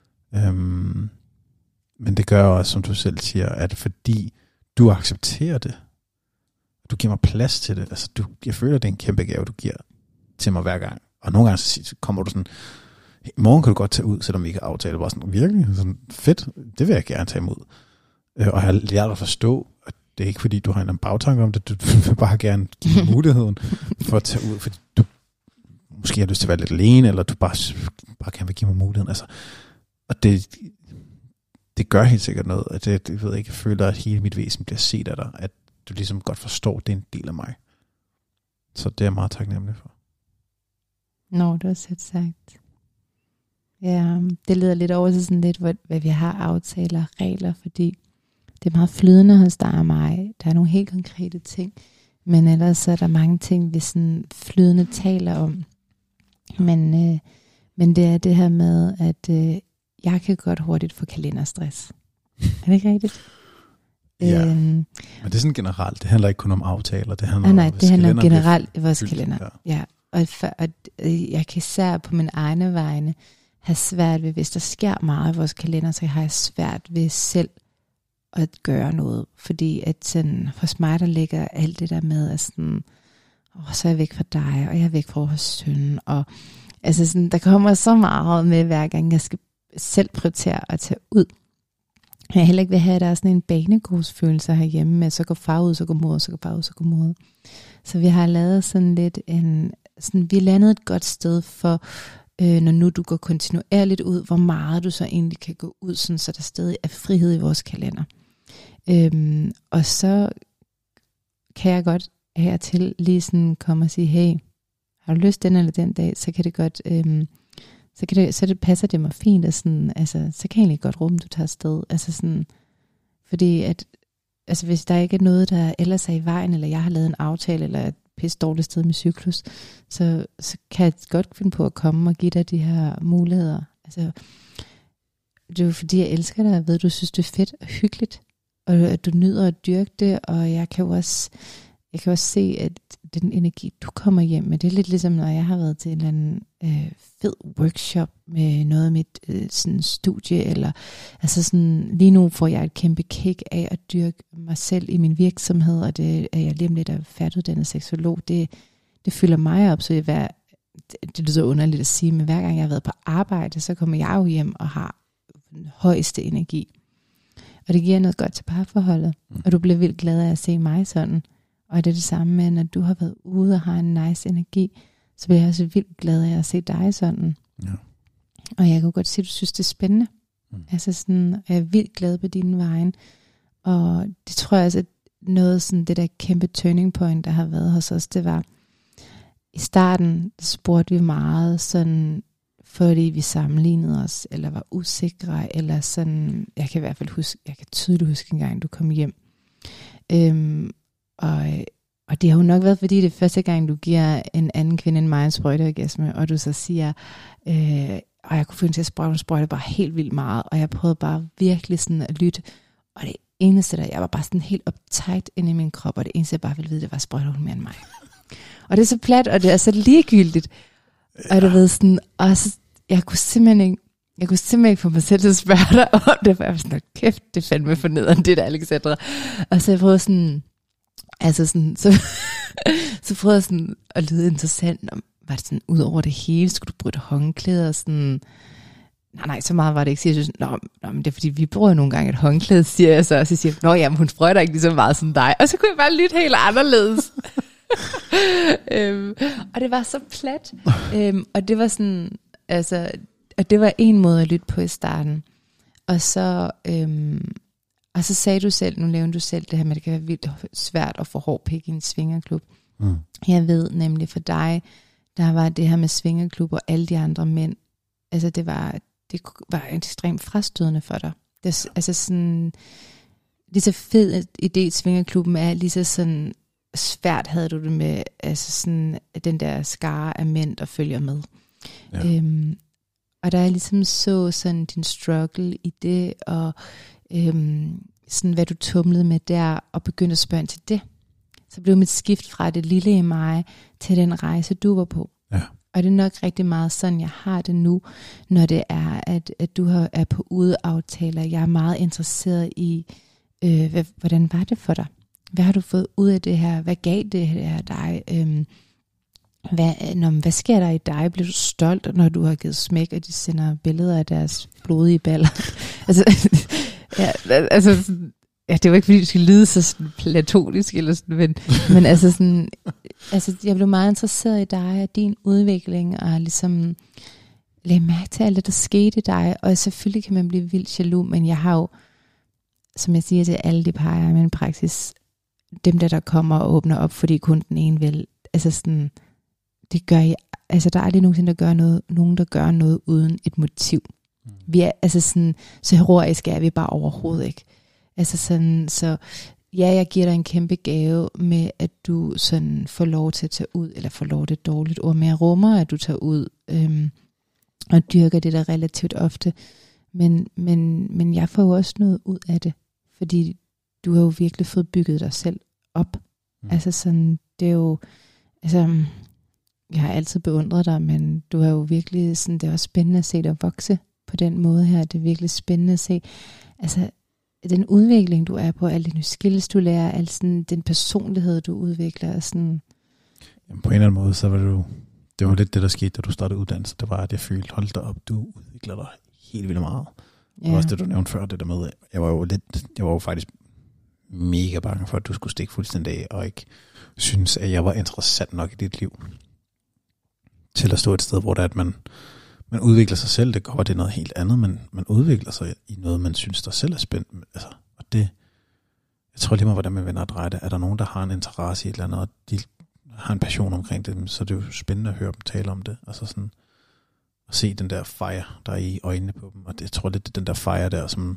Um, men det gør også, som du selv siger, at fordi du accepterer det, du giver mig plads til det, altså du, jeg føler, det er en kæmpe gave, du giver til mig hver gang. Og nogle gange så kommer du sådan, i morgen kan du godt tage ud, selvom vi ikke har aftalt, bare sådan, virkelig, sådan, fedt, det vil jeg gerne tage imod. Og jeg har lært at forstå, at det er ikke fordi, du har en bagtanke om det, du vil bare gerne give mig muligheden for at tage ud, fordi du måske har lyst til at være lidt alene, eller du bare, bare gerne vil give mig muligheden. Altså, og det, det gør helt sikkert noget, at det, jeg ved ikke, jeg føler, at hele mit væsen bliver set af dig, at du ligesom godt forstår, at det er en del af mig. Så det er jeg meget taknemmelig for. Nå, det er sødt sagt. Ja, det leder lidt over til sådan lidt, hvad, hvad vi har aftaler, regler, fordi det er meget flydende hos dig og mig. Der er nogle helt konkrete ting, men ellers så er der mange ting, vi sådan flydende taler om. Men, øh, men det er det her med, at øh, jeg kan godt hurtigt få kalenderstress. Er det ikke rigtigt? Ja, øhm, men det er sådan generelt. Det handler ikke kun om aftaler. Det handler ah, nej, om, det handler generelt i vores fyldt, kalender. Ja. Ja, og, for, og øh, jeg kan især på min egne vegne have svært ved, hvis der sker meget i vores kalender, så har jeg svært ved selv at gøre noget. Fordi at sådan, hos mig, der ligger alt det der med, at sådan, åh, så er jeg væk fra dig, og jeg er væk fra vores søn. Og altså sådan, der kommer så meget med, hver gang jeg skal selv prioritere at tage ud. Jeg heller ikke vil have, at der er sådan en banegårdsfølelse herhjemme med, så går far ud, så går mor, så går far ud, så går mor. Så vi har lavet sådan lidt en, sådan, vi er landet et godt sted for, øh, når nu du går kontinuerligt ud, hvor meget du så egentlig kan gå ud, sådan, så der stadig er frihed i vores kalender. Øhm, og så kan jeg godt her til lige sådan komme og sige, hey, har du lyst den eller den dag, så kan det godt, øhm, så kan det, så det passer det mig fint, og sådan, altså, så kan jeg egentlig godt rumme, du tager afsted. Altså sådan, fordi at, altså hvis der ikke er noget, der ellers er i vejen, eller jeg har lavet en aftale, eller et pisse dårligt sted med cyklus, så, så kan jeg godt finde på at komme og give dig de her muligheder. Altså, det er jo fordi, jeg elsker dig, og jeg ved, du synes, det er fedt og hyggeligt, og at du nyder at dyrke det, og jeg kan jo også, jeg kan også se, at den energi, du kommer hjem med, det er lidt ligesom, når jeg har været til en eller anden øh, fed workshop med noget af mit øh, sådan studie, eller altså sådan, lige nu får jeg et kæmpe kick af at dyrke mig selv i min virksomhed, og det er jeg lige om lidt er færdiguddannet seksolog. Det, det fylder mig op, så jeg hver, det, det lyder så underligt at sige, men hver gang jeg har været på arbejde, så kommer jeg jo hjem og har den højeste energi. Og det giver noget godt til parforholdet, mm. og du bliver vildt glad af at se mig sådan. Og det er det samme med, når du har været ude og har en nice energi, så bliver jeg også vildt glad af at se dig sådan. Ja. Og jeg kan godt se, at du synes, det er spændende. Mm. Altså sådan, jeg er vildt glad på dine vegne. Og det tror jeg også, at noget sådan, det der kæmpe turning point, der har været hos os, det var, i starten spurgte vi meget sådan, fordi vi sammenlignede os, eller var usikre, eller sådan, jeg kan i hvert fald huske, jeg kan tydeligt huske en gang, du kom hjem. Øhm, Og, og det har jo nok været, fordi det er første gang, du giver en anden kvinde end mig en sprøjteorgasme, og du så siger, øh, og jeg kunne finde til at sprøjte, sprøjte bare helt vildt meget, og jeg prøvede bare virkelig sådan at lytte, og det eneste der, jeg var bare sådan helt uptight inde i min krop, og det eneste jeg bare ville vide, det var, sprøjte hun mere end mig. Og det er så plat, og det er så ligegyldigt, og du ved sådan, og så, jeg kunne simpelthen ikke, Jeg kunne simpelthen ikke få mig selv til at spørge dig om det, for jeg var sådan, kæft, det fandt mig for nederen, det der, Alexandra. Og så jeg prøvede sådan, altså sådan, så, så prøvede jeg sådan at lyde interessant, om, var det sådan, ud over det hele, skulle du bruge et håndklæde, og sådan, nej, nej, så meget var det ikke, så jeg synes, nå, nå, men det er fordi, vi bruger nogle gange et håndklæde, siger jeg så, og så siger jeg, nå, jamen, hun sprøjter ikke lige så meget som dig, og så kunne jeg bare lytte helt anderledes. øhm, og det var så plat, øhm, og det var sådan, altså, og det var en måde at lytte på i starten, og så, øhm, og så sagde du selv, nu nævnte du selv det her med, at det kan være vildt svært at få hård pik i en svingerklub. Mm. Jeg ved nemlig for dig, der var det her med svingerklub og alle de andre mænd, altså det var, det var ekstremt frastødende for dig. Det, altså sådan, lige så fed idé svingerklubben er, lige så sådan svært havde du det med, altså sådan den der skare af mænd, der følger med. Ja. Øhm, og der er ligesom så sådan din struggle i det, og øhm, sådan hvad du tumlede med der, og begyndte at spørge ind til det. Så blev mit skift fra det lille i mig, til den rejse du var på. Ja. Og det er nok rigtig meget sådan, jeg har det nu, når det er, at, at du har, er på udeaftaler. Jeg er meget interesseret i, øh, hvad, hvordan var det for dig? Hvad har du fået ud af det her? Hvad gav det her dig? Øhm, hvad, når, hvad sker der i dig? Bliver du stolt, når du har givet smæk, og de sender billeder af deres blodige baller? altså, ja, altså, ja, det var ikke fordi, du skal lyde så sådan platonisk, eller sådan, men, men altså sådan, altså, jeg blev meget interesseret i dig, og din udvikling, og ligesom lagde mærke til alt det, der skete i dig, og selvfølgelig kan man blive vildt jaloux, men jeg har jo, som jeg siger til alle de par, jeg er i min praksis, dem der, der kommer og åbner op, fordi kun den ene vil, altså sådan, det gør jeg, altså der er aldrig nogensinde, der gør noget, nogen, der gør noget uden et motiv. Mm. Vi er, altså sådan, så heroisk er vi bare overhovedet ikke. Altså sådan, så ja, jeg giver dig en kæmpe gave med, at du sådan får lov til at tage ud, eller får lov til et dårligt ord, mere rummer, at du tager ud øhm, og dyrker det der relativt ofte. Men, men, men jeg får jo også noget ud af det, fordi du har jo virkelig fået bygget dig selv op. Mm. Altså sådan, det er jo, altså, jeg har altid beundret dig, men du har jo virkelig sådan, det er også spændende at se dig vokse på den måde her. Det er virkelig spændende at se, altså, den udvikling, du er på, alle de nye skills, du lærer, al sådan, den personlighed, du udvikler. Sådan. Jamen, på en eller anden måde, så var det jo, det var lidt det, der skete, da du startede uddannelse. Det var, at jeg følte, hold da op, du udvikler dig helt vildt meget. Ja. Og også det, du nævnte før, det der med, jeg var jo lidt, jeg var jo faktisk mega bange for, at du skulle stikke fuldstændig af, og ikke synes, at jeg var interessant nok i dit liv. Til at stå et sted, hvor det er, at man, man udvikler sig selv. Det går, det er noget helt andet, men man udvikler sig i noget, man synes, der selv er spændende. Altså, og det, jeg tror lige meget, hvordan man vender og drejer det. Er der nogen, der har en interesse i et eller andet, og de har en passion omkring det, så det er jo spændende at høre dem tale om det. Altså sådan, at se den der fire, der er i øjnene på dem. Og det, jeg tror lidt, det er den der fire der, som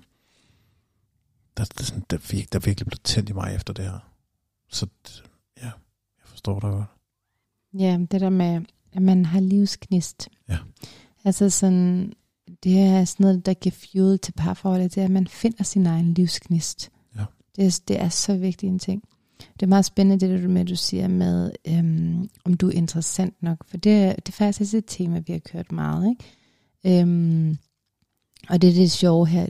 der, der, der, der, der virkelig blev tændt i mig efter det her. Så ja, jeg forstår dig godt. Ja, det der med, at man har livsgnist. Ja. Altså sådan, det er sådan noget, der giver fuel til parforholdet, det er, at man finder sin egen livsgnist. Ja. Det, er, det er så vigtig en ting. Det er meget spændende, det der med, du siger med, øhm, om du er interessant nok, for det, det er faktisk også et tema, vi har kørt meget, ikke? Øhm, og det er det sjove her.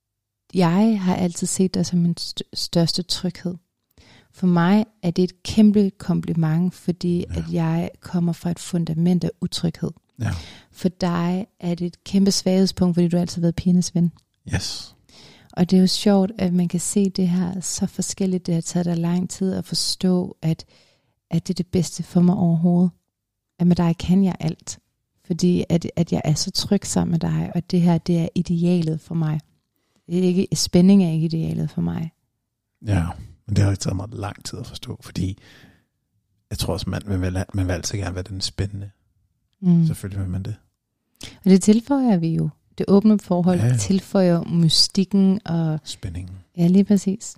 Jeg har altid set dig som min st- største tryghed. For mig er det et kæmpe kompliment, fordi ja. at jeg kommer fra et fundament af utryghed. Ja. For dig er det et kæmpe svaghedspunkt, fordi du har altid været pigernes ven. Yes. Og det er jo sjovt, at man kan se det her så forskelligt. Det har taget dig lang tid at forstå, at, at det er det bedste for mig overhovedet. At med dig kan jeg alt. Fordi at, at jeg er så tryg sammen med dig, og det her, det er idealet for mig. Det er ikke, spænding er ikke idealet for mig. Ja, men det har ikke taget mig lang tid at forstå, fordi jeg tror også, man vil, man vil altid gerne være den spændende. Mm. Selvfølgelig vil man det. Og det tilføjer vi jo. Det åbne forhold ja. tilføjer mystikken og spændingen. Ja, lige præcis.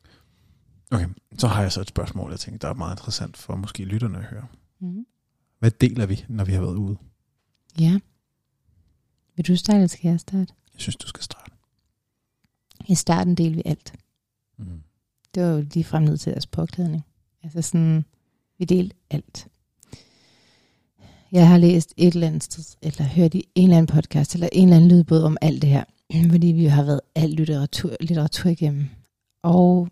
Okay, så har jeg så et spørgsmål, jeg tænker, der er meget interessant for måske lytterne at høre. Mm. Hvad deler vi, når vi har været ude? Ja. Vil du starte, eller skal jeg starte? Jeg synes, du skal starte. I starten deler vi alt. Mm. Det var jo lige frem ned til deres påklædning. Altså sådan, vi delte alt. Jeg har læst et eller andet sted, eller hørt i en eller anden podcast, eller en eller anden lydbog om alt det her. Fordi vi har været alt litteratur, litteratur igennem. Og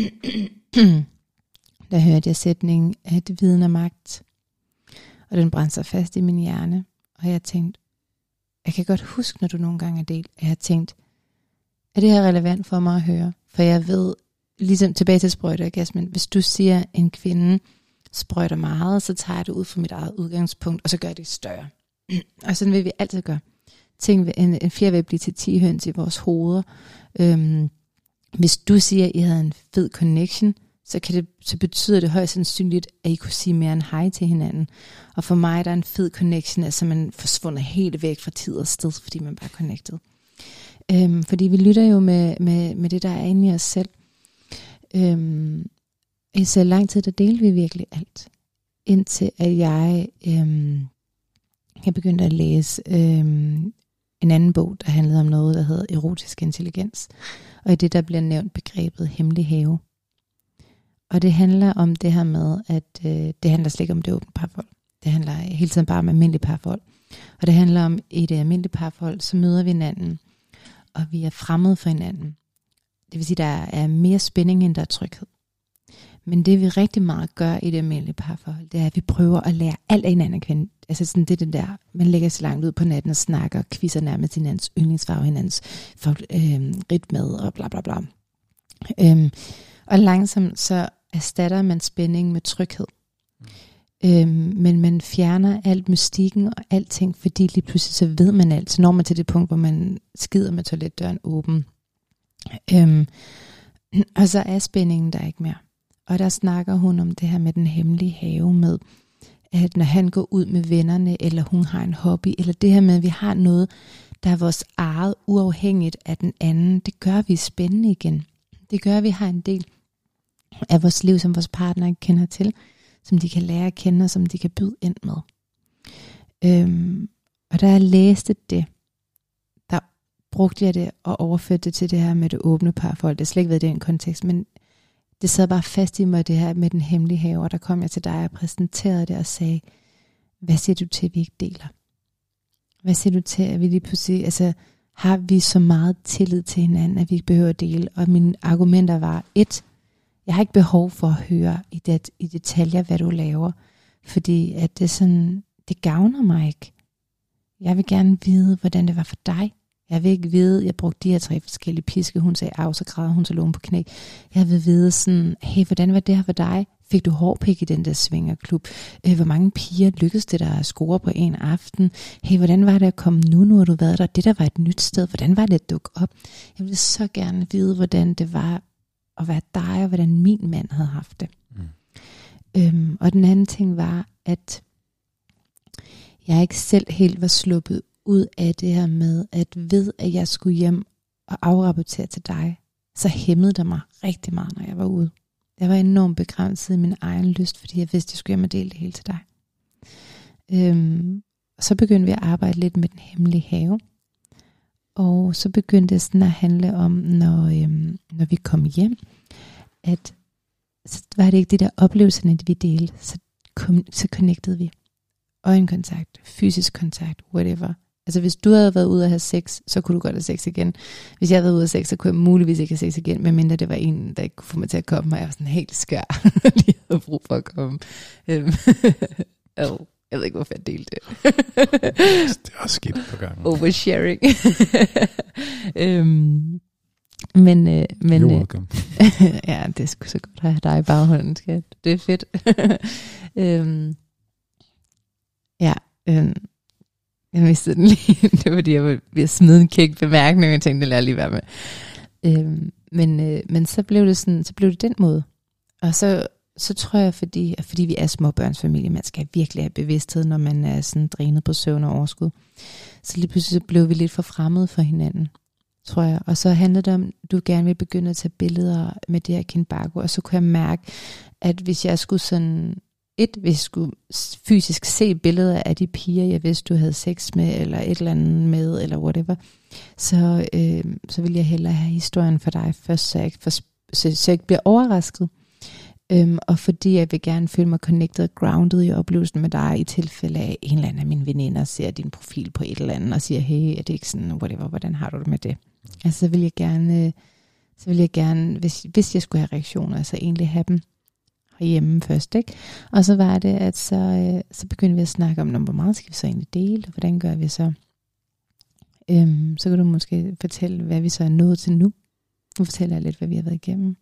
der hørte jeg sætningen, at viden er magt. Og den brændte sig fast i min hjerne. Og jeg tænkte, jeg kan godt huske, når du nogle gange er delt, at jeg har tænkt, er det her relevant for mig at høre? For jeg ved, ligesom tilbage til sprøjteorgasmen, hvis du siger, at en kvinde sprøjter meget, så tager jeg det ud fra mit eget udgangspunkt, og så gør det større. Og sådan vil vi altid gøre. Tænk, en, en fjer vil blive til ti høns i vores hoveder. Øhm, hvis du siger, at I havde en fed connection, så, kan det, så betyder det højst sandsynligt, at I kunne sige mere end hej til hinanden. Og for mig der er en fed connection, altså man forsvundet helt væk fra tid og sted, fordi man bare er connected. Øhm, fordi vi lytter jo med, med, med det, der er inde i os selv. Øhm, I så lang tid, der delte vi virkelig alt. Indtil at jeg, øhm, jeg begyndte at læse øhm, en anden bog, der handlede om noget, der hedder erotisk intelligens. Og i det, der bliver nævnt begrebet hemmelig have. Og det handler om det her med, at øh, det handler slet ikke om det åbne parforhold. Det handler hele tiden bare om almindelige parforhold. Og det handler om, i det almindelige parforhold, så møder vi hinanden, og vi er fremmede for hinanden. Det vil sige, der er mere spænding, end der er tryghed. Men det vi rigtig meget gør i det almindelige parforhold, det er, at vi prøver at lære alt af hinanden at kende. Altså sådan det er den der, man lægger sig langt ud på natten og snakker, og quizzer nærmest hinandens yndlingsfarve, hinandens øh, ritmad og bla bla bla. Øhm, og langsomt så erstatter man spænding med tryghed. Mm. Øhm, men man fjerner alt mystikken og alting, fordi lige pludselig så ved man alt. Så når man til det punkt, hvor man skider med toiletdøren åben. Øhm, og så er spændingen der ikke mere. Og der snakker hun om det her med den hemmelige have med, at når han går ud med vennerne, eller hun har en hobby, eller det her med, at vi har noget, der er vores eget, uafhængigt af den anden, det gør, at vi er spændende igen. Det gør, at vi har en del af vores liv, som vores partner ikke kender til, som de kan lære at kende, og som de kan byde ind med. Øhm, og da jeg læste det, der brugte jeg det og overførte det til det her med det åbne parforhold. Det har slet ikke været i den kontekst, men det sad bare fast i mig, det her med den hemmelige have, og der kom jeg til dig og præsenterede det og sagde, hvad siger du til, at vi ikke deler? Hvad siger du til, at vi lige pludselig, altså har vi så meget tillid til hinanden, at vi ikke behøver at dele? Og mine argumenter var, et, jeg har ikke behov for at høre i, det, i detaljer, hvad du laver, fordi at det sådan, det gavner mig ikke. Jeg vil gerne vide, hvordan det var for dig. Jeg vil ikke vide, jeg brugte de her tre forskellige piske. Hun sagde af, så græd hun, så lå hun på knæ. Jeg vil vide sådan, hey, hvordan var det her for dig? Fik du hårpik i den der svingerklub? Øh, hvor mange piger lykkedes det der at score på en aften? Hey, hvordan var det at komme nu, nu har du været der? Det der var et nyt sted. Hvordan var det at dukke op? Jeg ville så gerne vide, hvordan det var at være dig, og hvordan min mand havde haft det. Mm. Øhm, og den anden ting var, at jeg ikke selv helt var sluppet ud af det her med, at ved, at jeg skulle hjem og afrapportere til dig, så hæmmede det mig rigtig meget, når jeg var ude. Jeg var enormt begrænset i min egen lyst, fordi jeg vidste, at jeg skulle hjem og dele det hele til dig. Øhm, så begyndte vi at arbejde lidt med den hemmelige have. Og så begyndte det sådan at handle om, når, øhm, når vi kom hjem, at så var det ikke de der oplevelser, vi delte, så, kom, så connectede vi. Øjenkontakt, fysisk kontakt, whatever. Altså hvis du havde været ude at have sex, så kunne du godt have sex igen. Hvis jeg havde været ude at have sex, så kunne jeg muligvis ikke have sex igen, medmindre det var en, der ikke kunne få mig til at komme, og jeg var sådan helt skør, lige havde brug for at komme. Øhm, oh, jeg ved ikke, hvorfor jeg delte det. Det er også skidt på gangen. Oversharing. øhm, men, øh, men You're welcome. ja, det skulle så godt have dig i baghånden, skat. Det er fedt. øhm, ja, øhm, jeg mistede den lige. Det var fordi, jeg var ved at smide en kæk bemærkning, og jeg tænkte, det lader jeg lige være med. Øhm, men, øh, men så blev det sådan, så blev det den måde. Og så, så tror jeg, fordi, fordi vi er småbørnsfamilie, man skal virkelig have bevidsthed, når man er sådan drænet på søvn og overskud. Så lige pludselig så blev vi lidt for fremmede for hinanden, tror jeg. Og så handlede det om, du gerne ville begynde at tage billeder med det her kinbaku, og så kunne jeg mærke, at hvis jeg skulle sådan... Et, hvis jeg skulle fysisk se billeder af de piger, jeg vidste, du havde sex med, eller et eller andet med, eller whatever, så, øh, så vil jeg hellere have historien for dig først, så jeg ikke, for, så, så jeg ikke bliver overrasket. Øhm, og fordi jeg vil gerne føle mig connected og grounded i oplevelsen med dig, i tilfælde af en eller anden af mine veninder ser din profil på et eller andet, og siger, hey, er det ikke sådan, whatever, hvordan har du det med det? Altså, så vil jeg gerne, så vil jeg gerne hvis, hvis jeg skulle have reaktioner, så egentlig have dem hjemme først, ikke? Og så var det, at så, øh, så begyndte vi at snakke om, hvor meget skal vi så egentlig dele, og hvordan gør vi så? Øhm, så kan du måske fortælle, hvad vi så er nået til nu. Nu fortæller jeg lidt, hvad vi har været igennem.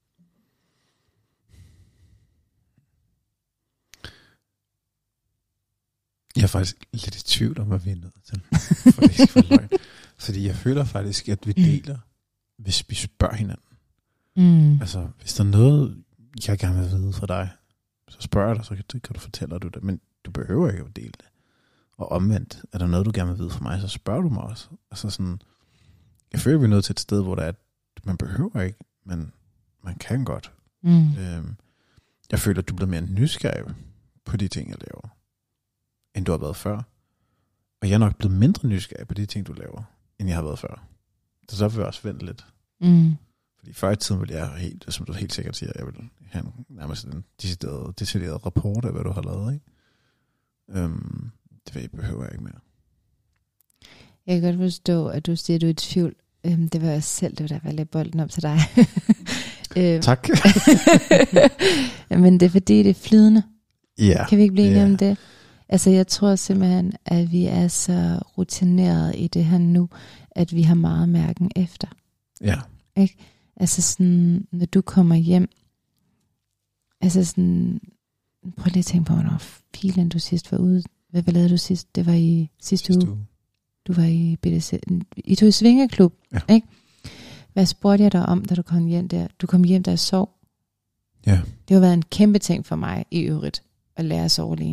Jeg er faktisk lidt i tvivl om, hvad vi er nået til. For det ikke for løgn. Fordi jeg føler faktisk, at vi deler, hvis vi spørger hinanden. Mm. Altså, hvis der er noget, jeg gerne vil vide fra dig, så spørger jeg dig, så kan, kan du fortælle du det. Men du behøver ikke at dele det. Og omvendt, er der noget, du gerne vil vide fra mig, så spørger du mig også. Altså sådan, jeg føler, vi er nået til et sted, hvor der er, at man behøver ikke, men man kan godt. Mm. Øhm, jeg føler, at du bliver mere nysgerrig på de ting, jeg laver, end du har været før. Og jeg er nok blevet mindre nysgerrig på de ting, du laver, end jeg har været før. Så så vil jeg også vente lidt. Mm. Fordi før i tiden ville jeg helt, som du helt sikkert siger, jeg vil have en, nærmest en decideret, decideret rapport af, hvad du har lavet, ikke? Øhm, det behøver jeg ikke mere. Jeg kan godt forstå, at du siger, at du er i tvivl. Øhm, det var jeg selv, det var der, jeg lagde bolden op til dig. øhm. Tak. Men det er fordi, det er flydende. Ja. Yeah. Kan vi ikke blive enige yeah. om det? Altså, jeg tror simpelthen, at vi er så rutineret i det her nu, at vi har meget mærken efter. Ja. Ikke? Altså sådan, når du kommer hjem, altså sådan, prøv lige at tænke på, hvornår filen du sidst var ude. Hvad, hvad lavede du sidst? Det var i sidste, sidste uge. uge. Du var i B D C. I tog i svingerklub, ja. Ikke? Hvad spurgte jeg dig om, da du kom hjem der? Du kom hjem, da jeg sov. Ja. Det har været en kæmpe ting for mig i øvrigt, at lære at sove alene.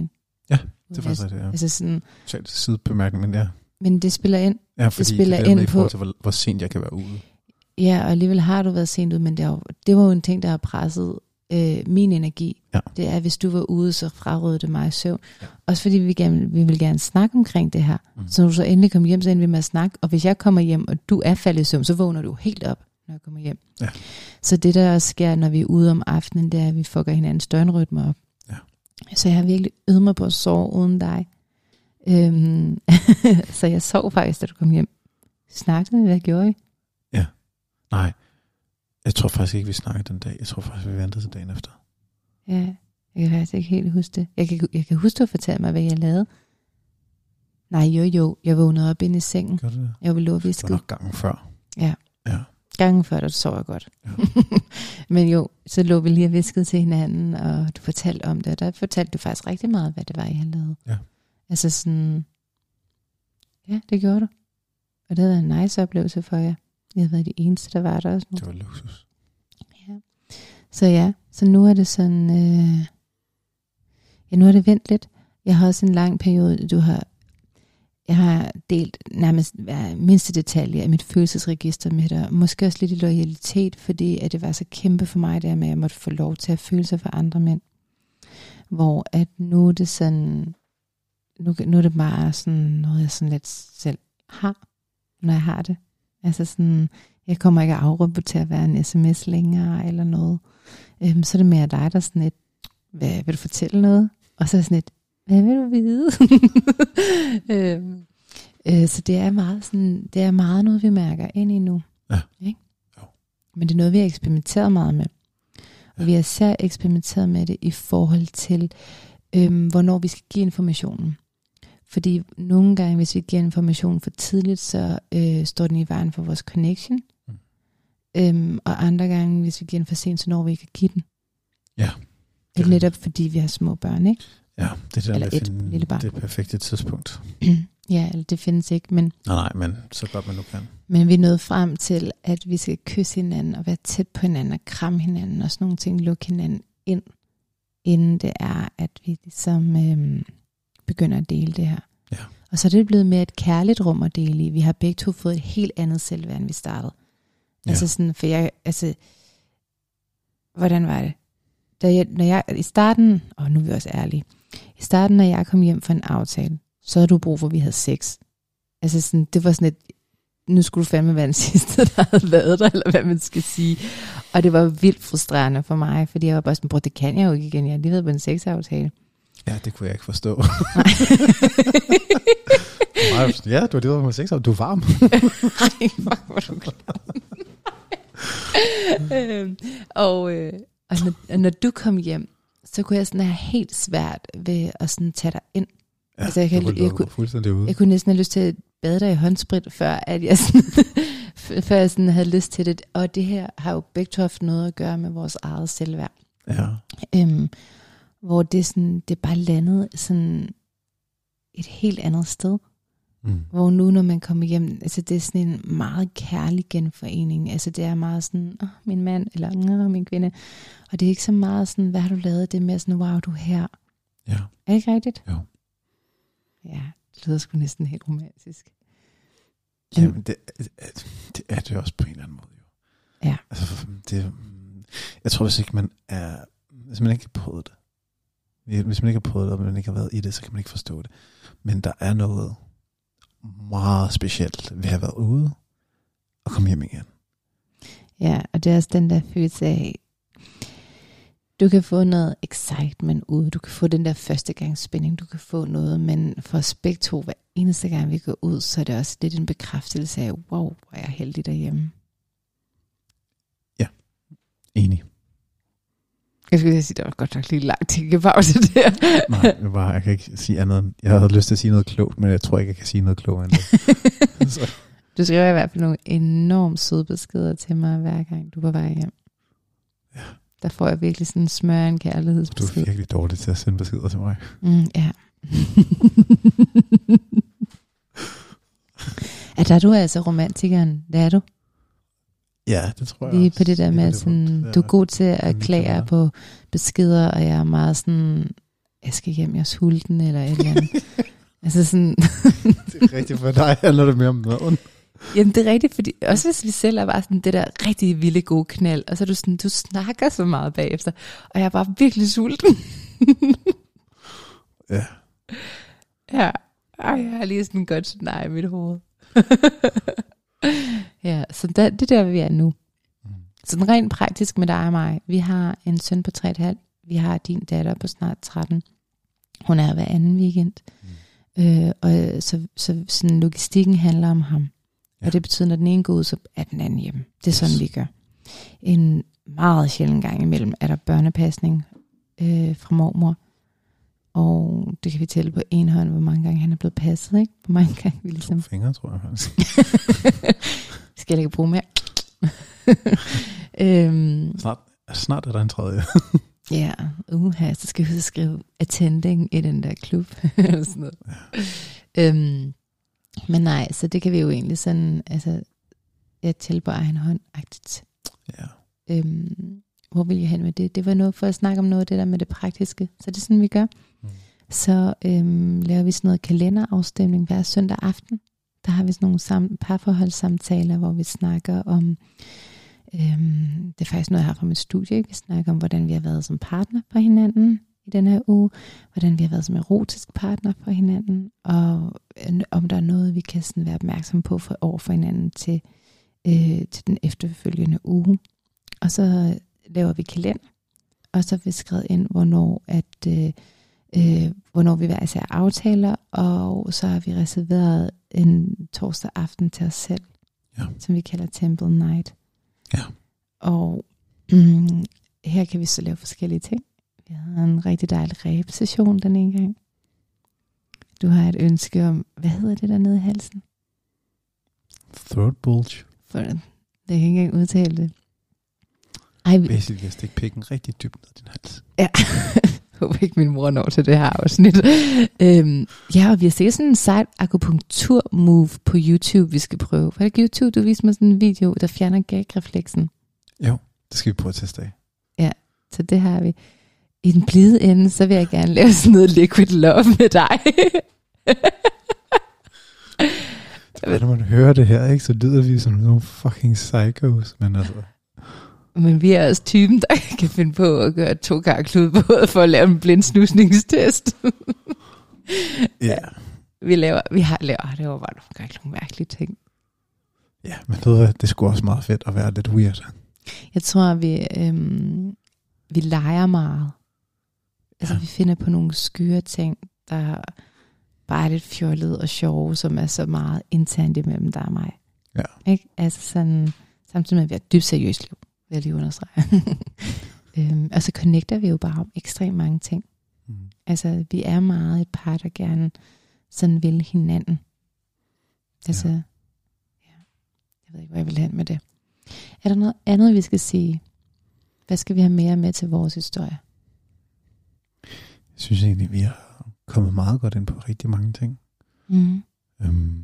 Ja, det er faktisk det, ja. Altså sådan, så det sidebemærkning, men ja. Men det spiller ind. Ja, fordi det spiller det er ind med på, i forhold til, hvor, hvor sent jeg kan være ude. Ja, og alligevel har du været sent ud, men det, er jo, det var jo en ting, der har presset øh, min energi. Ja. Det er, hvis du var ude, så frarådede det mig i søvn. Ja. Også fordi vi, gerne, vi vil gerne snakke omkring det her. Mm. Så når du så endelig kommer hjem, så ender vi med at snakke. Og hvis jeg kommer hjem, og du er faldet i søvn, så vågner du helt op, når jeg kommer hjem. Ja. Så det, der også sker, når vi er ude om aftenen, det er, at vi fucker hinandens døgnrytme op. Ja. Så jeg har virkelig øvet mig på at sove uden dig. Øhm, så jeg sov faktisk, da du kom hjem. Snakkede vi, hvad gjorde I? Ja, nej. Jeg tror faktisk ikke, vi snakkede den dag. Jeg tror faktisk, vi ventede til dagen efter. Ja, jeg kan faktisk ikke helt huske det. Jeg kan, jeg kan huske, at du fortalte mig, hvad jeg lavede. Nej, jo jo, jeg vågnede op inde i sengen. Gør du det? Jeg ville lå visket. Det var nok gangen før. Ja. Ja. Gangen før, der sov jeg godt. Ja. Men jo, så lå vi lige og viskede til hinanden, og du fortalte om det, og der fortalte du faktisk rigtig meget, hvad det var, I havde lavet. Ja. Altså sådan, ja, det gjorde du. Og det havde været en nice oplevelse for jer. Jeg havde været de eneste, der var der også nu. Det var luksus. Ja. Så ja, så nu er det sådan, øh, ja, nu er det vendt lidt. Jeg har også en lang periode, du har, jeg har delt nærmest hver mindste detalje af mit følelsesregister med dig. Måske også lidt i loyalitet, fordi at det var så kæmpe for mig, det med, at jeg måtte få lov til at føle sig for andre mænd. Hvor at nu er det sådan, nu, nu er det bare sådan noget, jeg sådan lidt selv har, når jeg har det. Altså sådan, jeg kommer ikke at afråbe til at være en sms længere eller noget. Øhm, så er det mere dig, der sådan et, hvad, vil du fortælle noget? Og så er sådan et, hvad vil du vide? øhm, øh, så det er meget sådan, det er meget noget, vi mærker ind i nu. Ja. Ikke? Jo. Men det er noget, vi har eksperimenteret meget med. Og ja. vi har især eksperimenteret med det i forhold til, øhm, hvornår vi skal give informationen. Fordi nogle gange, hvis vi giver information for tidligt, så øh, står den i vejen for vores connection. Mm. Øhm, og andre gange, hvis vi giver den for sent, så når vi ikke at give den. Ja. Det er netop fordi, vi har små børn, ikke? Ja, det er eller der, et finde lille barn. Det perfekte tidspunkt. Ja, eller det findes ikke, men... Nej, nej, men så godt man nu kan. Men vi er nået frem til, at vi skal kysse hinanden, og være tæt på hinanden, og kramme hinanden, og sådan nogle ting, lukke hinanden ind, inden det er, at vi ligesom øhm, begynder at dele det her. Ja. Og så er det blevet mere et kærligt rum at dele i. Vi har begge to fået et helt andet selvværd, end vi startede. Ja. Altså sådan, for jeg, altså, hvordan var det? Da jeg, når jeg, i starten, og nu er vi også ærlige, i starten, når jeg kom hjem fra en aftale, så havde du brug for, at vi havde sex. Altså sådan, det var sådan et, nu skulle du fandme være den sidste, der havde været der, eller hvad man skal sige. Og det var vildt frustrerende for mig, fordi jeg var bare sådan, bror, det kan jeg jo ikke igen, jeg har lige været på en sexaftale. Ja, det kunne jeg ikke forstå. Ja, du har lige været på en sexaftale, du er varm. Nej, fuck, hvor du klar. øhm, og øh, og når, når du kom hjem, så kunne jeg sådan have helt svært ved at sådan tage dig ind. Ja, altså, jeg, kan, jeg, jeg, kunne, fuldstændig ude. jeg kunne næsten have lyst til at bade dig i håndsprit, før, at jeg, sådan, før jeg sådan havde lyst til det. Og det her har jo begge to haft noget at gøre med vores eget selvværd. Ja. Øhm, hvor det, sådan, det bare landede sådan et helt andet sted. Mm. Hvor nu, når man kommer hjem, altså det er sådan en meget kærlig genforening. Altså det er meget sådan, åh, min mand, eller åh, min kvinde. Og det er ikke så meget sådan, hvad har du lavet? Det er mere sådan, wow, du er her. Ja. Er det ikke rigtigt? Jo. Ja, det lyder sgu næsten helt romantisk. Jamen, det, det er det også på en eller anden måde. Jo. Ja. Altså, det, jeg tror, hvis ikke man er, hvis man ikke har prøvet det, hvis man ikke har prøvet det, og man ikke har været i det, så kan man ikke forstå det. Men der er noget meget specielt ved at have været ude og komme hjem igen. Ja, og det er også den der følelse af, du kan få noget excitement ud, du kan få den der første gang spænding, du kan få noget, men for os begge to, hver eneste gang vi går ud, så er det også lidt en bekræftelse af, wow, hvor er jeg heldig derhjemme. Ja, enig. Jeg skulle sige, det var godt nok lige langt tænkepause der. Nej, jeg, bare, jeg kan ikke sige andet end, jeg havde lyst til at sige noget klogt, men jeg tror ikke, jeg kan sige noget klogt end det. Du skriver i hvert fald nogle enormt søde beskeder til mig, hver gang du er på vej hjem. Ja. Der får jeg virkelig sådan en smør en kærlighedsbesked. Du er virkelig dårlig til at sende beskeder til mig. Mm, ja. Ja, der er du altså romantikeren, det er du. Ja, det tror jeg lige også. På det der med, sådan, ja. Du er god til at erklære på beskeder, og jeg er meget sådan, jeg skal hjem, jeg er sulten, eller et eller andet. Altså sådan... Det er rigtigt, for dig handler det mere om maden. Jamen det er rigtigt, fordi også hvis vi selv er bare sådan det der rigtig vilde gode knald, og så er du sådan, du snakker så meget bagefter, og jeg er bare virkelig sulten. Ja. Ja, ej, jeg har lige sådan godt nej i mit hoved. Ja, så der, det er der, vi er nu. Mm. Sådan rent praktisk med dig og mig. Vi har en søn på tre komma fem. Vi har din datter på snart tretten. Hun er hver anden weekend. Mm. Øh, og så, så sådan logistikken handler om ham. Ja. Og det betyder, når den ene går ud, så er den anden hjemme. Det er sådan, yes. vi gør. En meget sjælden gang imellem er der børnepasning øh, fra mormor. Og det kan vi tælle på en hånd, hvor mange gange han er blevet passet, ikke? Hvor mange gange vi ligesom... To fingre, tror jeg faktisk. Skal jeg ikke bruge mere? øhm, snart, snart er der en tredje. Ja, uha, så skal vi så skrive attending i den der klub. Eller sådan noget. Ja. Øhm, men nej, så det kan vi jo egentlig sådan, altså, jeg tæller på egen hånd-agtigt. Ja. Øhm, hvor vil jeg hen med det? Det var noget for at snakke om noget af det der med det praktiske. Så det er sådan, vi gør. Mm. Så øhm, laver vi sådan noget kalenderafstemning hver søndag aften. Der har vi sådan nogle sam- parforholdssamtaler, hvor vi snakker om, øhm, det er faktisk noget, jeg har fra mit studie, ikke? Vi snakker om, hvordan vi har været som partner for hinanden i den her uge, hvordan vi har været som erotisk partner for hinanden, og øh, om der er noget, vi kan sådan være opmærksom på for, over for hinanden til, øh, til den efterfølgende uge. Og så laver vi kalender, og så har vi skrevet ind, hvornår, at, øh, øh, hvornår vi hver især aftaler, og så har vi reserveret en torsdag aften til os selv, ja. Som vi kalder Temple Night. Ja. Og mm, her kan vi så lave forskellige ting. Vi havde en rigtig dejlig ræbesession den ene gang. Du har et ønske om, hvad hedder det der nede i halsen? Throat bulge. For, det kan ikke engang udtale det. Ej, vi... Basically, jeg stikker pikken rigtig dybt ned i din hals. Ja, jeg håber ikke min mor når til det her afsnit. øhm, ja, og vi har set sådan en sejt akupunktur-move på YouTube, vi skal prøve. Var det ikke YouTube, du viste mig sådan en video, der fjerner gag-refleksen? Jo, det skal vi prøve at teste af. Ja, så det har vi. I den blide ende, så vil jeg gerne lave sådan noget liquid love med dig. Når man hører det her, ikke, så lyder vi som nogle fucking psychos, men altså... Men vi er også typen, der kan finde på at gøre to karklud på for at lave en blindsnusningstest. Ja. Yeah. Vi laver, vi har lavet, det var bare nogle gange nogle mærkelige ting. Ja, men ved du, det skulle også meget fedt at være lidt weird. Jeg tror, vi, øhm, vi leger meget. Altså, ja. Vi finder på nogle skøre ting, der bare er lidt fjollet og sjove, som er så meget internt imellem dig og mig. Ja. Ikke? Altså sådan, samtidig med, at vi har dybt seriøst liv, vil jeg lige understrege. øhm, og så connecter vi jo bare om ekstremt mange ting. Mm. Altså, vi er meget et par, der gerne sådan vil hinanden. Altså, ja. Ja. Jeg ved ikke, hvor jeg vil hen med det. Er der noget andet, vi skal sige? Hvad skal vi have mere med til vores historie? Jeg synes egentlig, vi har kommet meget godt ind på rigtig mange ting. Mm. Øhm.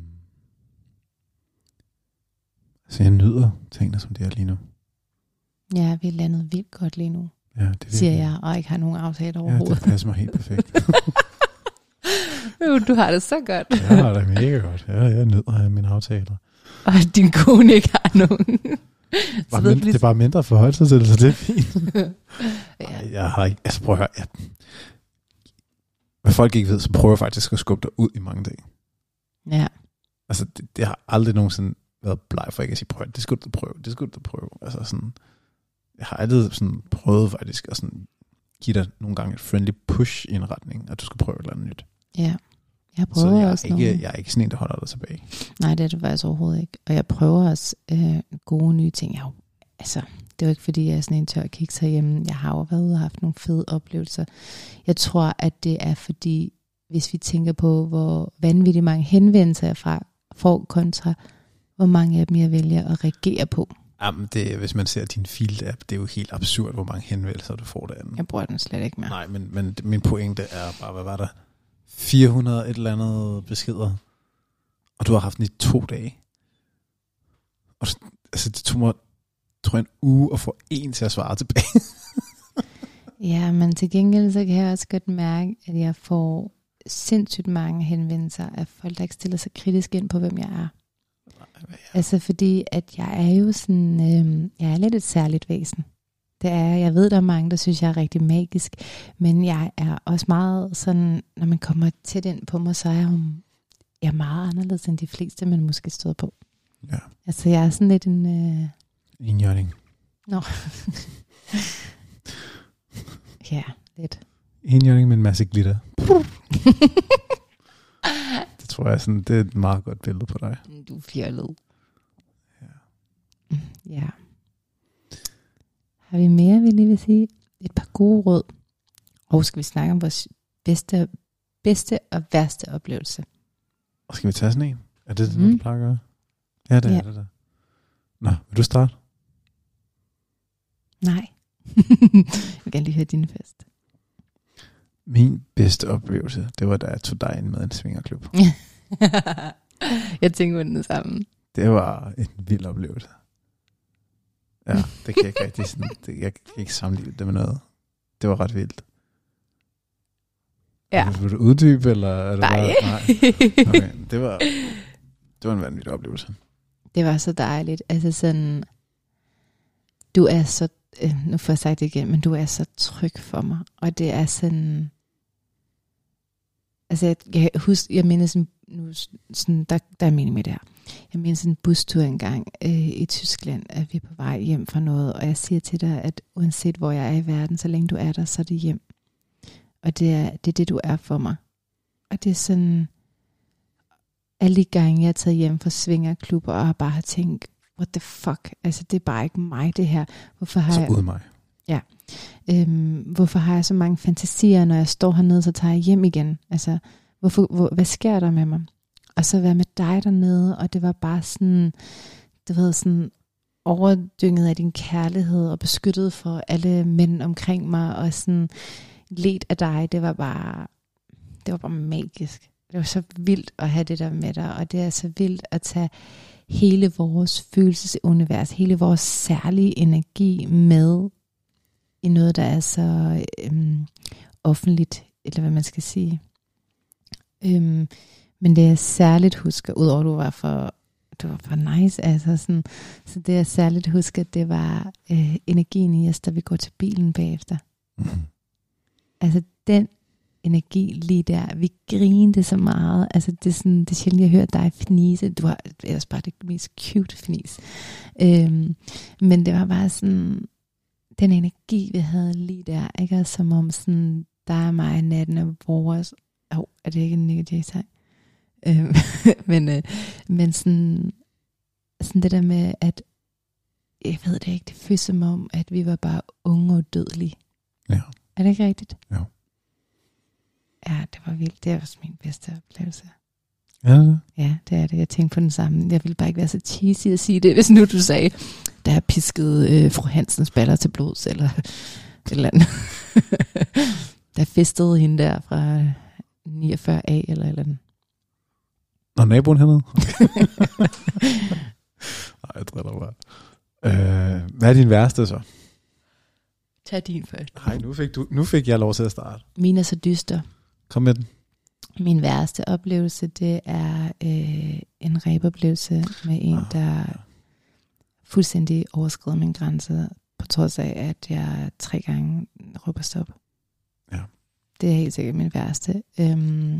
Så jeg nyder tingene, som det er lige nu. Ja, vi er landet vildt godt lige nu. Ja, det siger jeg, og ikke har nogen aftaler overhovedet. Ja, det passer mig helt perfekt. Du har det så godt. Jeg har det mega godt. Ja, jeg nyder mine aftaler. Og din kone ikke har nogen. Bare mindre, det er bare mindre forhold sig til, så det er fint. Ja. Jeg har ikke, altså prøv at høre, jeg, hvad folk ikke ved, så prøver jeg faktisk at skubbe dig ud i mange ting. Ja. Altså, det, det har aldrig nogensinde været bleg for ikke at sige, prøv, det skulle du prøve, det skulle du prøve. Altså sådan, jeg har altid sådan prøvet faktisk at sådan give dig nogle gange et friendly push i en retning, at du skal prøve et eller andet nyt. Ja, jeg prøver så jeg også ikke, nogle... jeg er ikke sådan en, der holder dig tilbage. Nej, det er det faktisk overhovedet ikke. Og jeg prøver også øh, gode nye ting. Jeg jo, altså, det er jo ikke fordi, jeg er sådan en tør kiks herhjemme. Jeg har jo været ude og haft nogle fede oplevelser. Jeg tror, at det er fordi, hvis vi tænker på, hvor vanvittigt mange henvendelser jeg fra får kontra, hvor mange af dem jeg vælger at reagere på. Jamen, det, hvis man ser din field-app, det er jo helt absurd, hvor mange henvendelser du får derinde. Jeg bruger den slet ikke mere. Nej, men, men min pointe er bare, hvad var der? fire hundrede et eller andet beskeder, og du har haft den i to dage. Og altså, det tog mig, tror jeg, en uge at få en til at svare tilbage. Ja, men til gengæld så kan jeg også godt mærke, at jeg får sindssygt mange henvendelser af folk, der ikke stiller sig kritisk ind på, hvem jeg er. Ja. Altså fordi, at jeg er jo sådan, øh, jeg er lidt et særligt væsen. Det er, jeg ved, der er mange, der synes, jeg er rigtig magisk, men jeg er også meget sådan, når man kommer tæt ind på mig, så er jeg, jo, jeg er meget anderledes end de fleste, man måske støder på. Ja. Altså jeg er sådan lidt en... Øh... Enhjørning. Nå. Ja, lidt. Enhjørning med en masse glitter. Det tror jeg sådan, det er et meget godt billede på dig. Du er fjollet. Ja. Ja. Har vi mere, vi lige vil sige? Et par gode råd. Og skal vi snakke om vores bedste, bedste og værste oplevelse? Og skal vi tage sådan en? Er det Mm. noget, du plejer at gøre? Ja, det er Ja. det der. Nå, vil du starte? Nej. Jeg vil gerne lige høre dine først. Min bedste oplevelse, det var da jeg tog dig ind med en svingerklub. Jeg tænker på den sammen. Det var en vild oplevelse. Ja, det kan jeg ikke rigtig sådan, det, jeg kan ikke sammenligne det med noget. Det var ret vildt. Ja. Vil du uddybe, eller er det Nej. bare... Nej. Okay, det var, det var en vanvittig oplevelse. Det var så dejligt. Altså sådan, du er så, øh, nu får jeg sagt det igen, men du er så tryg for mig. Og det er sådan, altså jeg, jeg husker, jeg mener sådan, nu, sådan der, der er mening med det her. Jeg mener sådan en bustur engang øh, i Tyskland, at vi er på vej hjem fra noget, og jeg siger til dig, at uanset hvor jeg er i verden, så længe du er der, så er det hjem. Og det er det, er det du er for mig. Og det er sådan, alle de gange, jeg er taget hjem fra svingerklubber, og har bare har tænkt, what the fuck, altså det er bare ikke mig det her. Hvorfor har Så jeg, uden mig. ja, øhm, hvorfor har jeg så mange fantasier, når jeg står hernede, så tager jeg hjem igen. Altså, hvorfor, hvor, hvad sker der med mig? Og så være med dig dernede, og det var bare sådan, du ved, sådan overdynget af din kærlighed, og beskyttet for alle mænd omkring mig, og sådan ledt af dig, det var bare, det var bare magisk. Det var så vildt at have det der med dig, og det er så vildt at tage hele vores følelsesunivers, hele vores særlige energi med i noget, der er så øhm, offentligt, eller hvad man skal sige. Øhm, men det er særligt husker, udover at du var for, du var for nice, altså sådan, så det er særligt husker, at det var øh, energien i os, da vi går til bilen bagefter. Mm-hmm. Altså den energi lige der. Vi grinede så meget. Altså det er sådan, det er sjældent, jeg hører dig fnise. Du har ellers bare det mest cute fnis. Øhm, men det var bare sådan, den energi, vi havde lige der, ikke? Som om sådan, der er mig natten og vores. Åh, oh, er det ikke en negativ sang? Øhm, men, øh, men sådan, sådan det der med, at jeg ved det ikke, det føles som om, at vi var bare unge og dødelige. Ja. Er det ikke rigtigt? Jo. Ja, det var vildt. Det er også min bedste oplevelse. Ja, det. Ja, det er det. Jeg tænkte på den samme. Jeg ville bare ikke være så cheesy at sige det, hvis nu du sagde, der er pisket øh, fru Hansens baller til blods, eller et eller andet. Der festede hende der fra niogfyrre A, eller et eller andet. Nå, naboen hernede? Okay. Nej, jeg driller bare. Øh, hvad er din værste så? Tag din først. Nej, nu fik, du, nu fik jeg lov til at starte. Min er så dyster. Kom med den. Min værste oplevelse, det er øh, en ræbeoplevelse med en, Ah. der fuldstændig overskrider min grænse, på trods af, at jeg tre gange råber stop. Ja. Det er helt sikkert min værste. Øhm,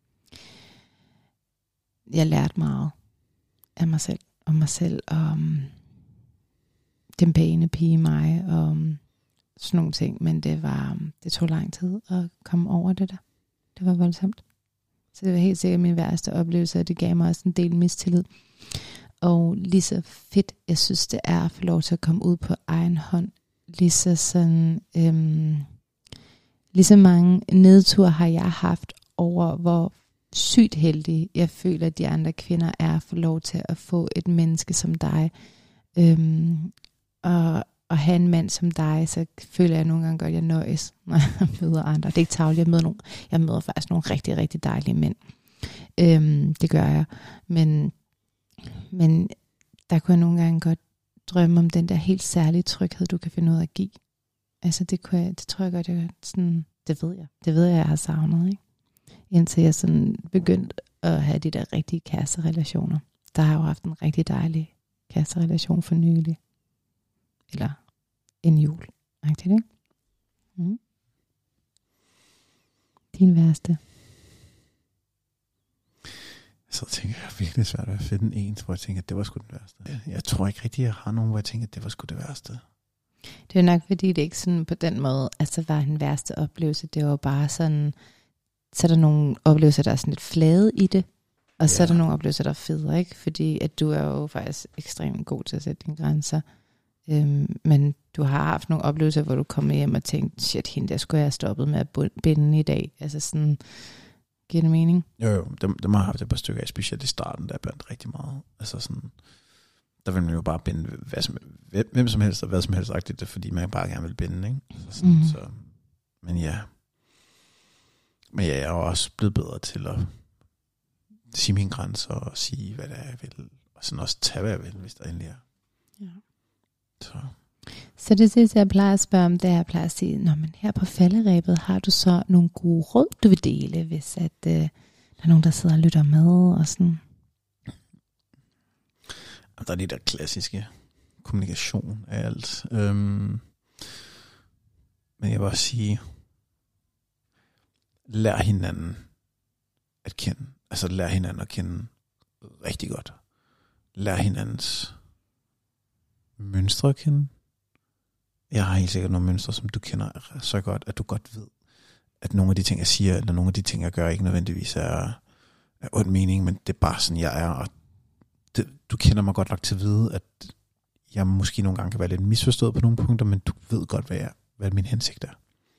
jeg lærte meget af mig selv, om mig selv, og om den pæne pige i mig, og om sådan nogle ting, men det var, det tog lang tid at komme over det der. Det var voldsomt. Så det var helt sikkert min værste oplevelse, og det gav mig også en del mistillid. Og lige så fedt, jeg synes, det er at få lov til at komme ud på egen hånd. Lige så sådan, øhm, lige så mange nedture har jeg haft over, hvor sygt heldig jeg føler, at de andre kvinder er at få lov til at få et menneske som dig. Øhm, og at have en mand som dig, så føler jeg nogle gange godt, at jeg nøjes, når jeg møder andre. Det er ikke tarveligt, jeg møder nogle, jeg møder faktisk nogle rigtig, rigtig dejlige mænd. Øhm, det gør jeg. Men, men der kunne jeg nogle gange godt drømme om den der helt særlige tryghed, du kan finde ud af at give. Altså det, kunne jeg, det tror jeg godt, jeg sådan, det ved jeg. Det ved jeg, jeg har savnet, ikke? Indtil jeg sådan begyndte at have de der rigtige kæresterelationer. Der har jeg jo haft en rigtig dejlig kæresterelation for nylig. Eller en jul. Ikke? Mm. Din værste. Så tænker jeg virkelig svært at finde en, hvor jeg tænker, at det var sgu den værste. Jeg tror ikke rigtig, jeg har nogen, hvor jeg tænker, at det var sgu det værste. Det er nok fordi, det ikke sådan på den måde, altså var en værste oplevelse. Det var bare sådan, så er der nogle oplevelser, der er sådan lidt flade i det, og ja. Så er der nogle oplevelser, der er federe, ikke? Fordi at du er jo faktisk ekstremt god til at sætte dine grænser. Øhm, men du har haft nogle oplevelser, hvor du kommer hjem og tænkte, shit, hende der skulle jeg have stoppet med at binde i dag. Altså sådan, giver det mening? Jo, jo, dem, dem har jeg haft et par stykker af, specielt i starten, der bandt rigtig meget. Altså sådan, der vil man jo bare binde hvad som, hvem som helst og hvad som helst rigtigt, fordi man bare gerne vil binde, ikke? Altså sådan, mm. så, men ja. Men ja, jeg er også blevet bedre til at sige mine grænser og sige, hvad det er, jeg vil. Og sådan også tage, hvad jeg vil, hvis der endelig er. Ja. Så. Så det sidste, jeg plejer at spørge om, det er, jeg plejer at sige, nå, men her på falderæbet, har du så nogle gode råd, du vil dele, hvis at, øh, der er nogen, der sidder og lytter med, og sådan? Der er det der klassiske kommunikation af alt. Øhm, men jeg vil også sige, lær hinanden at kende. Altså lær hinanden at kende rigtig godt. Lær hinandens mønstre at kende. Jeg har helt sikkert nogle mønstre, som du kender så godt, at du godt ved, at nogle af de ting, jeg siger, eller nogle af de ting, jeg gør, ikke nødvendigvis er, er ond mening, men det er bare sådan, jeg er. Og det, du kender mig godt nok til at vide, at jeg måske nogle gange kan være lidt misforstået på nogle punkter, men du ved godt, hvad, jeg, hvad min hensigt er.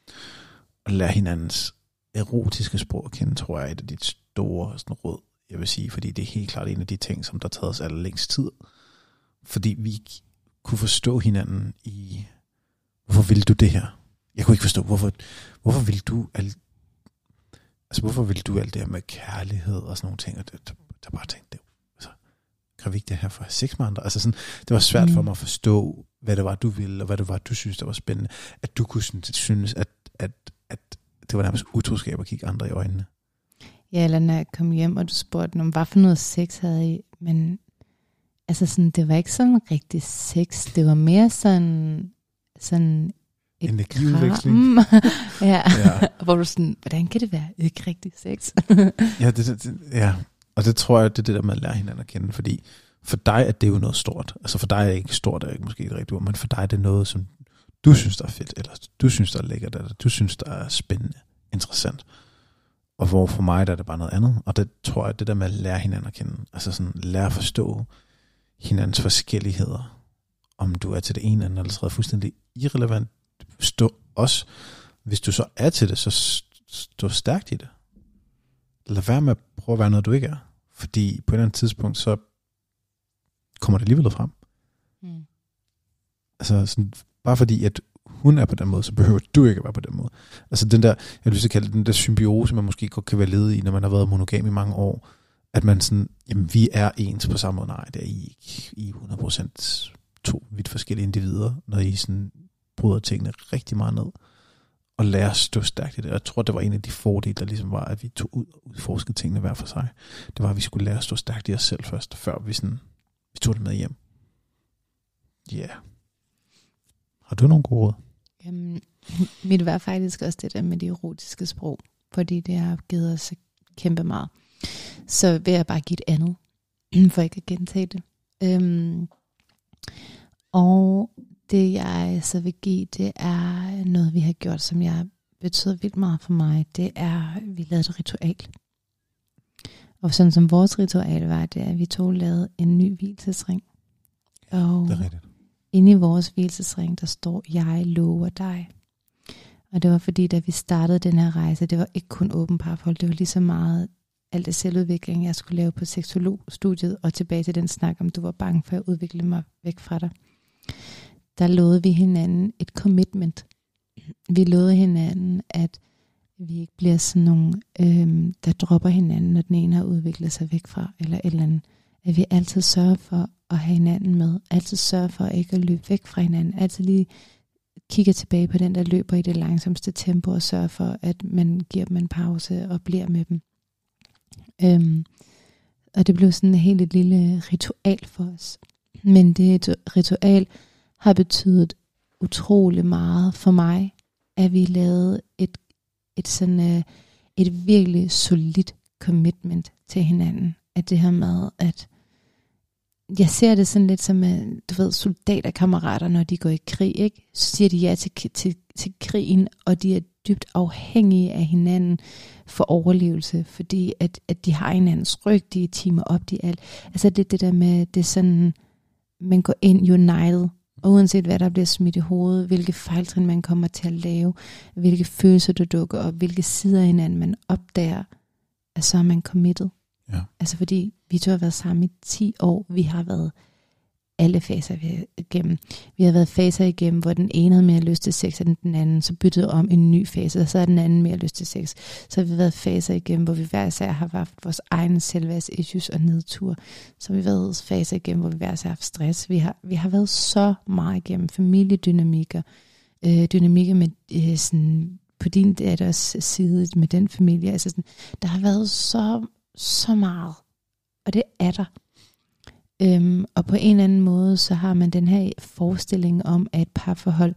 Og lære hinandens erotiske sprog at kende, tror jeg er et af de store sådan, råd, jeg vil sige, fordi det er helt klart en af de ting, som der har taget os allerlængst tid. Fordi vi kunne forstå hinanden i, hvorfor vil du det her? Jeg kunne ikke forstå, hvorfor, hvorfor vil du alt, altså hvorfor vil du alt det her med kærlighed og sådan nogle ting, og det, der bare tænkte, det, altså, kan vi ikke det her for at have sex med andre? Altså sådan, det var svært mm. for mig at forstå, hvad det var, du ville, og hvad det var, du synes, der var spændende. At du kunne synes, at, at, at det var nærmest utroskab at kigge andre i øjnene. Ja, eller når jeg kom hjem, og du spurgte om, hvad for noget sex havde I, men altså sådan, det var ikke sådan rigtig sex, det var mere sådan, sådan et energiudveksling. ja, ja. Hvor du sådan, hvordan kan det være ikke rigtig sex? ja, det, det, ja, og det tror jeg, det er det der med at lære hinanden at kende, fordi for dig er det jo noget stort. Altså for dig er det ikke stort, det er ikke måske et rigtigt ord, men for dig er det noget, som du synes, der er fedt, eller du synes, der er lækkert, eller du synes, der er spændende, interessant. Og hvor for mig, der er det bare noget andet. Og det tror jeg, det der med at lære hinanden at kende, altså sådan lære at forstå hinandens forskelligheder, om du er til det ene eller andet, eller fuldstændig irrelevant. Stå også, hvis du så er til det, så stå stærkt i det. Lad være med at prøve at være noget, du ikke er. Fordi på et eller andet tidspunkt, så kommer det alligevel frem. Mm. Altså sådan, bare fordi, at hun er på den måde, så behøver du ikke at være på den måde. Altså den der, jeg vil lyst til at kalde det, den der symbiose, man måske godt kan være lede i, når man har været monogam i mange år, at man sådan, jamen vi er ens på samme måde. Nej, det er I ikke. I er hundrede procent to vidt forskellige individer, når I sådan bryder tingene rigtig meget ned, og lærer at stå stærkt i det. Jeg tror, det var en af de fordele, der ligesom var, at vi tog ud og udforskede tingene hver for sig. Det var, at vi skulle lære at stå stærkt i os selv først, før vi sådan, vi tog det med hjem. Ja. Yeah. Har du nogle gode råd? Jamen, mit var faktisk også det der med det erotiske sprog, fordi det har givet os kæmpe meget. Så vil jeg bare give et andet, for ikke at gentage det. Øhm, og det jeg så vil give, det er noget, vi har gjort, som jeg betyder vildt meget for mig. Det er, at vi lavede et ritual. Og sådan som vores ritual var, det er, at vi to lavede en ny hvilesesring. Og det er rigtigt. Inde i vores hvilesesring, der står, jeg lover dig. Og det var fordi, da vi startede den her rejse, det var ikke kun åben parforhold, det var lige så meget alt det selvudvikling, jeg skulle lave på seksologstudiet, og tilbage til den snak, om du var bange for at udvikle mig væk fra dig. Der lovede vi hinanden et commitment. Vi lovede hinanden, at vi ikke bliver sådan nogle, øhm, der dropper hinanden, når den ene har udviklet sig væk fra, eller et eller andet. At vi altid sørger for at have hinanden med. Altid sørger for ikke at løbe væk fra hinanden. Altid lige kigger tilbage på den, der løber i det langsomste tempo, og sørger for, at man giver dem en pause og bliver med dem. Øhm, og det blev sådan et helt et lille ritual for os. Men det ritual har betydet utrolig meget for mig, at vi lavede et, et, sådan, øh, et virkelig solidt commitment til hinanden. At det her med, at jeg ser det sådan lidt som, du ved, soldaterkammerater, når de går i krig, ikke? Så siger de ja til, til, til krigen, og de er dybt afhængige af hinanden for overlevelse, fordi at, at de har hinandens ryg, de er teamer op, de er alt. Altså det det der med, det er sådan, man går ind united, og uanset hvad der bliver smidt i hovedet, hvilke fejltrin man kommer til at lave, hvilke følelser der dukker op, hvilke sider af hinanden man opdager, at så er man committed. Ja. Altså fordi vi to har været sammen i ti år, vi har været alle faser igennem. Vi har været faser igennem, hvor den ene havde mere lyst til sex end den anden, så byttede om en ny fase, og så har den anden mere lyst til sex. Så har vi været faser igennem, hvor vi hver især har haft vores egne selvværds-issues og nedtur. Så har vi været faser igennem, hvor vi hver især har haft stress. Vi har, vi har været så meget igennem familiedynamikker, øh, dynamikker med øh, sådan, på din datters side med den familie. Altså sådan, der har været så, så meget, og det er der. Øhm, og på en eller anden måde, så har man den her forestilling om, at et parforhold,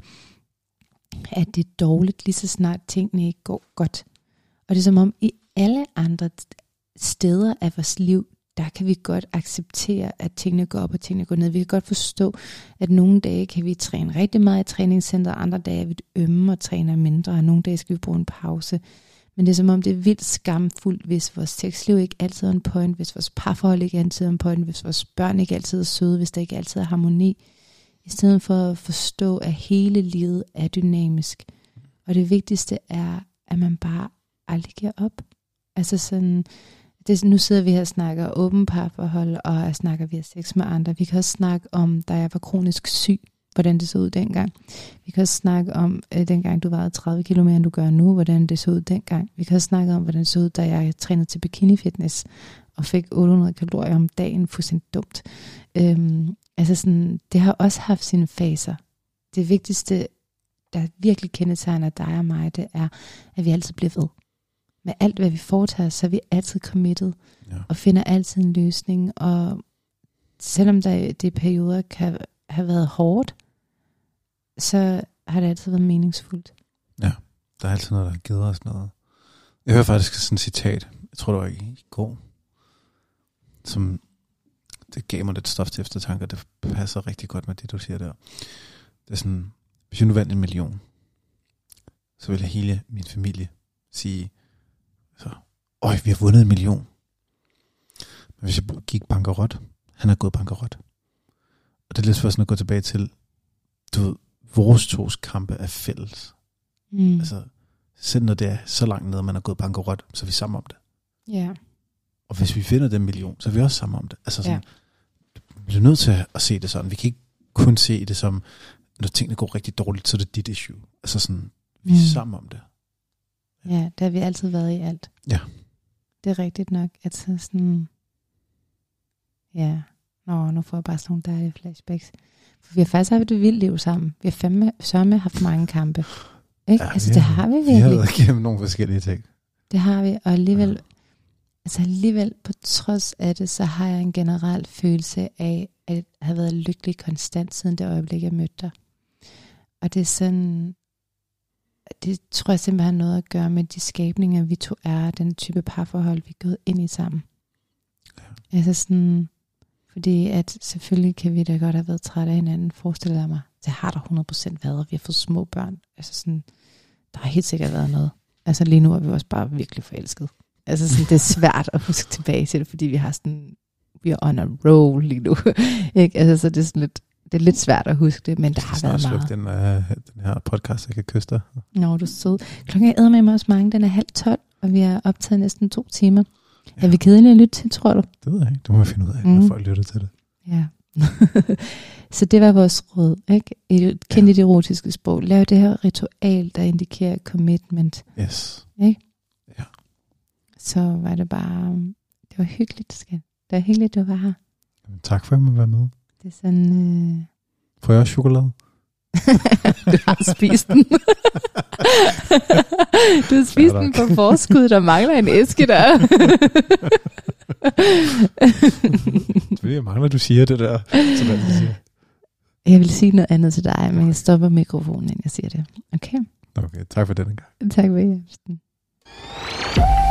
at det er dårligt, lige så snart tingene ikke går godt. Og det er som om, i alle andre steder af vores liv, der kan vi godt acceptere, at tingene går op og tingene går ned. Vi kan godt forstå, at nogle dage kan vi træne rigtig meget i træningscenter, andre dage er vi ømme og træner mindre, og nogle dage skal vi bruge en pause. Men det er som om, det er vildt skamfuldt, hvis vores sexliv ikke altid er en point, hvis vores parforhold ikke altid er en point, hvis vores børn ikke altid er søde, hvis der ikke altid er harmoni. I stedet for at forstå, at hele livet er dynamisk. Og det vigtigste er, at man bare aldrig giver op. Altså sådan, det, nu sidder vi her og snakker åben parforhold, og snakker vi har sex med andre. Vi kan også snakke om, da jeg var kronisk syg, hvordan det så ud dengang. Vi kan også snakke om, øh, dengang du vejede tredive kilo mere, end du gør nu, hvordan det så ud dengang. Vi kan også snakke om, hvordan det så ud, da jeg trænede til bikini fitness, og fik otte hundrede kalorier om dagen, fuldstændig dumt. Øhm, altså sådan, det har også haft sine faser. Det vigtigste, der virkelig kendetegner dig og mig, det er, at vi altid bliver ved. Med alt, hvad vi foretager, så er vi altid committed, ja. Og finder altid en løsning. Og selvom der det perioder kan have været hårdt, så har det altid været meningsfuldt. Ja, der er altid noget, der har givet os noget. Jeg hører faktisk sådan et citat, jeg tror det var i, i går, som det gav mig lidt stof til eftertanke, og det passer rigtig godt med det, du siger der. Det er sådan, hvis jeg nu vandt en million, så ville hele min familie sige, så, øj, vi har vundet en million. Men hvis jeg gik bankerot, han er gået bankerot. Og det er lidt for sådan at gå tilbage til, du ved, vores tos kampe er fælles. Mm. Altså, selv når det er så langt ned, man er gået bankerot, så er vi sammen om det. Ja. Yeah. Og hvis vi finder den million, så er vi også sammen om det. Altså sådan, yeah. Vi er nødt til at se det sådan. Vi kan ikke kun se det som, når tingene går rigtig dårligt, så er det dit issue. Altså sådan, vi er mm. sammen om det. Ja, ja, det har vi altid været i alt. Ja. Det er rigtigt nok, at så sådan, ja, nå, nu får jeg bare sådan nogle dejlige flashbacks. For vi har faktisk haft et vildt liv sammen. Vi har fandme, sørme haft mange kampe. Ikke? Ja, altså, vi det har, har vi virkelig. Vi har været igennem nogle forskellige ting. Det har vi, og alligevel, ja. altså alligevel på trods af det, så har jeg en generel følelse af, at have været lykkelig konstant siden det øjeblik, jeg mødte dig. Og det er sådan, det tror jeg simpelthen har noget at gøre med de skabninger, vi to er, den type parforhold, vi er gået ind i sammen. Ja. Altså sådan, fordi at selvfølgelig kan vi da godt have været trætte af hinanden, forestiller jeg mig. Det har der hundrede procent været, vi har fået små børn. Altså sådan, der har helt sikkert været noget. Altså lige nu er vi også bare virkelig forelsket. Altså sådan, det er svært at huske tilbage til det, fordi vi har sådan, vi er on a roll lige nu. Ikke? Altså så det er sådan lidt, det er lidt svært at huske det, men der har været meget. Den, uh, den her podcast, jeg kan kysse dig. Nå, du er sød. Klokken er med mig også mange, den er halv tolv, og vi har optaget næsten to timer. Ja. Er vi kedelige at lytte til, tror du? Det ved jeg ikke. Du må finde ud af, mm. når folk lytter til det. Ja. Så det var vores råd, ikke? Kend ja. dit erotiske sprog. Lav det her ritual, der indikerer commitment. Yes. Ikke? Ja. Så var det bare, det var hyggeligt, skat. Det var hyggeligt, du var her. Tak for, at jeg må være med. Det er sådan... Øh... Får jeg også chokolade? Du har spist den. Du har spist den på forskud, der mangler en æske der. Det mangler, du siger det der. Sådan, du siger. Jeg vil sige noget andet til dig, men jeg stopper mikrofonen, inden jeg siger det. Okay? Okay, tak for denne gang. Tak for hjælpen.